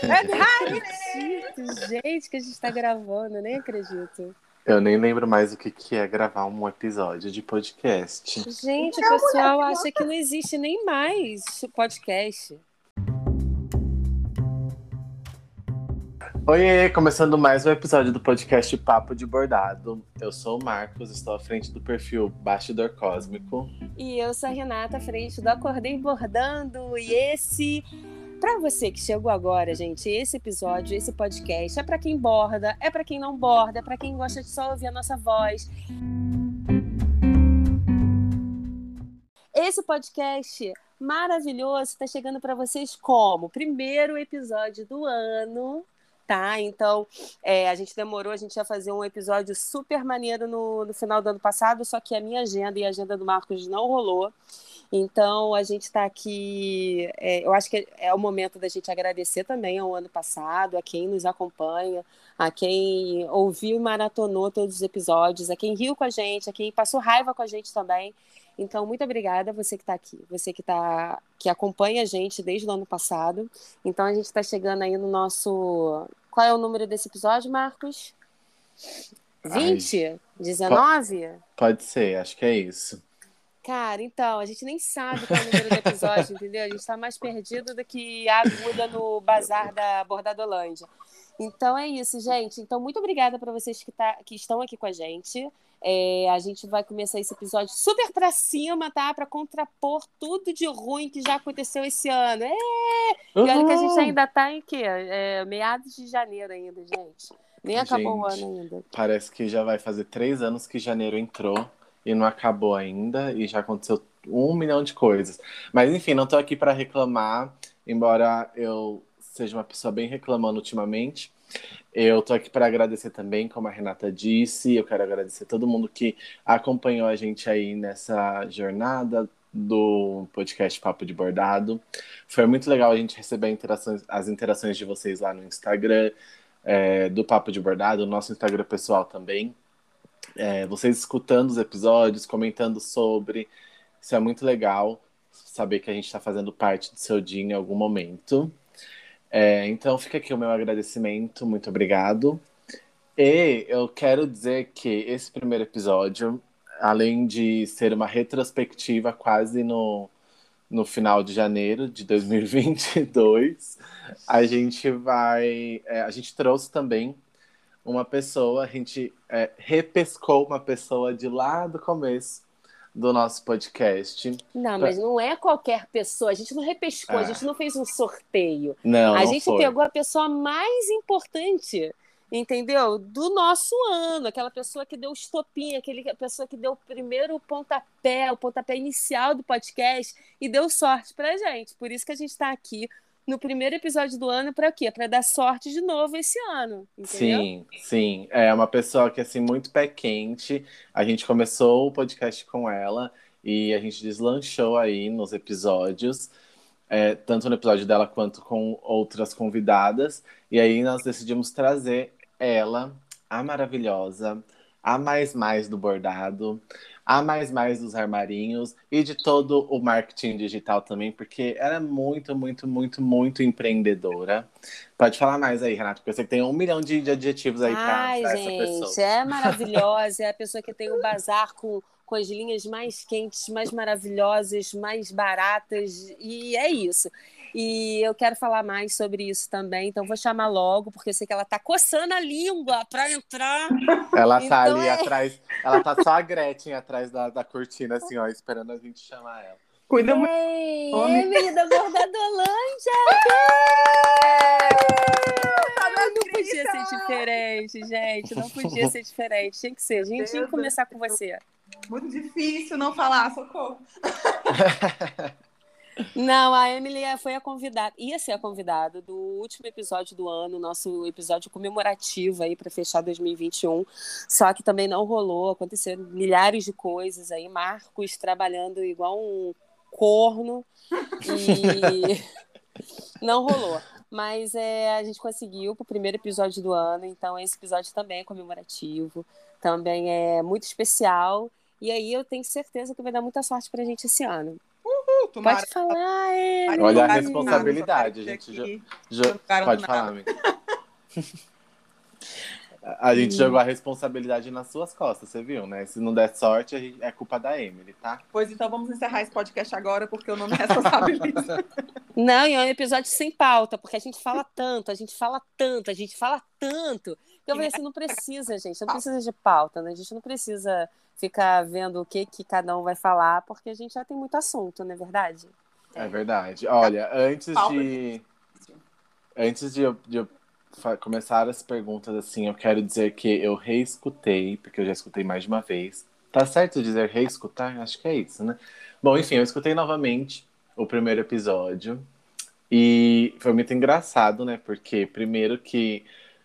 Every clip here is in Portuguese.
Acredito, gente, que a gente tá gravando, nem acredito. Eu nem lembro mais o que é gravar um episódio de podcast. Gente, o pessoal acha que não existe nem mais podcast. Oiê, começando mais um episódio do podcast Papo de Bordado. Eu sou o Marcos, estou à frente do perfil Bastidor Cósmico. E eu sou a Renata, à frente do Acordei Bordando. E pra você que chegou agora, gente, esse episódio, esse podcast é pra quem borda, é pra quem não borda, é pra quem gosta de só ouvir a nossa voz. Esse podcast maravilhoso está chegando para vocês como primeiro episódio do ano, tá? Então, a gente demorou, a gente ia fazer um episódio super maneiro no final do ano passado, só que a minha agenda e a agenda do Marcos não rolou. Então, a gente está aqui. Eu acho que é o momento da gente agradecer também ao ano passado, a quem nos acompanha, a quem ouviu e maratonou todos os episódios, a quem riu com a gente, a quem passou raiva com a gente também. Então, muito obrigada, você que está aqui, você que acompanha a gente desde o ano passado. Então, a gente está chegando aí no nosso. Qual é o número desse episódio, Marcos? 20? Ai, 19? Pode ser, acho que é isso. Cara, então, a gente nem sabe qual é o número do episódio, entendeu? A gente está mais perdido do que a agulha no bazar da Bordadolândia. Então é isso, gente. Então, muito obrigada para vocês que estão aqui com a gente. A gente vai começar esse episódio super pra cima, tá? Pra contrapor tudo de ruim que já aconteceu esse ano. E olha que a gente ainda tá em quê? Meados de janeiro ainda, gente. Nem acabou o ano ainda. Parece que já vai fazer 3 anos que janeiro entrou e não acabou ainda e já aconteceu 1 milhão de coisas. Mas enfim, não tô aqui para reclamar, embora eu seja uma pessoa bem reclamando ultimamente. Eu tô aqui para agradecer também, como a Renata disse. Eu quero agradecer todo mundo que acompanhou a gente aí nessa jornada do podcast Papo de Bordado. Foi muito legal a gente receber as interações de vocês lá no Instagram, do Papo de Bordado, nosso Instagram pessoal também. Vocês escutando os episódios, comentando sobre. Isso é muito legal, saber que a gente está fazendo parte do seu dia em algum momento. Então fica aqui o meu agradecimento, muito obrigado. E eu quero dizer que esse primeiro episódio, além de ser uma retrospectiva quase no final de janeiro de 2022, a gente trouxe também uma pessoa, a gente repescou uma pessoa de lá do começo do nosso podcast. Não, mas não é qualquer pessoa. A gente não repescou, a gente não fez um sorteio. Não, A não gente foi. pegou a pessoa mais importante, entendeu? Do nosso ano. Aquela pessoa que deu o estopim, aquela pessoa que deu o primeiro pontapé, o pontapé inicial do podcast e deu sorte pra gente. Por isso que a gente está aqui no primeiro episódio do ano para quê? Para dar sorte de novo esse ano, entendeu? Sim, sim. É uma pessoa que, assim, muito pé quente. A gente começou o podcast com ela e a gente deslanchou aí nos episódios, tanto no episódio dela quanto com outras convidadas. E aí nós decidimos trazer ela, a maravilhosa, a mais do bordado, a mais dos armarinhos e de todo o marketing digital também, porque ela é muito, muito, muito, muito empreendedora. Pode falar mais aí, Renato, porque você tem 1 milhão de adjetivos aí Ai, pra essa pessoa. gente, é maravilhosa. É a pessoa que tem o bazar com as linhas mais quentes, mais maravilhosas, mais baratas. E é isso. E eu quero falar mais sobre isso também. Então, vou chamar logo, porque eu sei que ela tá coçando a língua para entrar. Ela tá Então, ali atrás, ela tá só a Gretchen atrás da cortina, assim, ó, esperando a gente chamar ela. Cuida muito. Emily da Bordadolândia! Não podia ser diferente, gente. Não podia ser diferente. Tinha que ser. A gente tinha que começar com você. Muito difícil não falar, socorro. Não, a Emily foi a convidada, ia ser a convidada do último episódio do ano, nosso episódio comemorativo aí para fechar 2021. Só que também não rolou, aconteceram milhares de coisas aí, Marcos trabalhando igual um corno e não rolou. Mas a gente conseguiu pro primeiro episódio do ano, então esse episódio também é comemorativo, também é muito especial. E aí eu tenho certeza que vai dar muita sorte pra gente esse ano. Tomara Pode falar, Olha a Emily. responsabilidade, gente. aqui. Pode falar, amiga. A gente jogou a responsabilidade nas suas costas, você viu, né? Se não der sorte, é culpa da Emily, tá? Pois então vamos encerrar esse podcast agora, porque eu não me responsabilizo. Não, e é um episódio sem pauta, porque a gente fala tanto, a gente fala tanto, a gente fala tanto. Eu falei assim, não precisa, gente, não precisa de pauta, né? A gente não precisa ficar vendo o que cada um vai falar, porque a gente já tem muito assunto, não é verdade? É verdade. Olha, Pauta antes de eu começar as perguntas, assim, eu quero dizer que eu reescutei, porque eu já escutei mais de uma vez. Tá certo dizer reescutar? Acho que é isso, né? Bom, enfim, eu escutei novamente o primeiro episódio. E foi muito engraçado, né? Porque primeiro que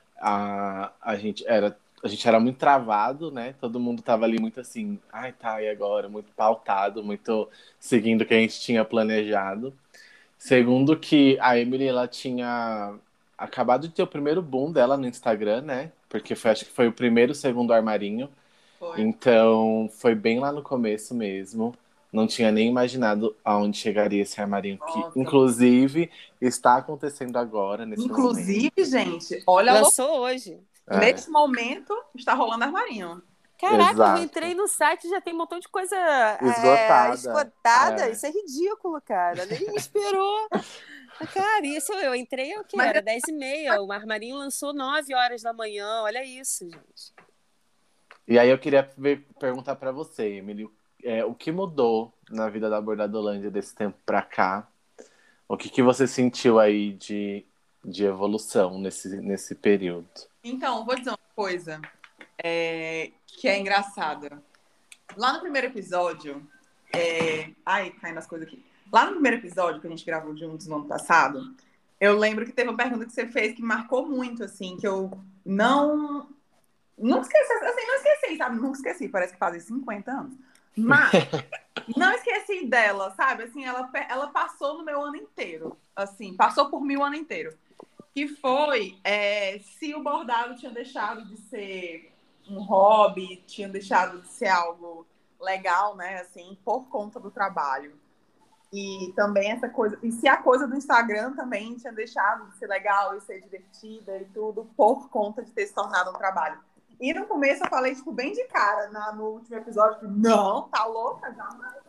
a gente era muito travado, né? Todo mundo tava ali muito assim, ai tá, e agora? Muito pautado, muito seguindo o que a gente tinha planejado. Segundo que a Emily, ela tinha acabado de ter o primeiro boom dela no Instagram, né? Porque acho que foi o primeiro, segundo armarinho. foi. Então, foi bem lá no começo mesmo. Não tinha nem imaginado aonde chegaria esse armarinho que, Nossa. inclusive, está acontecendo agora, nesse momento. Inclusive, gente, olha, Lançou hoje. nesse momento está rolando armarinho. Caraca, eu Exato. entrei no site e já tem um montão de coisa Esgotada. esgotada. É. Isso é ridículo, cara. Nem me esperou. Cara, isso eu entrei, o quê? Mas Era 10h30. O armarinho lançou 9 horas da manhã. Olha isso, gente. E aí eu queria perguntar pra você, Emily, o que mudou na vida da Bordadolândia desse tempo pra cá? O que você sentiu aí de evolução nesse período? Então, vou dizer uma coisa que é engraçada. Lá no primeiro episódio, ai, caindo as coisas aqui. Lá no primeiro episódio que a gente gravou juntos no ano passado, eu lembro que teve uma pergunta que você fez que me marcou muito, assim, que eu não esqueci, assim, não esqueci, sabe? Nunca esqueci, parece que fazem 50 anos. Mas não esqueci dela, sabe? Assim, ela passou no meu ano inteiro, assim, passou por mim o ano inteiro. Que foi se o bordado tinha deixado de ser um hobby, tinha deixado de ser algo legal, né? Assim, por conta do trabalho. E também essa coisa. E se a coisa do Instagram também tinha deixado de ser legal e ser divertida e tudo por conta de ter se tornado um trabalho. E no começo eu falei, tipo, bem de cara, no último episódio, não, tá louca? Jamais.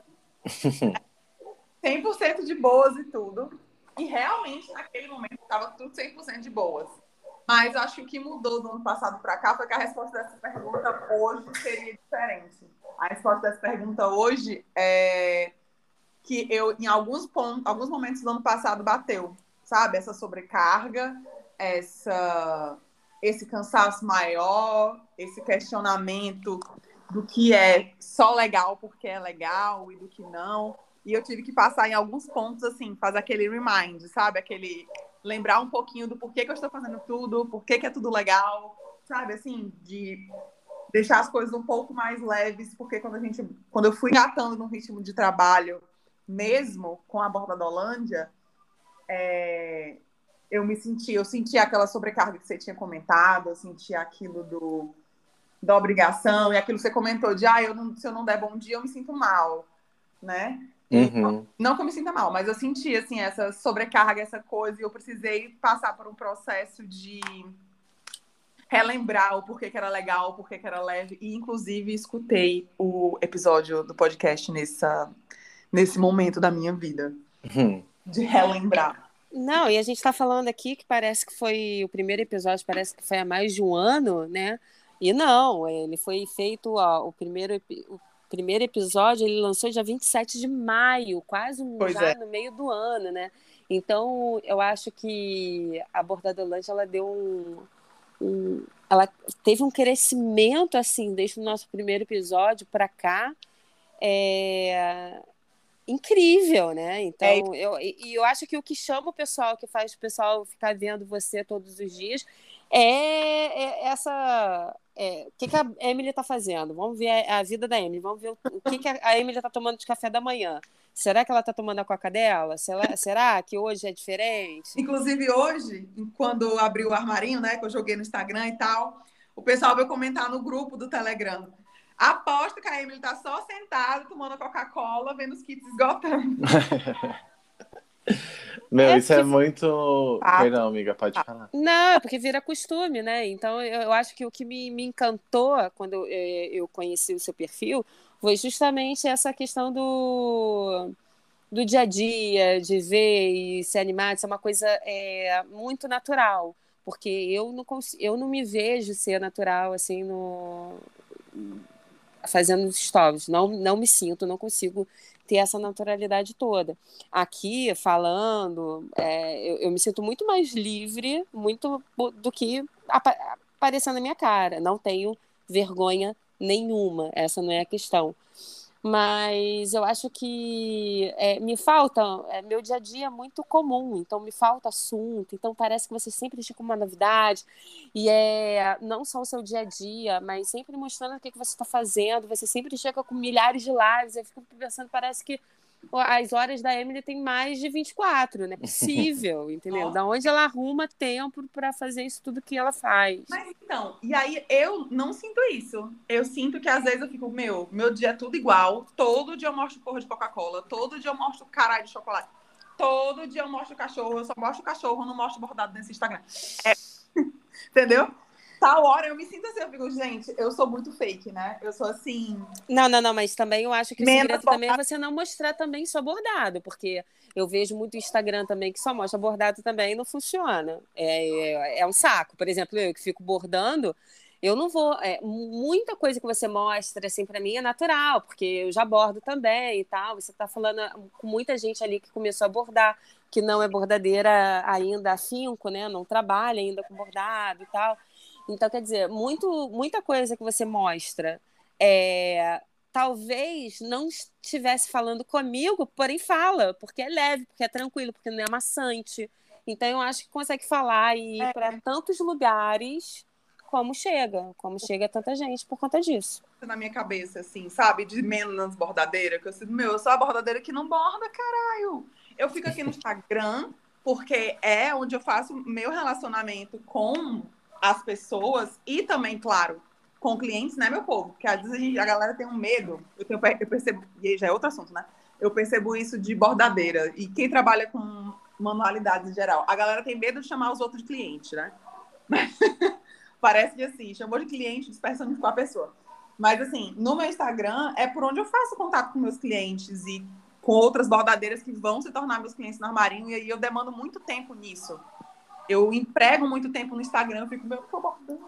100% de boas e tudo. E realmente, naquele momento, estava tudo 100% de boas. Mas eu acho que o que mudou do ano passado para cá foi que a resposta dessa pergunta hoje seria diferente. A resposta dessa pergunta hoje é que eu, em alguns momentos do ano passado, bateu, sabe? Essa sobrecarga, esse cansaço maior, esse questionamento do que é só legal porque é legal e do que não. E eu tive que passar em alguns pontos, assim, fazer aquele remind, sabe? Aquele lembrar um pouquinho do porquê que eu estou fazendo tudo, porquê que é tudo legal, sabe? Assim, de deixar as coisas um pouco mais leves, porque quando eu fui engatando no ritmo de trabalho, mesmo com a Bordadolândia, eu senti aquela sobrecarga que você tinha comentado, eu senti aquilo da obrigação, e aquilo que você comentou de, se eu não der bom dia, eu me sinto mal, né? Uhum. Não que eu me sinta mal, mas eu senti, assim, essa sobrecarga, essa coisa, e eu precisei passar por um processo de relembrar o porquê que era legal, o porquê que era leve, e inclusive escutei o episódio do podcast nesse momento da minha vida, de relembrar. Não, e a gente está falando aqui que parece que foi o primeiro episódio, parece que foi há mais de um ano, né? E não, ele foi feito, o primeiro episódio, ele lançou dia 27 de maio, quase já no meio do ano, né? Então, eu acho que a Bordadolândia, ela deu ela teve um crescimento, assim, desde o nosso primeiro episódio para cá, incrível, né? Então, eu acho que o que chama o pessoal, que faz o pessoal ficar vendo você todos os dias, essa... o que a Emily está fazendo? Vamos ver a vida da Emily, vamos ver o que a Emily está tomando de café da manhã. Será que ela está tomando a coca dela? Será que hoje é diferente? Inclusive hoje, quando abriu o armarinho, né, que eu joguei no Instagram e tal, o pessoal veio comentar no grupo do Telegram. Aposto que a Emily tá só sentada, tomando Coca-Cola, vendo os kits esgotando. Meu, É isso é porque muito. Perdão, amiga, pode falar. Não, é porque vira costume, né? Então, eu acho que o que me encantou quando eu conheci o seu perfil foi justamente essa questão do dia a dia, de ver e se animar, isso é uma coisa muito natural, porque eu não me vejo ser natural, assim, fazendo stories. Não me sinto, não consigo ter essa naturalidade toda. Aqui, falando, eu me sinto muito mais livre, muito do que aparecendo na minha cara. Não tenho vergonha nenhuma, essa não é a questão. Mas eu acho que me falta, meu dia a dia é muito comum, então me falta assunto, então parece que você sempre chega com uma novidade, e não só o seu dia a dia, mas sempre mostrando o que você está fazendo, você sempre chega com milhares de lives, eu fico pensando, parece que as horas da Emily tem mais de 24, não é possível, entendeu? Nossa. Da onde ela arruma tempo para fazer isso tudo que ela faz? Mas então, e aí eu não sinto isso. Eu sinto que às vezes eu fico, meu dia é tudo igual. Todo dia eu mostro porra de Coca-Cola. Todo dia eu mostro caralho de chocolate. Todo dia eu mostro cachorro. Eu só mostro cachorro, eu não mostro bordado nesse Instagram. Entendeu? Tal hora eu me sinto assim, eu fico, gente, eu sou muito fake, né? Eu sou assim. Não, mas também eu acho que o Menos segredo também é bordado. você não mostrar também só bordado, porque eu vejo muito Instagram também que só mostra bordado também e não funciona. É um saco. Por exemplo, eu que fico bordando, eu não vou. Muita coisa que você mostra, assim, para mim é natural, porque eu já bordo também e tal. Você tá falando com muita gente ali que começou a bordar, que não é bordadeira ainda afinco, né? Não trabalha ainda com bordado e tal. Então, quer dizer, muita coisa que você mostra talvez não estivesse falando comigo, porém fala, porque é leve, porque é tranquilo, porque não é maçante. Então, eu acho que consegue falar e ir para tantos lugares como chega tanta gente por conta disso. Na minha cabeça, assim, sabe? De menos bordadeira, que eu sinto, eu sou a bordadeira que não borda, caralho. Eu fico aqui no Instagram, porque é onde eu faço meu relacionamento com as pessoas e também, claro, com clientes, né, meu povo? Porque às vezes a galera tem um medo, eu percebo, e aí já é outro assunto, né? Eu percebo isso de bordadeira. E quem trabalha com manualidades em geral, a galera tem medo de chamar os outros de cliente, né? Parece que assim, chamou de cliente, despersonificou a pessoa. Mas assim, no meu Instagram é por onde eu faço contato com meus clientes e com outras bordadeiras que vão se tornar meus clientes no armarinho, e aí eu demando muito tempo nisso. Eu emprego muito tempo no Instagram, eu fico, meu, tô bordando.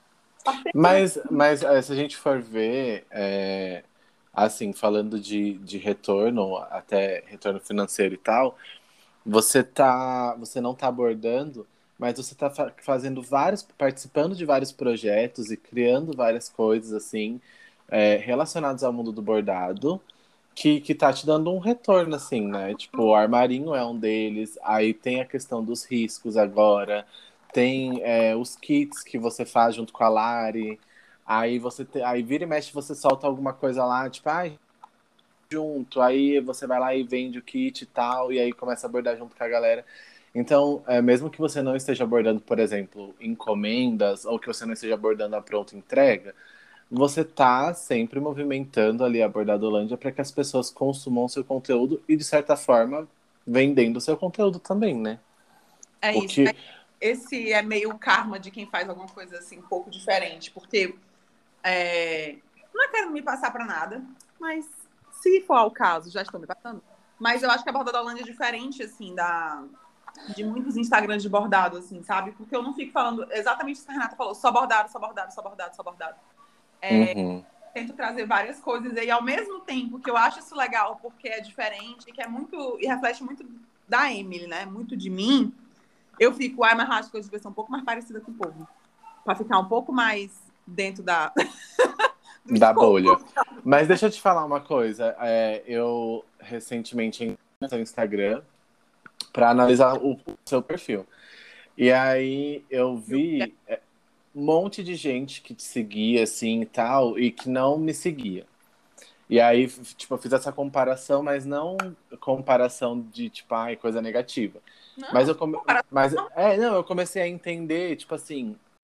Mas se a gente for ver, assim, falando de retorno, até retorno financeiro e tal, você não tá abordando, mas você tá fazendo participando de vários projetos e criando várias coisas, assim, relacionadas ao mundo do bordado, que tá te dando um retorno, assim, né? Tipo, o armarinho é um deles, aí tem a questão dos riscos agora, tem os kits que você faz junto com a Lari, aí vira e mexe, você solta alguma coisa lá, tipo, junto, aí você vai lá e vende o kit e tal, e aí começa a abordar junto com a galera. Então, mesmo que você não esteja abordando, por exemplo, encomendas, ou que você não esteja abordando a pronta entrega, você tá sempre movimentando ali a Bordadolândia para que as pessoas consumam seu conteúdo e, de certa forma, vendendo o seu conteúdo também, né? É O isso. que. Esse é meio o karma de quem faz alguma coisa assim um pouco diferente, porque não é querendo me passar para nada, mas se for ao caso, já estou me passando. Mas eu acho que a borda da Holanda é diferente, assim, de muitos Instagrams de bordado, assim, sabe? Porque eu não fico falando exatamente isso que a Renata falou, só bordado, só bordado, só bordado, só bordado. Uhum. Tento trazer várias coisas e ao mesmo tempo que eu acho isso legal porque é diferente, que é muito e reflete muito da Emily, né? Muito de mim. Eu fico, mas acho que eu devia ser um pouco mais parecida com o povo, para ficar um pouco mais dentro do Da escopo. bolha. Mas deixa eu te falar uma coisa. Eu recentemente entrei no seu Instagram para analisar o seu perfil. E aí eu vi um monte de gente que te seguia assim e tal, e que não me seguia. E aí, tipo, eu fiz essa comparação, mas não comparação de, tipo, coisa negativa. Mas Não, não, eu comecei a entender, tipo assim,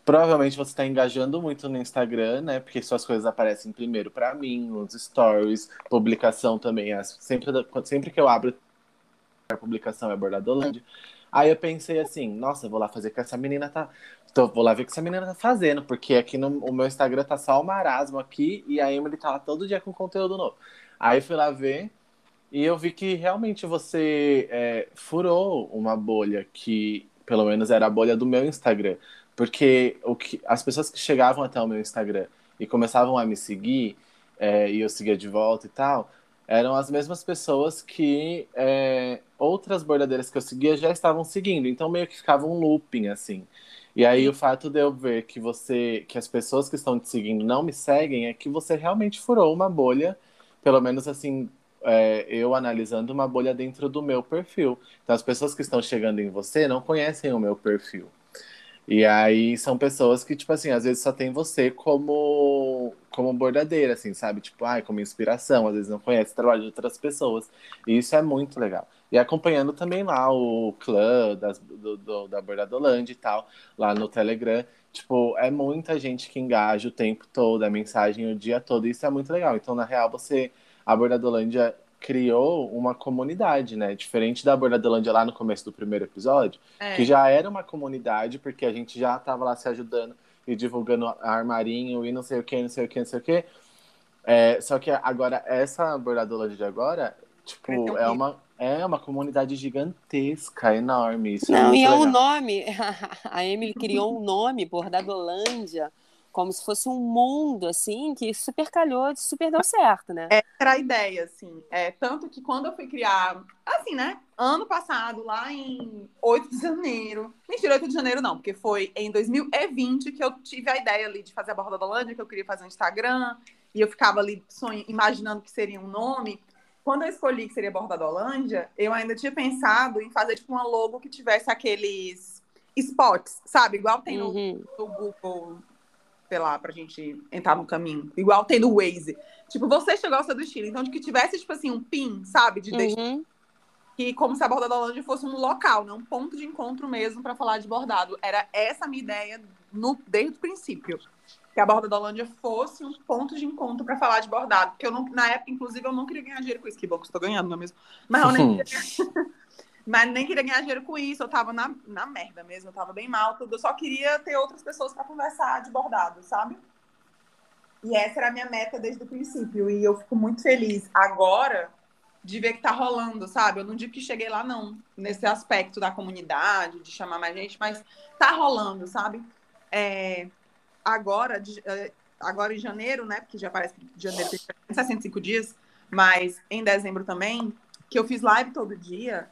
provavelmente você está engajando muito no Instagram, né? Porque suas coisas aparecem primeiro para mim, nos stories, publicação também. Sempre que eu abro a publicação é Bordadolândia. Aí eu pensei assim, nossa, eu vou lá fazer o que essa menina tá. Vou lá ver o que essa menina tá fazendo, porque aqui no o meu Instagram tá só o marasmo aqui e a Emily tá lá todo dia com conteúdo novo. Aí fui lá ver. E eu vi que realmente você furou uma bolha que, pelo menos, era a bolha do meu Instagram. Porque as pessoas que chegavam até o meu Instagram e começavam a me seguir, e eu seguia de volta e tal, eram as mesmas pessoas que outras bordadeiras que eu seguia já estavam seguindo. Então meio que ficava um looping, assim. E aí o fato de eu ver que as pessoas que estão te seguindo não me seguem é que você realmente furou uma bolha, pelo menos assim eu analisando uma bolha dentro do meu perfil. Então, as pessoas que estão chegando em você não conhecem o meu perfil. E aí são pessoas que, tipo assim, às vezes só tem você como bordadeira, assim, sabe? Tipo, como inspiração, às vezes não conhece o trabalho de outras pessoas. E isso é muito legal. E acompanhando também lá o clã da Bordadolândia e tal, lá no Telegram. Tipo, é muita gente que engaja o tempo todo, a mensagem o dia todo, e isso é muito legal. Então, na real, a Bordadolândia criou uma comunidade, né? Diferente da Bordadolândia lá no começo do primeiro episódio, que É. já era uma comunidade, porque a gente já tava lá se ajudando e divulgando armarinho e não sei o que, não sei o que, não sei o que. Só que agora, essa Bordadolândia de agora, Cresceu tipo, muito. é uma comunidade gigantesca, enorme. Isso é Não, e muito é um legal. nome. A Emily criou um nome, Bordadolândia, como se fosse um mundo, assim, que super calhou, super deu certo, né? Essa era a ideia, assim. Tanto que quando eu fui criar, assim, né? Ano passado, lá em 8 de janeiro. Mentira, 8 de janeiro não, porque foi em 2020 que eu tive a ideia ali de fazer a Borda da Holândia, que eu queria fazer um Instagram, e eu ficava ali imaginando que seria um nome. Quando eu escolhi que seria Borda da Holândia, eu ainda tinha pensado em fazer tipo uma logo que tivesse aqueles spots, sabe? Igual tem no Google, sei lá, pra gente entrar no caminho. Igual tem no Waze. Tipo, você chegou ao seu destino. Então, de que tivesse, tipo assim, um pin, sabe? De destino. Uhum. Que como se a Borda da Holândia fosse um local, né? Um ponto de encontro mesmo pra falar de bordado. Era essa a minha ideia desde o princípio. Que a Borda da Holândia fosse um ponto de encontro pra falar de bordado. Porque eu não, na época, inclusive, eu não queria ganhar dinheiro com isso. Que bom que eu estou ganhando, não é mesmo? Mas eu nem queria mas nem queria ganhar dinheiro com isso, eu tava na merda mesmo, eu tava bem mal, tudo. Eu só queria ter outras pessoas pra conversar de bordado, sabe? E essa era a minha meta desde o princípio. E eu fico muito feliz agora de ver que tá rolando, sabe? Eu não digo que cheguei lá, não, nesse aspecto da comunidade, de chamar mais gente, mas tá rolando, sabe? Agora, agora em janeiro, né? Porque já parece que janeiro tem 65 dias, mas em dezembro também, que eu fiz live todo dia,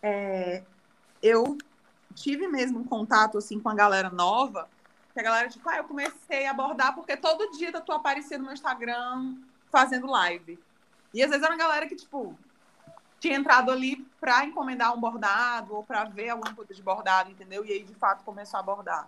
eu tive mesmo um contato assim com a galera nova, que a galera, tipo, eu comecei a abordar porque todo dia eu tô aparecendo no meu Instagram fazendo live. E às vezes era uma galera que, tipo, tinha entrado ali pra encomendar um bordado ou pra ver alguma coisa de bordado, entendeu? E aí, de fato, começou a abordar.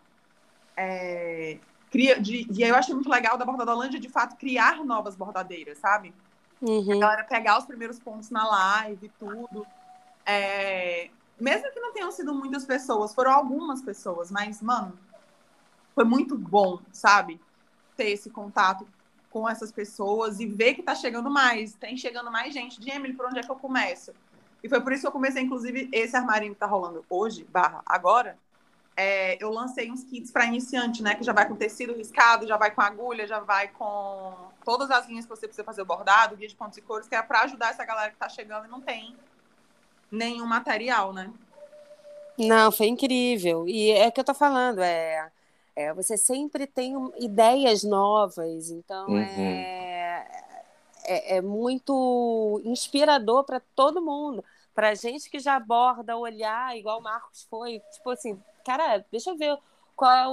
E aí eu achei muito legal da Bordadolândia, de fato, criar novas bordadeiras, sabe? A galera pegar os primeiros pontos na live e tudo. Mesmo que não tenham sido muitas pessoas, foram algumas pessoas, mas, mano, foi muito bom, sabe? Ter esse contato com essas pessoas e ver que tá chegando mais, tem chegando mais gente. De Emily, por onde é que eu começo? E foi por isso que eu comecei, inclusive, esse armarinho que tá rolando hoje, agora, eu lancei uns kits para iniciante, né? Que já vai com tecido riscado, já vai com agulha, já vai com todas as linhas que você precisa fazer o bordado, guia de pontos e cores, que é para ajudar essa galera que tá chegando e não tem nenhum material, né? Não, foi incrível. E é o que eu tô falando, você sempre tem ideias novas, então Uhum. é muito inspirador para todo mundo. Para gente que já aborda, olhar, igual o Marcos foi, tipo assim, cara, deixa eu ver qual é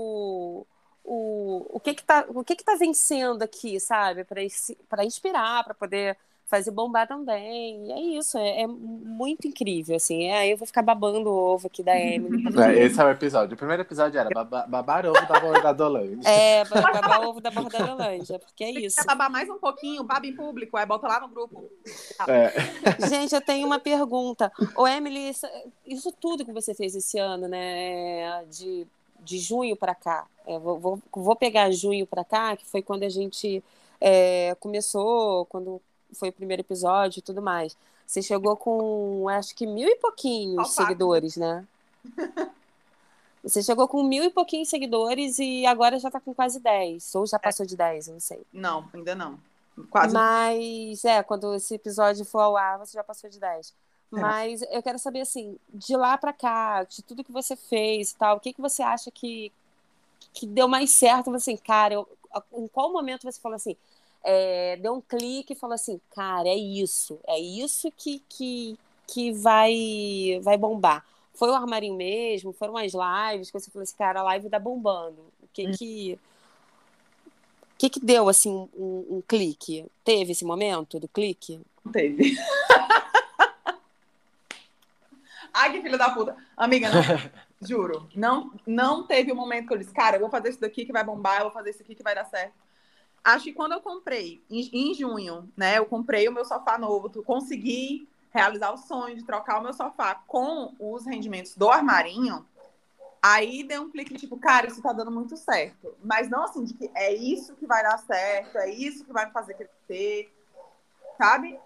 o que tá vencendo aqui, sabe? Para inspirar, para poder fazer bombar também. E é isso, é muito incrível, assim. Eu vou ficar babando o ovo aqui da Emily, porque Esse é o episódio. O primeiro episódio era babar ovo da Bordadolândia. babar ovo da Bordadolândia, porque é Quer isso. babar mais um pouquinho, baba em público, aí bota lá no grupo. É. Gente, eu tenho uma pergunta. Ô, Emily, isso tudo que você fez esse ano, né? De de junho para cá. Vou pegar junho para cá, que foi quando a gente começou, quando foi o primeiro episódio e tudo mais. Você chegou com, acho que 1.000 e pouquinhos seguidores, né? Você chegou com 1.000 e pouquinhos seguidores e agora já tá com quase 10. Ou já passou de 10, eu não sei. Não, ainda não. Quase. Mas, quando esse episódio for ao ar, você já passou de 10. Mas eu quero saber, assim, de lá pra cá, de tudo que você fez e tal, o que você acha que deu mais certo? Assim, cara, em qual momento você falou assim, deu um clique e falou assim, cara, é isso que vai bombar. Foi o armarinho mesmo? Foram as lives que você falou assim, cara, a live tá bombando. O que deu, assim, um clique? Teve esse momento do clique? Não teve. Ai, que filha da puta. Amiga, não, juro, não teve um momento que eu disse, cara, eu vou fazer isso daqui que vai bombar, eu vou fazer isso aqui que vai dar certo. Acho que quando eu comprei, em junho, né, eu comprei o meu sofá novo, consegui realizar o sonho de trocar o meu sofá com os rendimentos do armarinho, aí deu um clique, tipo, cara, isso tá dando muito certo. Mas não assim, de que é isso que vai dar certo, é isso que vai me fazer crescer, sabe?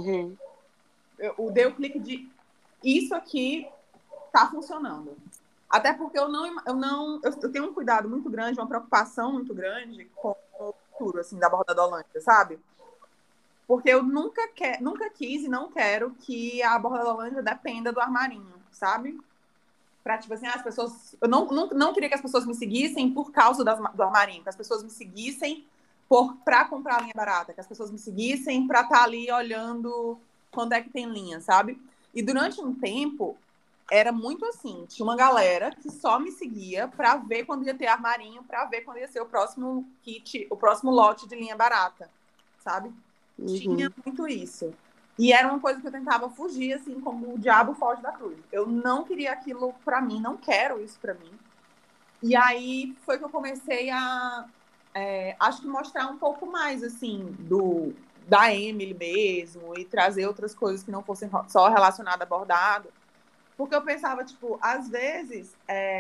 Deu o clique de isso aqui tá funcionando. Até porque eu tenho um cuidado muito grande, uma preocupação muito grande com o futuro, assim, da Borda da Holândia, sabe? Porque eu nunca quis e não quero que a Borda da Holândia dependa do armarinho, sabe? Pra, tipo assim, as pessoas... Eu não queria que as pessoas me seguissem por causa do armarinho, que as pessoas me seguissem pra comprar linha barata, que as pessoas me seguissem pra estar ali olhando quando é que tem linha, sabe? E durante um tempo, era muito assim, tinha uma galera que só me seguia pra ver quando ia ter armarinho, pra ver quando ia ser o próximo kit, o próximo lote de linha barata, sabe? Tinha muito isso. E era uma coisa que eu tentava fugir, assim, como o diabo foge da cruz. Eu não queria aquilo pra mim, não quero isso pra mim. E aí foi que eu comecei a, acho que mostrar um pouco mais, assim, da Emily mesmo, e trazer outras coisas que não fossem só relacionadas a bordado. Porque eu pensava, tipo, às vezes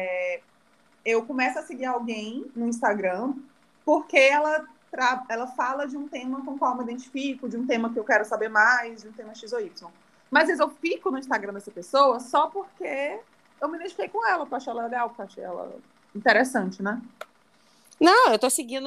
eu começo a seguir alguém no Instagram porque ela fala de um tema com o qual eu me identifico, de um tema que eu quero saber mais, de um tema X ou Y. Mas às vezes eu fico no Instagram dessa pessoa só porque eu me identifiquei com ela, porque eu achei ela legal, porque eu achei ela interessante, né? Não, eu tô seguindo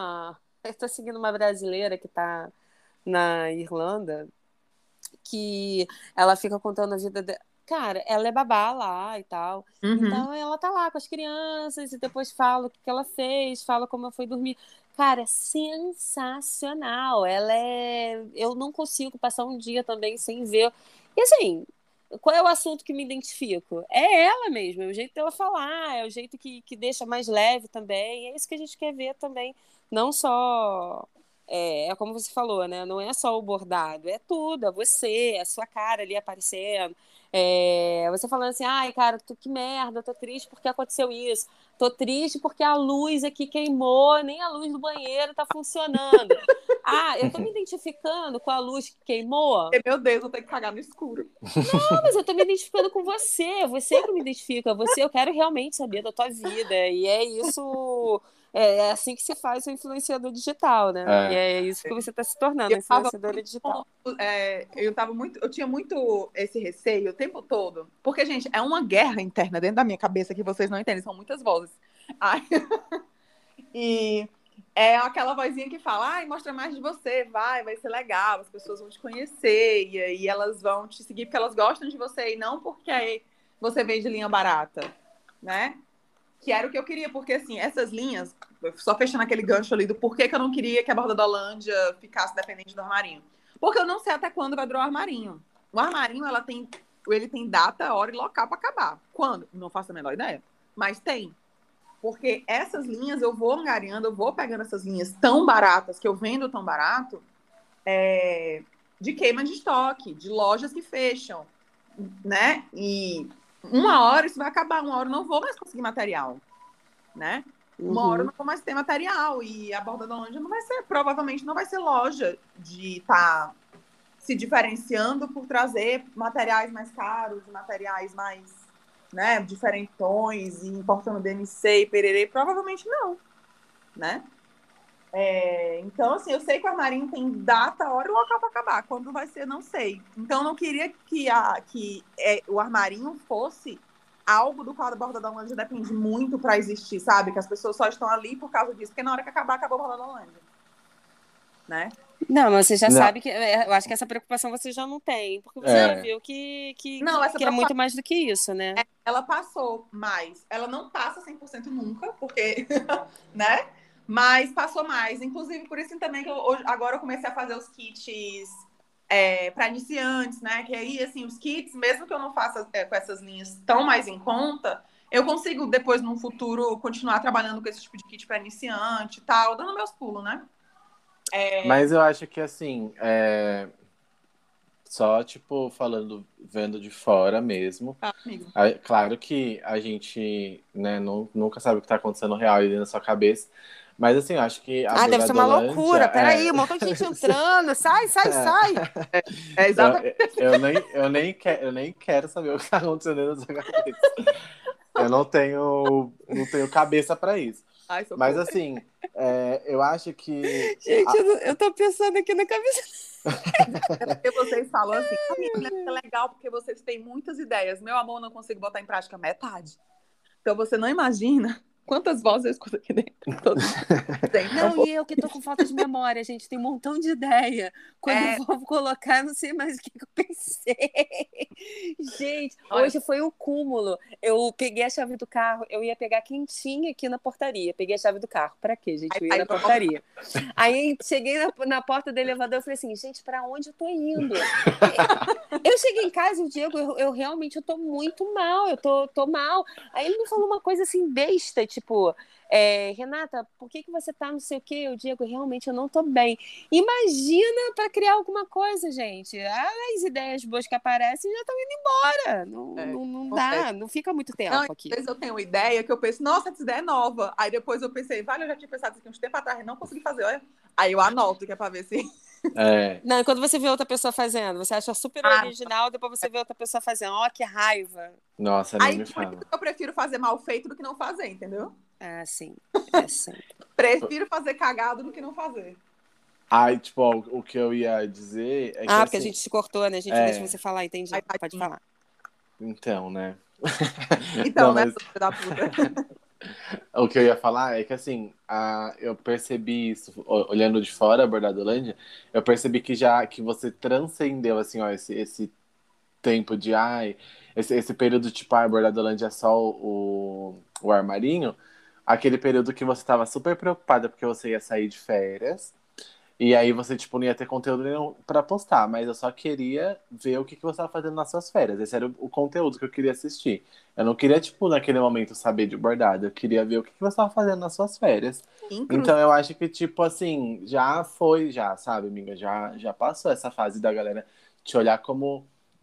uma brasileira que tá na Irlanda, que ela fica contando a vida dela. Cara, ela é babá lá e tal. Então ela tá lá com as crianças e depois fala o que ela fez, fala como ela foi dormir. Cara, sensacional. Eu não consigo passar um dia também sem ver. E assim, qual é o assunto que me identifico? É ela mesmo, é o jeito dela falar, é o jeito que deixa mais leve também. É isso que a gente quer ver também. Não só. Como você falou, né? Não é só o bordado, é tudo, é você, é a sua cara ali aparecendo. Você falando assim, ai, cara, que merda, tô triste porque aconteceu isso. Tô triste porque a luz aqui queimou, nem a luz do banheiro tá funcionando. Ah, eu tô me identificando com a luz que queimou. Meu Deus, eu tenho que cagar no escuro. Não, mas eu tô me identificando com você que me identifica, eu quero realmente saber da tua vida, e é isso, é assim que se faz o influenciador digital, né? E é isso que você tá se tornando, influenciadora digital. Eu tinha muito esse receio o tempo todo, porque, gente, é uma guerra interna dentro da minha cabeça que vocês não entendem, são muitas vozes. Ai, e é aquela vozinha que fala, ai, mostra mais de você, vai ser legal, as pessoas vão te conhecer, e aí elas vão te seguir porque elas gostam de você, e não porque você vende linha barata, né? Que era o que eu queria, porque, assim, essas linhas, só fechando aquele gancho ali do porquê que eu não queria que a Borda da Holândia ficasse dependente do armarinho. Porque eu não sei até quando vai durar o armarinho. O armarinho, ele tem data, hora e local para acabar. Quando? Não faço a menor ideia. Mas tem. Porque essas linhas eu vou angariando, eu vou pegando essas linhas tão baratas, que eu vendo tão barato, de queima de estoque, de lojas que fecham, né? E uma hora isso vai acabar, uma hora eu não vou mais conseguir material, né? Uma hora eu não vou mais ter material, e a Borda da Holândia provavelmente não vai ser loja de estar se diferenciando por trazer materiais mais caros, materiais mais né, diferentões e importando DMC e pererê, provavelmente não, né? Então, assim, eu sei que o armarinho tem data, hora e local para acabar. Quando vai ser, não sei. Então, eu não queria que o armarinho fosse algo do qual a Borda da Holândia depende muito para existir, sabe? Que as pessoas só estão ali por causa disso, porque na hora que acabar, acabou a Borda da Holândia. Né? Não, mas você já Não. sabe que... Eu acho que essa preocupação você já não tem, porque você já viu que Não, essa é muito mais do que isso, né? Ela passou mais. Ela não passa 100% nunca, porque, né? Mas passou mais. Inclusive, por isso também que agora eu comecei a fazer os kits para iniciantes, né? Que aí, assim, os kits, mesmo que eu não faça com essas linhas tão mais em conta, eu consigo depois, num futuro, continuar trabalhando com esse tipo de kit para iniciante e tal, dando meus pulos, né? Mas eu acho que, assim, só, tipo, vendo de fora mesmo. Amigo. Claro que a gente, né, nunca sabe o que tá acontecendo real ali na sua cabeça. Mas, assim, eu acho que a deve ser uma Bordadolândia... loucura. Peraí, um montão de gente entrando. Sai. Exatamente. Eu nem quero saber o que tá acontecendo na sua cabeça. Eu não tenho cabeça pra isso. Ai, mas, assim, eu acho que... Gente, eu tô pensando aqui na cabeça. Porque vocês falam assim, é legal porque vocês têm muitas ideias. Meu amor, eu não consigo botar em prática metade. Então você não imagina quantas vozes eu escuto aqui dentro. Não, e eu que tô com falta de memória, gente, tem um montão de ideia. Quando eu vou colocar, não sei mais o que eu pensei. Gente, hoje foi o cúmulo. Eu peguei a chave do carro, eu ia pegar quentinha aqui na portaria. Peguei a chave do carro. Pra quê, gente? Eu ia na portaria. Aí cheguei na porta do elevador e falei assim, gente, pra onde eu tô indo? Eu cheguei em casa e o Diego, eu realmente eu tô muito mal, eu tô mal. Aí ele me falou uma coisa assim, besta, tipo... Renata, por que você tá não sei o quê? Eu digo, realmente eu não tô bem. Imagina para criar alguma coisa, gente. As ideias boas que aparecem já estão indo embora. Não dá, não fica muito tempo aqui. Às vezes eu tenho uma ideia que eu penso, nossa, essa ideia é nova. Aí depois eu pensei, vale, eu já tinha pensado isso aqui uns tempos atrás e não consegui fazer, olha. Aí eu anoto, que é pra ver se... Não, quando você vê outra pessoa fazendo, você acha super original, depois você vê outra pessoa fazendo. Ó, que raiva. Nossa, nem me fala. Eu prefiro fazer mal feito do que não fazer, entendeu? Sim. Prefiro fazer cagado do que não fazer. Aí, tipo, o que eu ia dizer é que porque a gente se cortou, né? A gente deixa você falar, entendi. Pode falar. Então, né? Então, né, filho da puta? O que eu ia falar é que, assim, eu percebi isso, olhando de fora a Bordadolândia, eu percebi que você transcendeu, assim, ó, esse tempo de, esse período, tipo, a Bordadolândia é só o armarinho, aquele período que você tava super preocupada porque você ia sair de férias, e aí você, tipo, não ia ter conteúdo nenhum pra postar, mas eu só queria ver o que você tava fazendo nas suas férias. Esse era o conteúdo que eu queria assistir. Eu não queria, tipo, naquele momento saber de bordado. Eu queria ver o que você tava fazendo nas suas férias. Então eu acho que, tipo, assim, já foi, sabe, amiga? Já passou essa fase da galera te olhar como...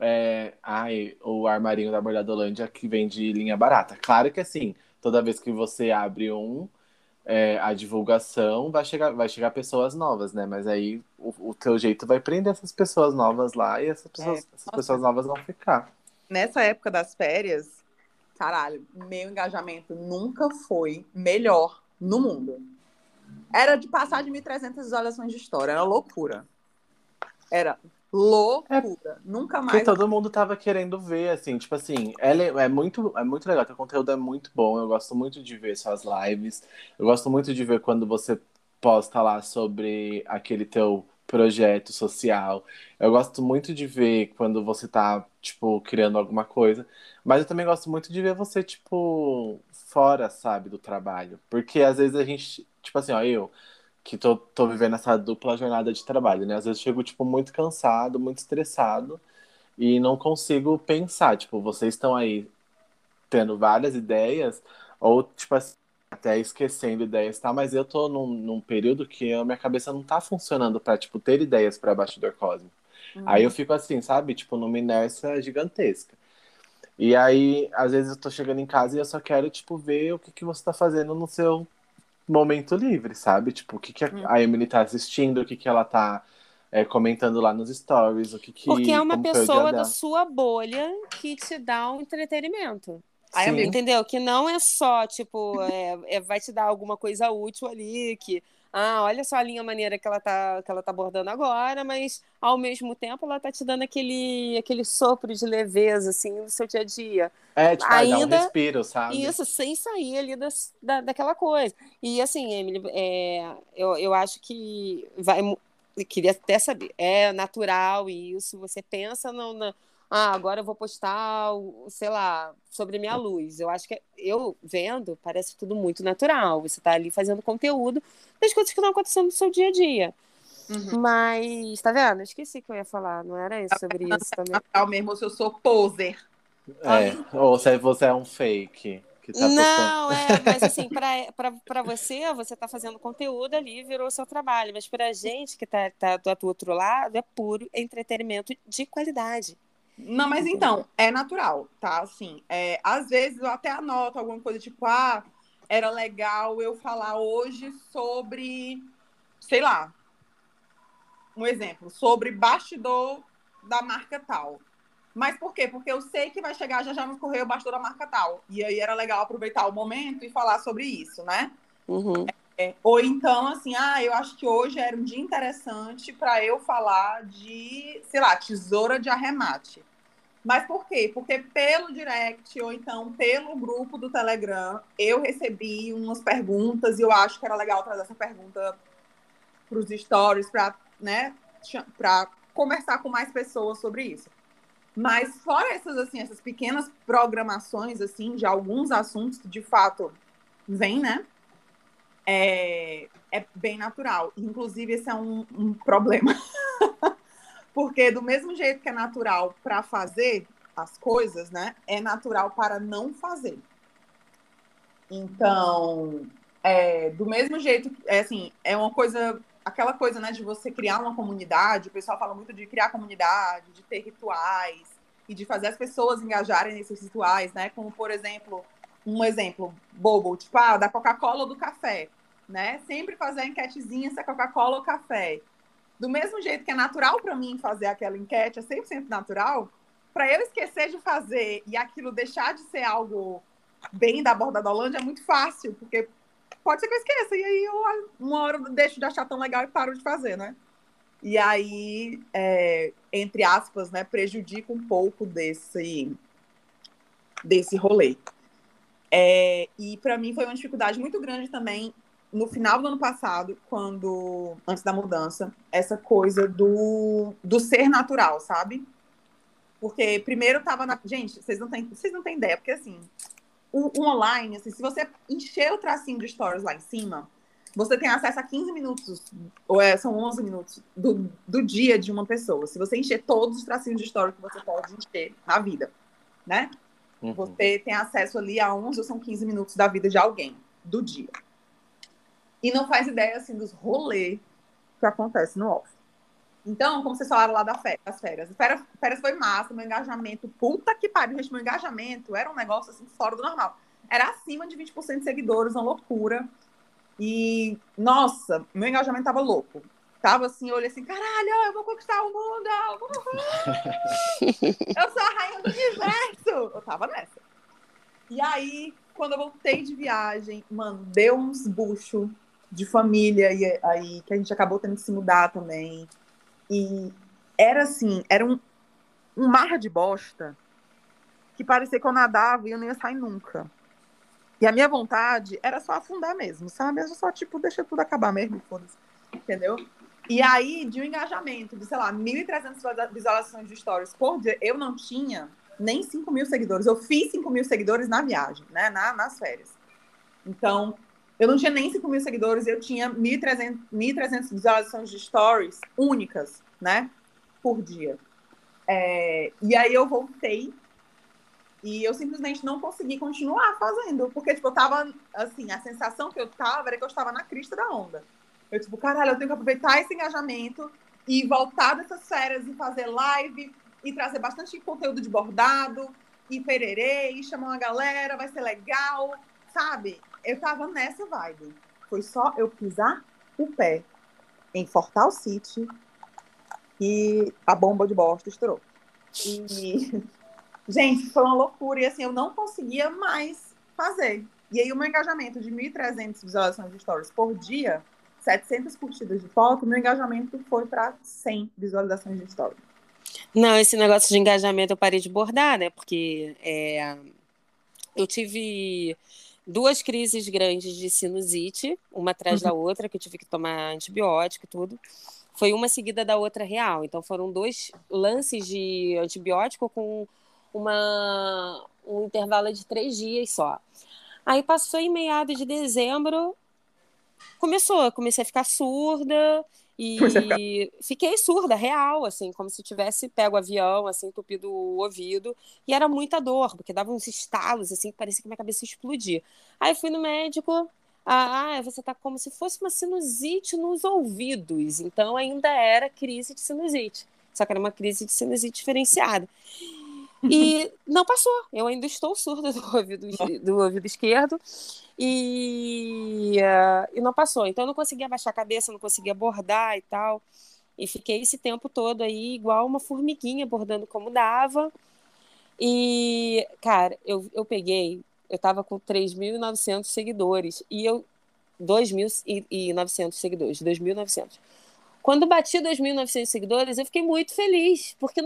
o armarinho da Bordadolândia que vende linha barata. Claro que, assim, toda vez que você abre a divulgação vai chegar pessoas novas, né? Mas aí o teu jeito vai prender essas pessoas novas lá e essas pessoas novas vão ficar. Nessa época das férias, caralho, meu engajamento nunca foi melhor no mundo. Era de passar de 1.300 visualizações de história, era loucura. Era loucura. Nunca mais. Porque todo mundo tava querendo ver, assim, tipo assim, é muito legal, teu conteúdo é muito bom, eu gosto muito de ver suas lives, eu gosto muito de ver quando você posta lá sobre aquele teu projeto social, eu gosto muito de ver quando você tá, tipo, criando alguma coisa, mas eu também gosto muito de ver você, tipo, fora, sabe, do trabalho, porque às vezes a gente, tipo assim, ó, eu que tô vivendo essa dupla jornada de trabalho, né? Às vezes eu chego, tipo, muito cansado, muito estressado e não consigo pensar. Tipo, vocês estão aí tendo várias ideias ou, tipo assim, até esquecendo ideias, tá? Mas eu tô num período que a minha cabeça não tá funcionando pra, tipo, ter ideias pra Bastidor Cósmico. Aí eu fico assim, sabe? Tipo, numa inércia gigantesca. E aí, às vezes eu tô chegando em casa e eu só quero, tipo, ver o que você tá fazendo no seu momento livre, sabe? Tipo, o que a Emily tá assistindo, o que ela tá comentando lá nos stories, Porque é uma como foi o dia pessoa da dela. sua bolha que te dá um entretenimento. Ai, amigo, Entendeu? Que não é só, tipo, vai te dar alguma coisa útil ali, que, olha só a linha maneira que ela tá abordando agora, mas ao mesmo tempo ela tá te dando aquele sopro de leveza, assim, no seu dia a dia. É, tipo, ai, dá um Ainda respiro, sabe? isso, sem sair ali daquela coisa. E assim, Emily, eu acho que eu queria até saber, é natural isso? Você pensa agora eu vou postar, sei lá, sobre minha luz. Eu acho que eu vendo, parece tudo muito natural. Você está ali fazendo conteúdo das coisas que estão acontecendo no seu dia a dia. uhum. Mas, tá vendo? Esqueci que eu ia falar, não era isso sobre isso também. Natural mesmo, se eu sou poser. Ou se você é um fake que tá postando. Não, mas assim, para você tá fazendo conteúdo ali, virou seu trabalho, mas pra gente que tá do outro lado, é puro entretenimento de qualidade. Não, mas Entendeu? então, é natural, tá? Assim, às vezes eu até anoto alguma coisa tipo, era legal eu falar hoje sobre, sei lá, um exemplo, sobre bastidor da marca tal. Mas por quê? Porque eu sei que vai chegar já no correio o bastidor da marca tal. E aí era legal aproveitar o momento e falar sobre isso, né? Uhum. Ou então, assim, eu acho que hoje era um dia interessante para eu falar de, sei lá, tesoura de arremate. Mas por quê? Porque pelo direct ou então pelo grupo do Telegram, eu recebi umas perguntas e eu acho que era legal trazer essa pergunta para os stories, para, né, para conversar com mais pessoas sobre isso. Mas fora essas pequenas programações assim de alguns assuntos que de fato vem, né? É bem natural. Inclusive, esse é um problema. Porque do mesmo jeito que é natural para fazer as coisas, né? É natural para não fazer. Então, do mesmo jeito, assim, é uma coisa, aquela coisa, né, de você criar uma comunidade. O pessoal fala muito de criar comunidade, de ter rituais e de fazer as pessoas engajarem nesses rituais, né? Como, por exemplo, um exemplo bobo, tipo, da Coca-Cola ou do café, né? Sempre fazer a enquetezinha se é Coca-Cola ou café. Do mesmo jeito que é natural para mim fazer aquela enquete, é 100% natural, para eu esquecer de fazer e aquilo deixar de ser algo bem da borda da Holândia é muito fácil, porque pode ser que eu esqueça, e aí eu, uma hora eu deixo de achar tão legal e paro de fazer, né? E aí, entre aspas, né, prejudica um pouco desse rolê. E para mim foi uma dificuldade muito grande também no final do ano passado, antes da mudança, essa coisa do ser natural, sabe? Porque primeiro tava gente, vocês não têm ideia, porque assim, o online, assim, se você encher o tracinho de stories lá em cima, você tem acesso a 15 minutos, ou são 11 minutos do dia de uma pessoa. Se você encher todos os tracinhos de stories que você pode encher na vida, né? Uhum. Você tem acesso ali a 11 ou são 15 minutos da vida de alguém, do dia. E não faz ideia, assim, dos rolês que acontece no off. Então, como vocês falaram lá das férias. Férias foi massa, meu engajamento, puta que pariu, gente, meu engajamento era um negócio, assim, fora do normal. Era acima de 20% de seguidores, uma loucura. E, nossa, meu engajamento tava louco. Tava assim, eu olhei assim, caralho, eu vou conquistar o mundo, eu sou a rainha do universo. Eu tava nessa. E aí, quando eu voltei de viagem, mano, deu uns buchos de família, e aí que a gente acabou tendo que se mudar também. E era assim, era um mar de bosta que parecia que eu nadava e eu não ia sair nunca. E a minha vontade era só afundar mesmo, sabe? Eu só, tipo, deixa tudo acabar mesmo, foda-se. Entendeu? E aí, de um engajamento de, sei lá, 1.300 visualizações de stories por dia, eu não tinha nem 5 mil seguidores. Eu fiz 5 mil seguidores na viagem, né? Nas férias. Então, eu não tinha nem 5 mil seguidores, eu tinha 1.300 visualizações de stories únicas, né? Por dia. E aí eu voltei e eu simplesmente não consegui continuar fazendo, porque, tipo, eu tava, assim, a sensação que eu tava era que eu estava na crista da onda. Eu, tipo, caralho, eu tenho que aproveitar esse engajamento e voltar dessas férias e fazer live e trazer bastante conteúdo de bordado e pererê e chamar uma galera, vai ser legal, sabe? Eu tava nessa vibe. Foi só eu pisar o pé em Fortal City e a bomba de bosta estourou. E Gente, foi uma loucura. E assim, eu não conseguia mais fazer. E aí, o meu engajamento de 1.300 visualizações de stories por dia, 700 curtidas de foto, meu engajamento foi para 100 visualizações de stories. Não, esse negócio de engajamento eu parei de bordar, né? Porque eu tive duas crises grandes de sinusite, uma atrás da outra, que eu tive que tomar antibiótico e tudo. Foi uma seguida da outra real. Então foram dois lances de antibiótico com um intervalo de 3 dias só. Aí passou em meados de dezembro, comecei a ficar surda e fiquei surda, real, assim, como se tivesse pego o avião, assim, entupido o ouvido, e era muita dor, porque dava uns estalos, assim, que parecia que minha cabeça ia explodir. Aí fui no médico, você tá como se fosse uma sinusite nos ouvidos, então ainda era crise de sinusite, só que era uma crise de sinusite diferenciada. E não passou, eu ainda estou surda do ouvido esquerdo e não passou. Então eu não conseguia abaixar a cabeça, não conseguia bordar e tal. E fiquei esse tempo todo aí igual uma formiguinha bordando como dava. E, cara, eu peguei, eu tava com 3.900 seguidores e 2.900 seguidores, 2.900. Quando bati 2.900 seguidores, eu fiquei muito feliz, porque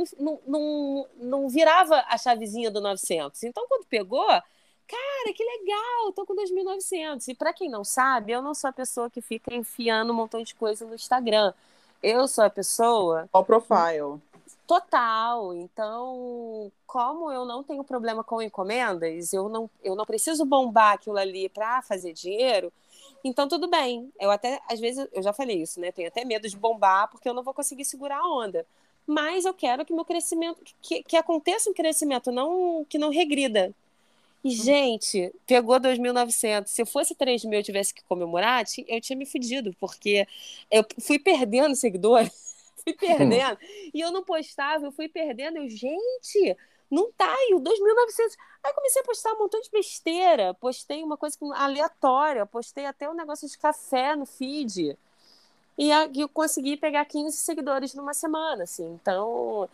não virava a chavezinha do 900. Então, quando pegou, cara, que legal, tô com 2.900. E para quem não sabe, eu não sou a pessoa que fica enfiando um montão de coisa no Instagram. Eu sou a pessoa All profile. total. Então, como eu não tenho problema com encomendas, eu não preciso bombar aquilo ali para fazer dinheiro. Então, tudo bem. Eu até, às vezes, eu já falei isso, né? Tenho até medo de bombar, porque eu não vou conseguir segurar a onda. Mas eu quero que meu crescimento, que aconteça um crescimento, não que não regrida. E, gente, pegou 2.900. Se eu fosse 3.000 e eu tivesse que comemorar, eu tinha me fudido, porque eu fui perdendo seguidores, fui perdendo. E eu não postava, eu fui perdendo. Gente, não tá aí, o 2.900. Aí comecei a postar um montão de besteira. Postei uma coisa aleatória, postei até um negócio de café no feed. E eu consegui pegar 15 seguidores numa semana, assim. Então,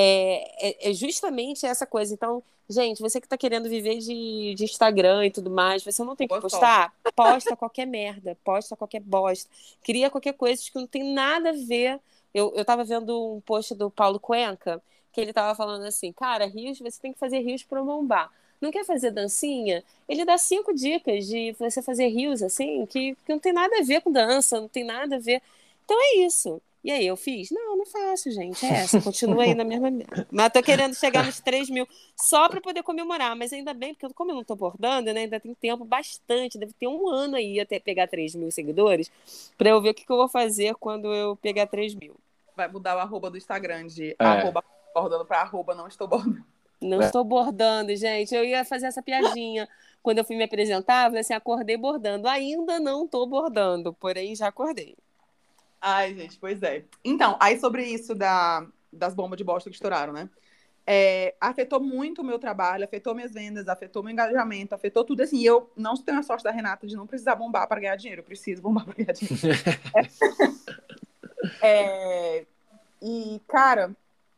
é justamente essa coisa. Então, gente, você que está querendo viver de Instagram e tudo mais, você não tem que Boa sorte. postar? Posta qualquer merda, posta qualquer bosta, cria qualquer coisa que não tem nada a ver. Eu tava vendo um post do Paulo Cuenca, que ele tava falando assim, cara, rios, você tem que fazer rios para bombar. Não quer fazer dancinha? Ele dá 5 dicas de você fazer rios, assim, que não tem nada a ver com dança, não tem nada a ver. Então é isso. E aí, eu fiz? Não, não faço, gente. É essa, continua aí na mesma merda. Mas tô querendo chegar nos 3.000 só para poder comemorar. Mas ainda bem, porque como eu não tô bordando, né? Ainda tem tempo bastante. Deve ter um ano aí até pegar 3.000 seguidores, para eu ver o que eu vou fazer quando eu pegar 3.000. Vai mudar o arroba do Instagram de É. bordando para arroba não estou bordando. Não estou bordando, gente. Eu ia fazer essa piadinha. Quando eu fui me apresentar, eu falei assim, acordei bordando. Ainda não tô bordando, porém já acordei. Ai, gente, pois é. Então, aí sobre isso das bombas de bosta que estouraram, né? Afetou muito o meu trabalho, afetou minhas vendas, afetou meu engajamento, afetou tudo assim. E eu não tenho a sorte da Renata de não precisar bombar para ganhar dinheiro. Eu preciso bombar para ganhar dinheiro. E, cara,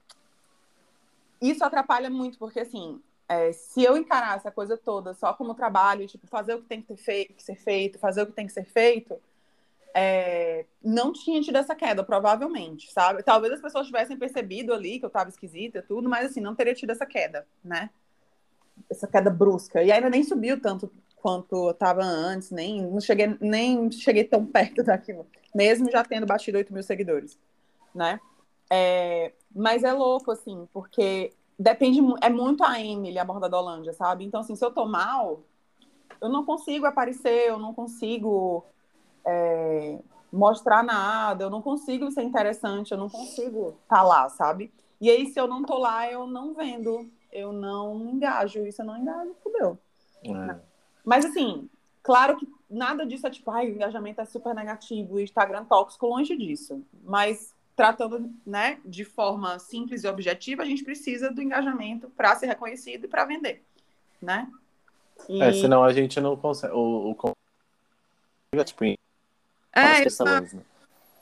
isso atrapalha muito, porque assim, se eu encarar essa coisa toda só como trabalho, tipo, fazer o que tem que ser feito, fazer o que tem que ser feito, não tinha tido essa queda, provavelmente, sabe? Talvez as pessoas tivessem percebido ali que eu tava esquisita e tudo, mas assim, não teria tido essa queda, né? Essa queda brusca. E ainda nem subiu tanto quanto eu tava antes, nem cheguei tão perto daquilo, mesmo já tendo batido 8.000 seguidores, né? Mas é louco, assim, porque é muito a Emily, a Bordadolândia, sabe? Então, assim, se eu tô mal, eu não consigo aparecer, eu não consigo mostrar nada, eu não consigo ser interessante, eu não consigo estar lá, sabe? E aí, se eu não tô lá, eu não vendo, eu não engajo. E se eu não engajo, fudeu. Mas, assim, claro que nada disso é tipo, o engajamento é super negativo, o Instagram tóxico, longe disso. Mas tratando, né, de forma simples e objetiva, a gente precisa do engajamento para ser reconhecido e para vender, né? Senão a gente não consegue. Tipo, as pessoas, né?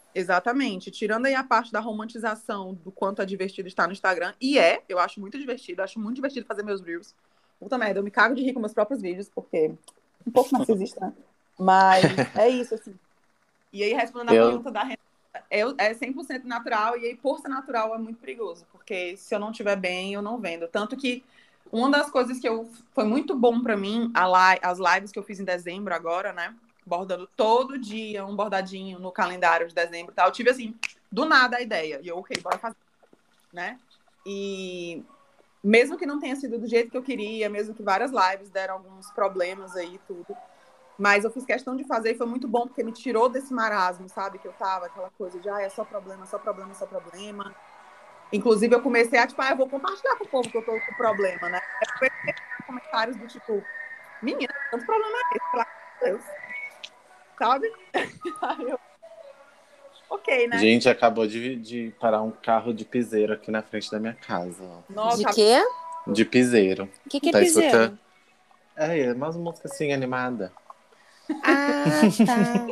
Exatamente. Tirando aí a parte da romantização do quanto é divertido estar no Instagram. Eu acho muito divertido. Acho muito divertido fazer meus reels. Puta merda, eu me cago de rir com meus próprios vídeos, porque um pouco narcisista, né? Mas é isso, assim. E aí, respondendo a Eu, pergunta da renda, é 100% natural. E aí, por ser natural, é muito perigoso. Porque se eu não estiver bem, eu não vendo. Tanto que uma das coisas foi muito bom pra mim, as lives que eu fiz em dezembro agora, né? Bordando todo dia um bordadinho no calendário de dezembro e tal. Eu tive, assim, do nada a ideia. E eu, ok, bora fazer, né? E mesmo que não tenha sido do jeito que eu queria, mesmo que várias lives deram alguns problemas aí e tudo, mas eu fiz questão de fazer e foi muito bom, porque me tirou desse marasmo, sabe? Que eu tava, aquela coisa de, é só problema, só problema, só problema. Inclusive, eu comecei a, tipo, eu vou compartilhar com o povo que eu tô com problema, né? Eu comecei a comentários do tipo, menina, quantos problemas é esse? Pelo amor de Deus. Sabe? Aí eu, ok, né? gente, acabou de parar um carro de piseiro aqui na frente da minha casa, ó. De Nossa, quê? De piseiro. O que é Tá escutando? piseiro? É umas músicas assim, animada. Ah, tá.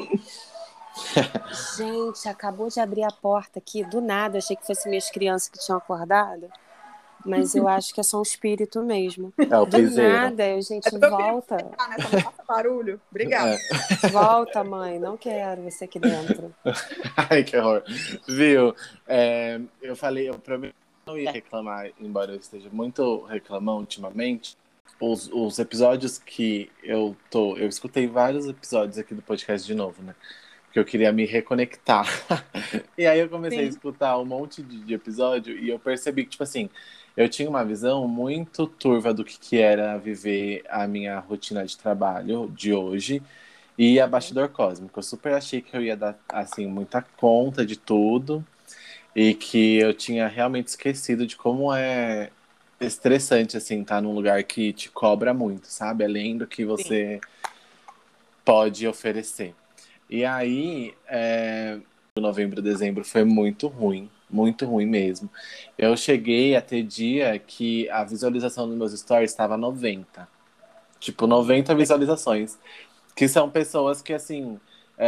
Gente, acabou de abrir a porta aqui, do nada. Eu achei que fosse minhas crianças que tinham acordado. Mas eu acho que é só um espírito mesmo. É o Do piseiro. nada, é gente, do meu filho volta. comentar, né? Só não faça barulho. Obrigada. É. Volta, mãe. Não quero você aqui dentro. Ai, que horror. Viu? Eu falei, eu prometi que não ia reclamar, embora eu esteja muito reclamão ultimamente. Os episódios que eu escutei vários episódios aqui do podcast de novo, né? Porque eu queria me reconectar. E aí eu comecei a Sim. escutar um monte de episódio e eu percebi que, tipo assim, eu tinha uma visão muito turva do que era viver a minha rotina de trabalho de hoje e a Bastidor Cósmico. Eu super achei que eu ia dar, assim, muita conta de tudo e que eu tinha realmente esquecido de como é estressante, assim, estar num lugar que te cobra muito, sabe? Além do que Sim. você pode oferecer. E aí, novembro, dezembro foi muito ruim mesmo. Eu cheguei a ter dia que a visualização dos meus stories estava 90. Tipo, 90 visualizações. Que são pessoas que, assim,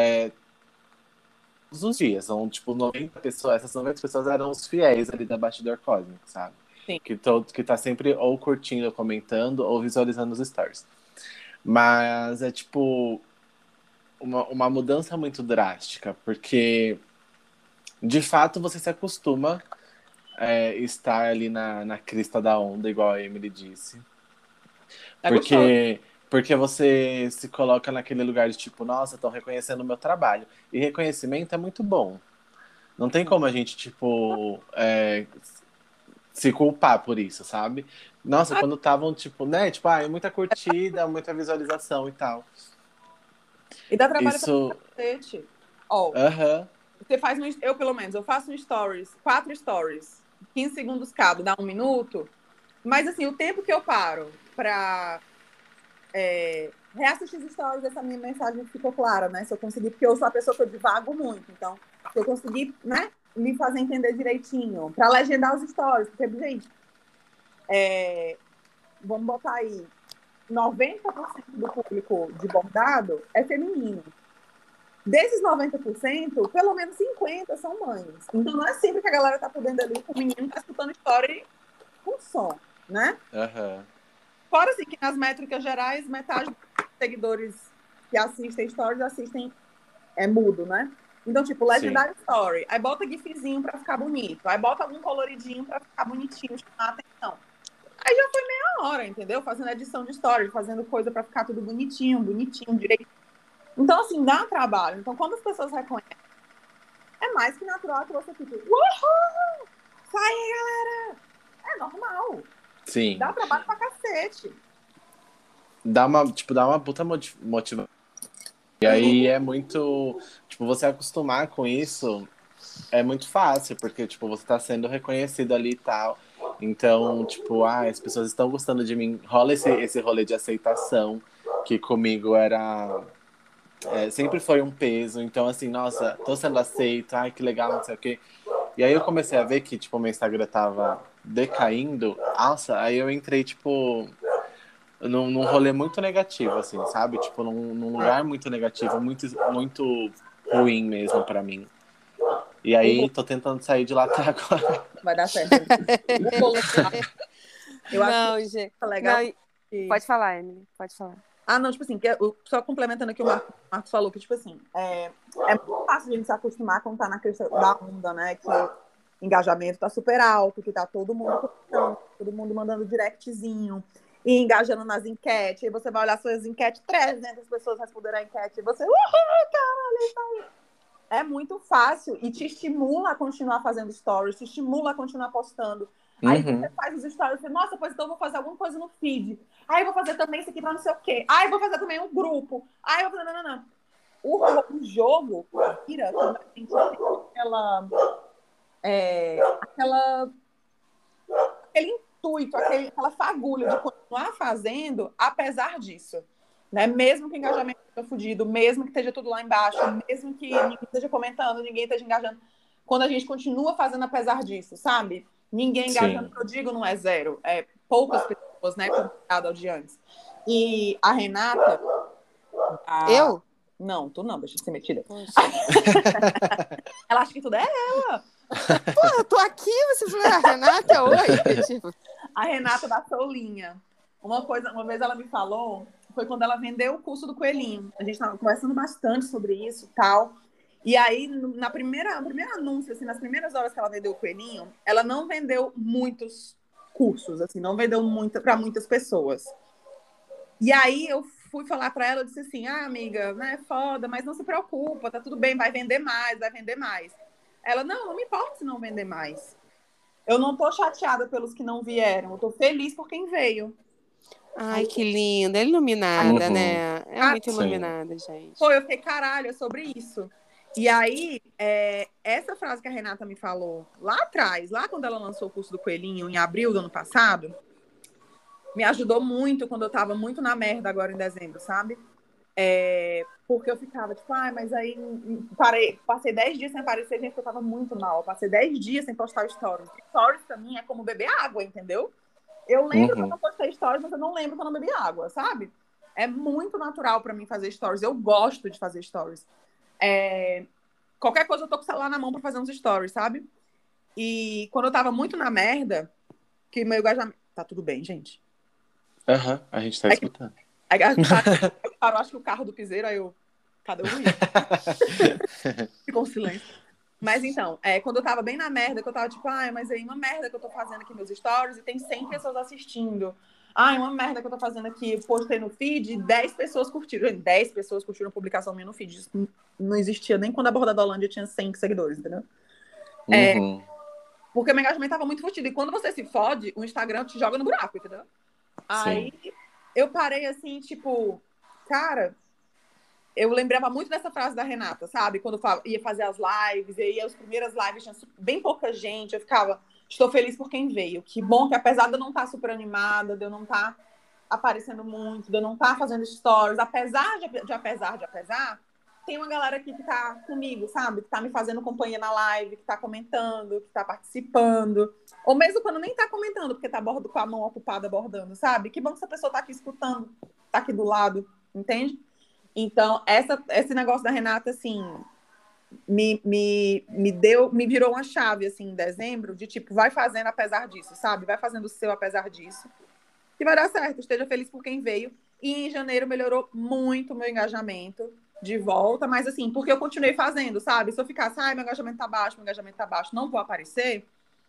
todos os dias. São, tipo, 90 pessoas. Essas 90 pessoas eram os fiéis ali da Bastidor Cósmico, sabe? Sim. Que tá sempre ou curtindo, ou comentando, ou visualizando os stories. Mas é, tipo, uma mudança muito drástica. Porque, de fato, você se acostuma estar ali na crista da onda, igual a Emily disse. É gostoso. Porque você se coloca naquele lugar de tipo, nossa, estão reconhecendo o meu trabalho. E reconhecimento é muito bom. Não tem como a gente, tipo, se culpar por isso, sabe? Nossa, Ah, quando estavam, tipo, né? Tipo, muita curtida, muita visualização e tal. e dá trabalho pra Isso. cacete. Ó, Aham. você faz eu pelo menos, eu faço um stories, 4 stories, 15 segundos cada, dá 1 minuto. Mas assim, o tempo que eu paro pra reassistir os stories, essa minha mensagem ficou clara, né? Se eu conseguir, porque eu sou a pessoa que eu divago muito. Então, se eu conseguir, né, me fazer entender direitinho, pra legendar os stories, porque, gente, vamos botar aí, 90% do público de bordado é feminino. Desses 90%, pelo menos 50% são mães. Então não é sempre que a galera tá podendo ali com o menino tá escutando história com som, né? Aham. Fora assim que nas métricas gerais, metade dos seguidores que assistem stories assistem mudo, né? Então, tipo, Sim. legendary story. Aí bota gifzinho pra ficar bonito. Aí bota algum coloridinho pra ficar bonitinho, chamar a atenção. Aí já foi meia hora, entendeu? Fazendo edição de story, fazendo coisa pra ficar tudo bonitinho, direito. Então, assim, dá trabalho. Então, quando as pessoas reconhecem, é mais que natural que você fique, uhul! Sai aí, galera! É normal. Sim. Dá trabalho pra cacete. Dá uma puta motivação. E aí é muito. Tipo, você acostumar com isso é muito fácil, porque, tipo, você tá sendo reconhecido ali e tal. Então, tipo, as pessoas estão gostando de mim. Rola esse rolê de aceitação, que comigo era. Sempre foi um peso. Então, assim, nossa, tô sendo aceito, ai, que legal, não sei o quê. E aí eu comecei a ver que, tipo, meu Instagram tava decaindo. Nossa, aí eu entrei, tipo, num rolê muito negativo, assim, sabe? Tipo, num lugar muito negativo, muito, muito ruim mesmo pra mim. E aí, tô tentando sair de lá até agora. Vai dar certo. Eu acho que gente. é legal. Pode falar, Emily. Pode falar. Não, tipo assim, só complementando aqui o Marcos falou, que, tipo assim, é muito fácil a gente se acostumar quando tá na questão da onda, né? Que o engajamento tá super alto, que tá todo mundo comentando, todo mundo mandando directzinho e engajando nas enquetes. E você vai olhar suas enquetes, 300 pessoas responderam a enquete, e você, caralho, isso aí. É muito fácil e te estimula a continuar fazendo stories, te estimula a continuar postando. Aí você faz os stories e fala, nossa, pois então eu vou fazer alguma coisa no feed. Aí eu vou fazer também isso aqui pra não sei o quê. Aí eu vou fazer também um grupo. Aí eu vou fazer... Não. O jogo vira quando a gente tem aquele intuito, aquela fagulha de continuar fazendo, apesar disso. Né? Mesmo que o engajamento esteja fudido, mesmo que esteja tudo lá embaixo, mesmo que ninguém esteja comentando, ninguém esteja engajando. Quando a gente continua fazendo apesar disso, sabe? Ninguém engajando, que eu digo, não é zero. É poucas pessoas, né, comparado ao de antes. E a Renata... Eu? Não, tu não, deixa de ser metida. Ela acha que tudo é ela. Pô, eu tô aqui, você falou, a Renata, oi. Tipo... A Renata da Soulinha. Uma vez ela me falou, foi quando ela vendeu o curso do Coelhinho. A gente estava conversando bastante sobre isso e tal. E aí, no primeiro anúncio, assim, nas primeiras horas que ela vendeu o Coelhinho, ela não vendeu muitos cursos, assim, não vendeu para muitas pessoas. E aí eu fui falar para ela, eu disse assim, amiga, né, foda, mas não se preocupa, tá tudo bem, vai vender mais, vai vender mais. Ela, não me importa se não vender mais. Eu não tô chateada pelos que não vieram, eu tô feliz por quem veio. Ai, que linda, é iluminada, né? É muito iluminada, gente. Pô, eu fiquei, caralho, é sobre isso. E aí, essa frase que a Renata me falou lá atrás, lá quando ela lançou o curso do Coelhinho, em abril do ano passado, me ajudou muito quando eu tava muito na merda agora em dezembro, sabe? Porque eu ficava, tipo, mas aí passei 10 dias sem aparecer, gente, eu tava muito mal. Eu passei 10 dias sem postar stories. Stories pra mim é como beber água, entendeu? Eu lembro quando eu postei stories, mas eu não lembro quando eu bebi água, sabe? É muito natural pra mim fazer stories. Eu gosto de fazer stories. Qualquer coisa eu tô com o celular na mão pra fazer uns stories, sabe? E quando eu tava muito na merda, que meu engajamento... Tá tudo bem, gente? A gente tá escutando. Eu acho que o carro do piseiro, aí eu... Cadê o ruído? Ficou um silêncio. Mas então, quando eu tava bem na merda, que eu tava tipo, mas aí uma merda que eu tô fazendo aqui meus stories e tem 100 pessoas assistindo. Uma merda que eu tô fazendo aqui, postei no feed, 10 pessoas curtiram. 10 pessoas curtiram a publicação minha no feed. Isso não existia nem quando a Bordadolândia tinha 100 seguidores, entendeu? Porque o meu engajamento tava muito fodido. E quando você se fode, o Instagram te joga no buraco, entendeu? Aí eu parei assim, tipo, cara, eu lembrava muito dessa frase da Renata, sabe? Quando ia fazer as lives, e aí as primeiras lives tinha bem pouca gente, eu ficava, estou feliz por quem veio. Que bom que apesar de eu não estar super animada, de eu não estar aparecendo muito, de eu não estar fazendo stories, apesar de apesar, tem uma galera aqui que tá comigo, sabe? Que tá me fazendo companhia na live, que tá comentando, que tá participando. Ou mesmo quando nem tá comentando, porque tá com a mão ocupada bordando, sabe? Que bom que essa pessoa tá aqui escutando, tá aqui do lado, entende? Então, esse negócio da Renata, assim, me virou uma chave, assim, em dezembro, de tipo, vai fazendo apesar disso, sabe? Vai fazendo o seu apesar disso. E vai dar certo, esteja feliz por quem veio. E em janeiro melhorou muito o meu engajamento de volta, mas assim, porque eu continuei fazendo, sabe? Se eu ficasse, meu engajamento tá baixo, não vou aparecer,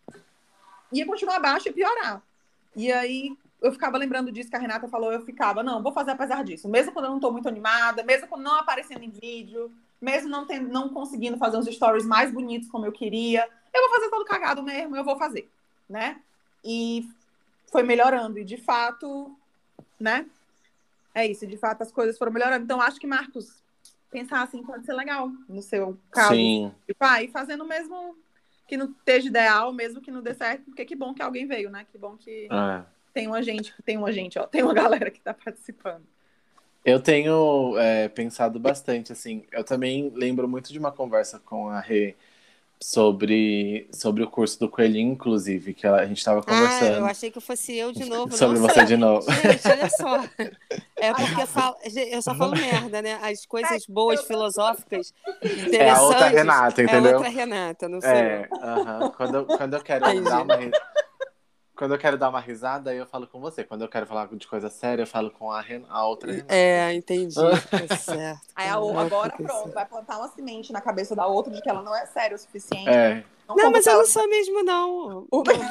ia continuar baixo e piorar. E aí, eu ficava lembrando disso que a Renata falou, eu ficava, não, vou fazer apesar disso. Mesmo quando eu não tô muito animada, mesmo quando não aparecendo em vídeo, mesmo não conseguindo fazer uns stories mais bonitos como eu queria, eu vou fazer todo cagado mesmo, eu vou fazer, né? E foi melhorando, e de fato, né? É isso, de fato as coisas foram melhorando. Então, acho que, Marcos, pensar assim pode ser legal, no seu caso. Sim. E vai fazendo mesmo que não esteja ideal, mesmo que não dê certo, porque que bom que alguém veio, né? Que bom que tem uma galera que tá participando. Eu tenho pensado bastante, assim, eu também lembro muito de uma conversa com a Rê, sobre o curso do Coelhinho, inclusive, que a gente estava Eu conversando achei que fosse eu de novo. sobre Não você sei. de novo. Gente, olha só. É porque eu só falo merda, né? As coisas boas, filosóficas, É a outra interessantes, Renata, é outra entendeu? Renata, não sou eu. É, aham. Quando eu quero dar Entendi. quando eu quero dar uma risada, aí eu falo com você. Quando eu quero falar de coisa séria, eu falo com a outra Renata. É, entendi. Tá certo. Aí Caraca, agora que pronto, certo. vai plantar uma semente na cabeça da outra de que ela não é séria o suficiente. É. Não Não, conta mas pra eu ela não que vai. sou mesmo, não.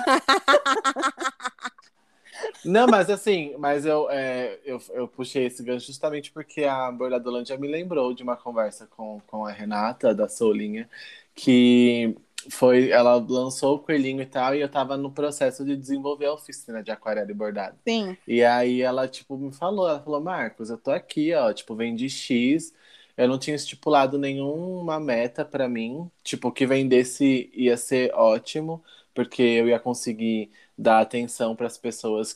Não, mas assim, eu puxei esse gancho justamente porque a Bordadolândia me lembrou de uma conversa com a Renata, da Soulinha, que ela lançou o coelhinho e tal, e eu tava no processo de desenvolver a oficina de aquarela e bordado. Sim. E aí ela, tipo, ela falou, Marcos, eu tô aqui, ó, tipo, vendi X, eu não tinha estipulado nenhuma meta pra mim, tipo, que vendesse ia ser ótimo, porque eu ia conseguir dar atenção para as pessoas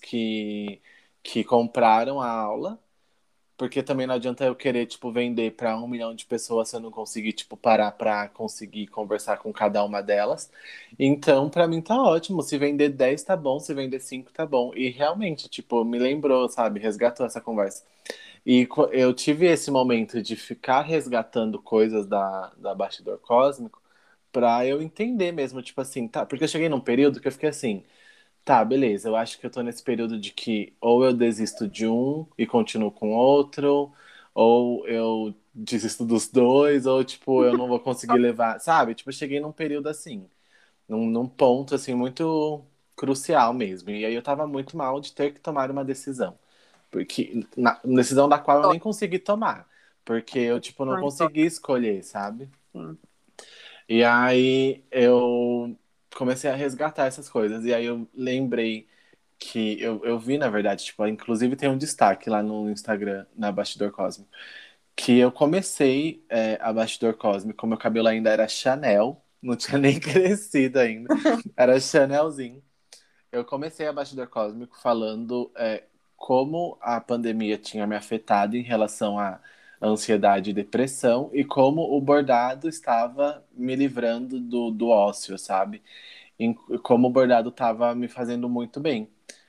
que compraram a aula, porque também não adianta eu querer, tipo, vender para 1 milhão de pessoas se eu não conseguir, tipo, parar para conseguir conversar com cada uma delas. Então, para mim tá ótimo. Se vender 10 tá bom, se vender 5 tá bom. E realmente, tipo, me lembrou, sabe? Resgatou essa conversa. E eu tive esse momento de ficar resgatando coisas da Bastidor Cósmico pra eu entender mesmo, tipo assim, tá? Porque eu cheguei num período que eu fiquei assim. Tá, beleza. Eu acho que eu tô nesse período de que ou eu desisto de um e continuo com outro, ou eu desisto dos dois, ou tipo, eu não vou conseguir levar, sabe? Tipo, eu cheguei num período assim, num ponto assim muito crucial mesmo. E aí eu tava muito mal de ter que tomar uma decisão. Porque decisão da qual eu nem consegui tomar, porque eu tipo não consegui escolher, sabe? Sim. E aí eu comecei a resgatar essas coisas. E aí eu lembrei que eu vi, na verdade, tipo, inclusive tem um destaque lá no Instagram, na Bastidor Cósmico, que eu comecei a Bastidor Cósmico, meu cabelo ainda era Chanel, não tinha nem crescido ainda, era Chanelzinho. Eu comecei a Bastidor Cósmico falando como a pandemia tinha me afetado em relação à ansiedade e depressão e como o bordado estava me livrando do ócio, sabe? Como o bordado estava me fazendo muito bem.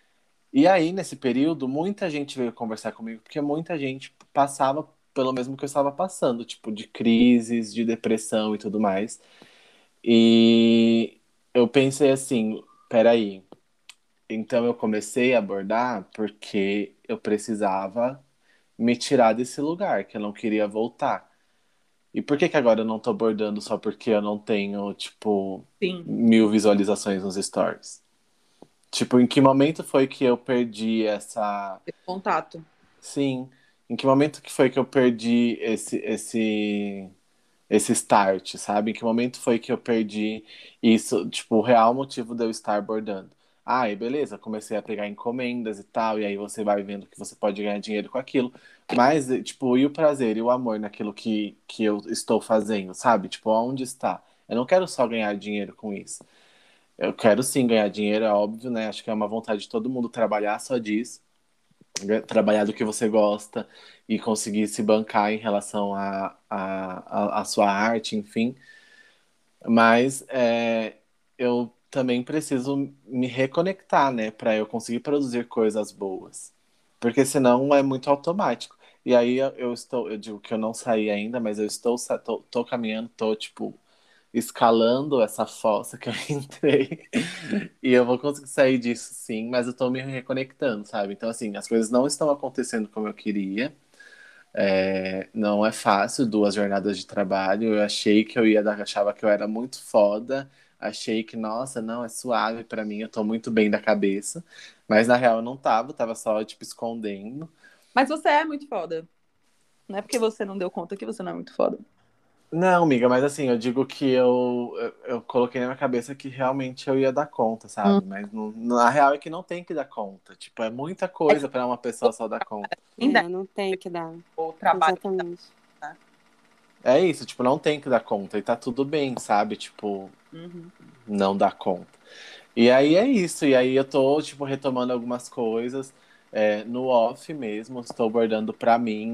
E aí, nesse período, muita gente veio conversar comigo, porque muita gente passava pelo mesmo que eu estava passando, tipo, de crises, de depressão e tudo mais. E eu pensei assim, peraí, então eu comecei a abordar porque eu precisava me tirar desse lugar, que eu não queria voltar. E por que que agora eu não tô abordando só porque eu não tenho, tipo, Sim. 1.000 visualizações nos stories? Tipo, em que momento foi que eu perdi essa. Esse contato. Sim. Em que momento que foi que eu perdi esse start, sabe? Em que momento foi que eu perdi isso, tipo, o real motivo de eu estar bordando? Ah, e beleza, comecei a pegar encomendas e tal, e aí você vai vendo que você pode ganhar dinheiro com aquilo. Mas, tipo, e o prazer e o amor naquilo que eu estou fazendo, sabe? Tipo, onde está? Eu não quero só ganhar dinheiro com isso. Eu quero sim ganhar dinheiro, é óbvio, né? Acho que é uma vontade de todo mundo trabalhar só disso, trabalhar do que você gosta e conseguir se bancar em relação à sua arte, enfim. Mas eu também preciso me reconectar, né, para eu conseguir produzir coisas boas, porque senão é muito automático. E aí eu digo que eu não saí ainda, mas eu tô caminhando, tô tipo escalando essa fossa que eu entrei. E eu vou conseguir sair disso sim, mas eu tô me reconectando, sabe? Então, assim, as coisas não estão acontecendo como eu queria. Não é fácil, 2 jornadas de trabalho. Eu achei que eu ia dar, achava que eu era muito foda. Achei que, nossa, não, é suave pra mim, eu tô muito bem da cabeça. Mas na real eu não tava só, tipo, escondendo. Mas você é muito foda. Não é porque você não deu conta que você não é muito foda. Não, amiga, mas assim, eu digo que eu coloquei na minha cabeça que realmente eu ia dar conta, Hum. sabe? Mas na real é que não tem que dar conta. Tipo, é muita É que coisa pra uma pessoa só dar conta. ainda É, não tem que dar. o trabalho. Exatamente. É isso, tipo, não tem que dar conta. E tá tudo bem, sabe? Tipo, Uhum. não dar conta. E aí é isso. E aí eu tô, tipo, retomando algumas coisas no off mesmo. Estou bordando pra mim.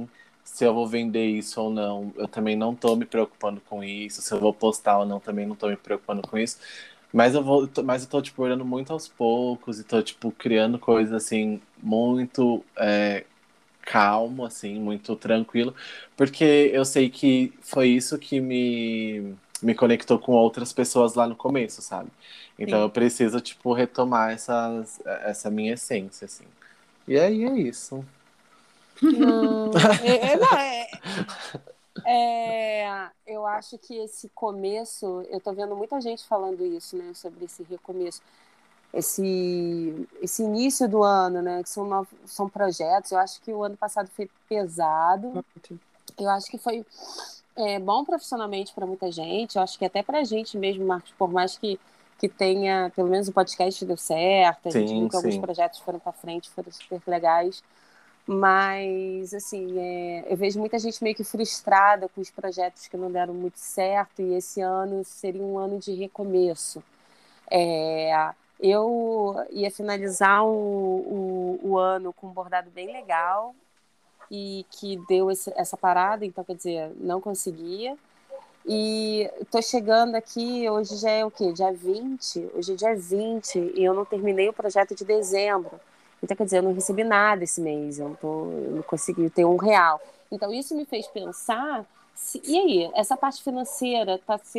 se eu vou vender isso ou não, eu também não tô me preocupando com isso. Se eu vou postar ou não, também não tô me preocupando com isso. Mas eu tô, tipo, olhando muito aos poucos e tô, tipo, criando coisas, assim, muito calmo, assim, muito tranquilo. Porque eu sei que foi isso que me conectou com outras pessoas lá no começo, sabe? Então Sim. eu preciso, tipo, retomar essa minha essência, assim. E aí é isso. Não, não, eu acho que esse começo, eu tô vendo muita gente falando isso, né, sobre esse recomeço, esse início do ano, né, que são projetos. Eu acho que o ano passado foi pesado, Muito. eu acho que foi bom profissionalmente para muita gente, eu acho que até para a gente mesmo, Marcos, por mais que tenha, pelo menos o podcast deu certo, a gente viu Sim, que alguns sim. projetos foram para frente, foram super legais. Mas, assim, eu vejo muita gente meio que frustrada com os projetos que não deram muito certo, e esse ano seria um ano de recomeço. Eu ia finalizar o ano com um bordado bem legal e que deu essa parada, então, quer dizer, não conseguia. E tô chegando aqui, hoje já é o quê? Dia 20. Hoje é dia 20 e eu não terminei o projeto de dezembro. Então, quer dizer, eu não recebi nada esse mês, eu não consegui ter R$ 1. Então, isso me fez pensar, e aí, essa parte financeira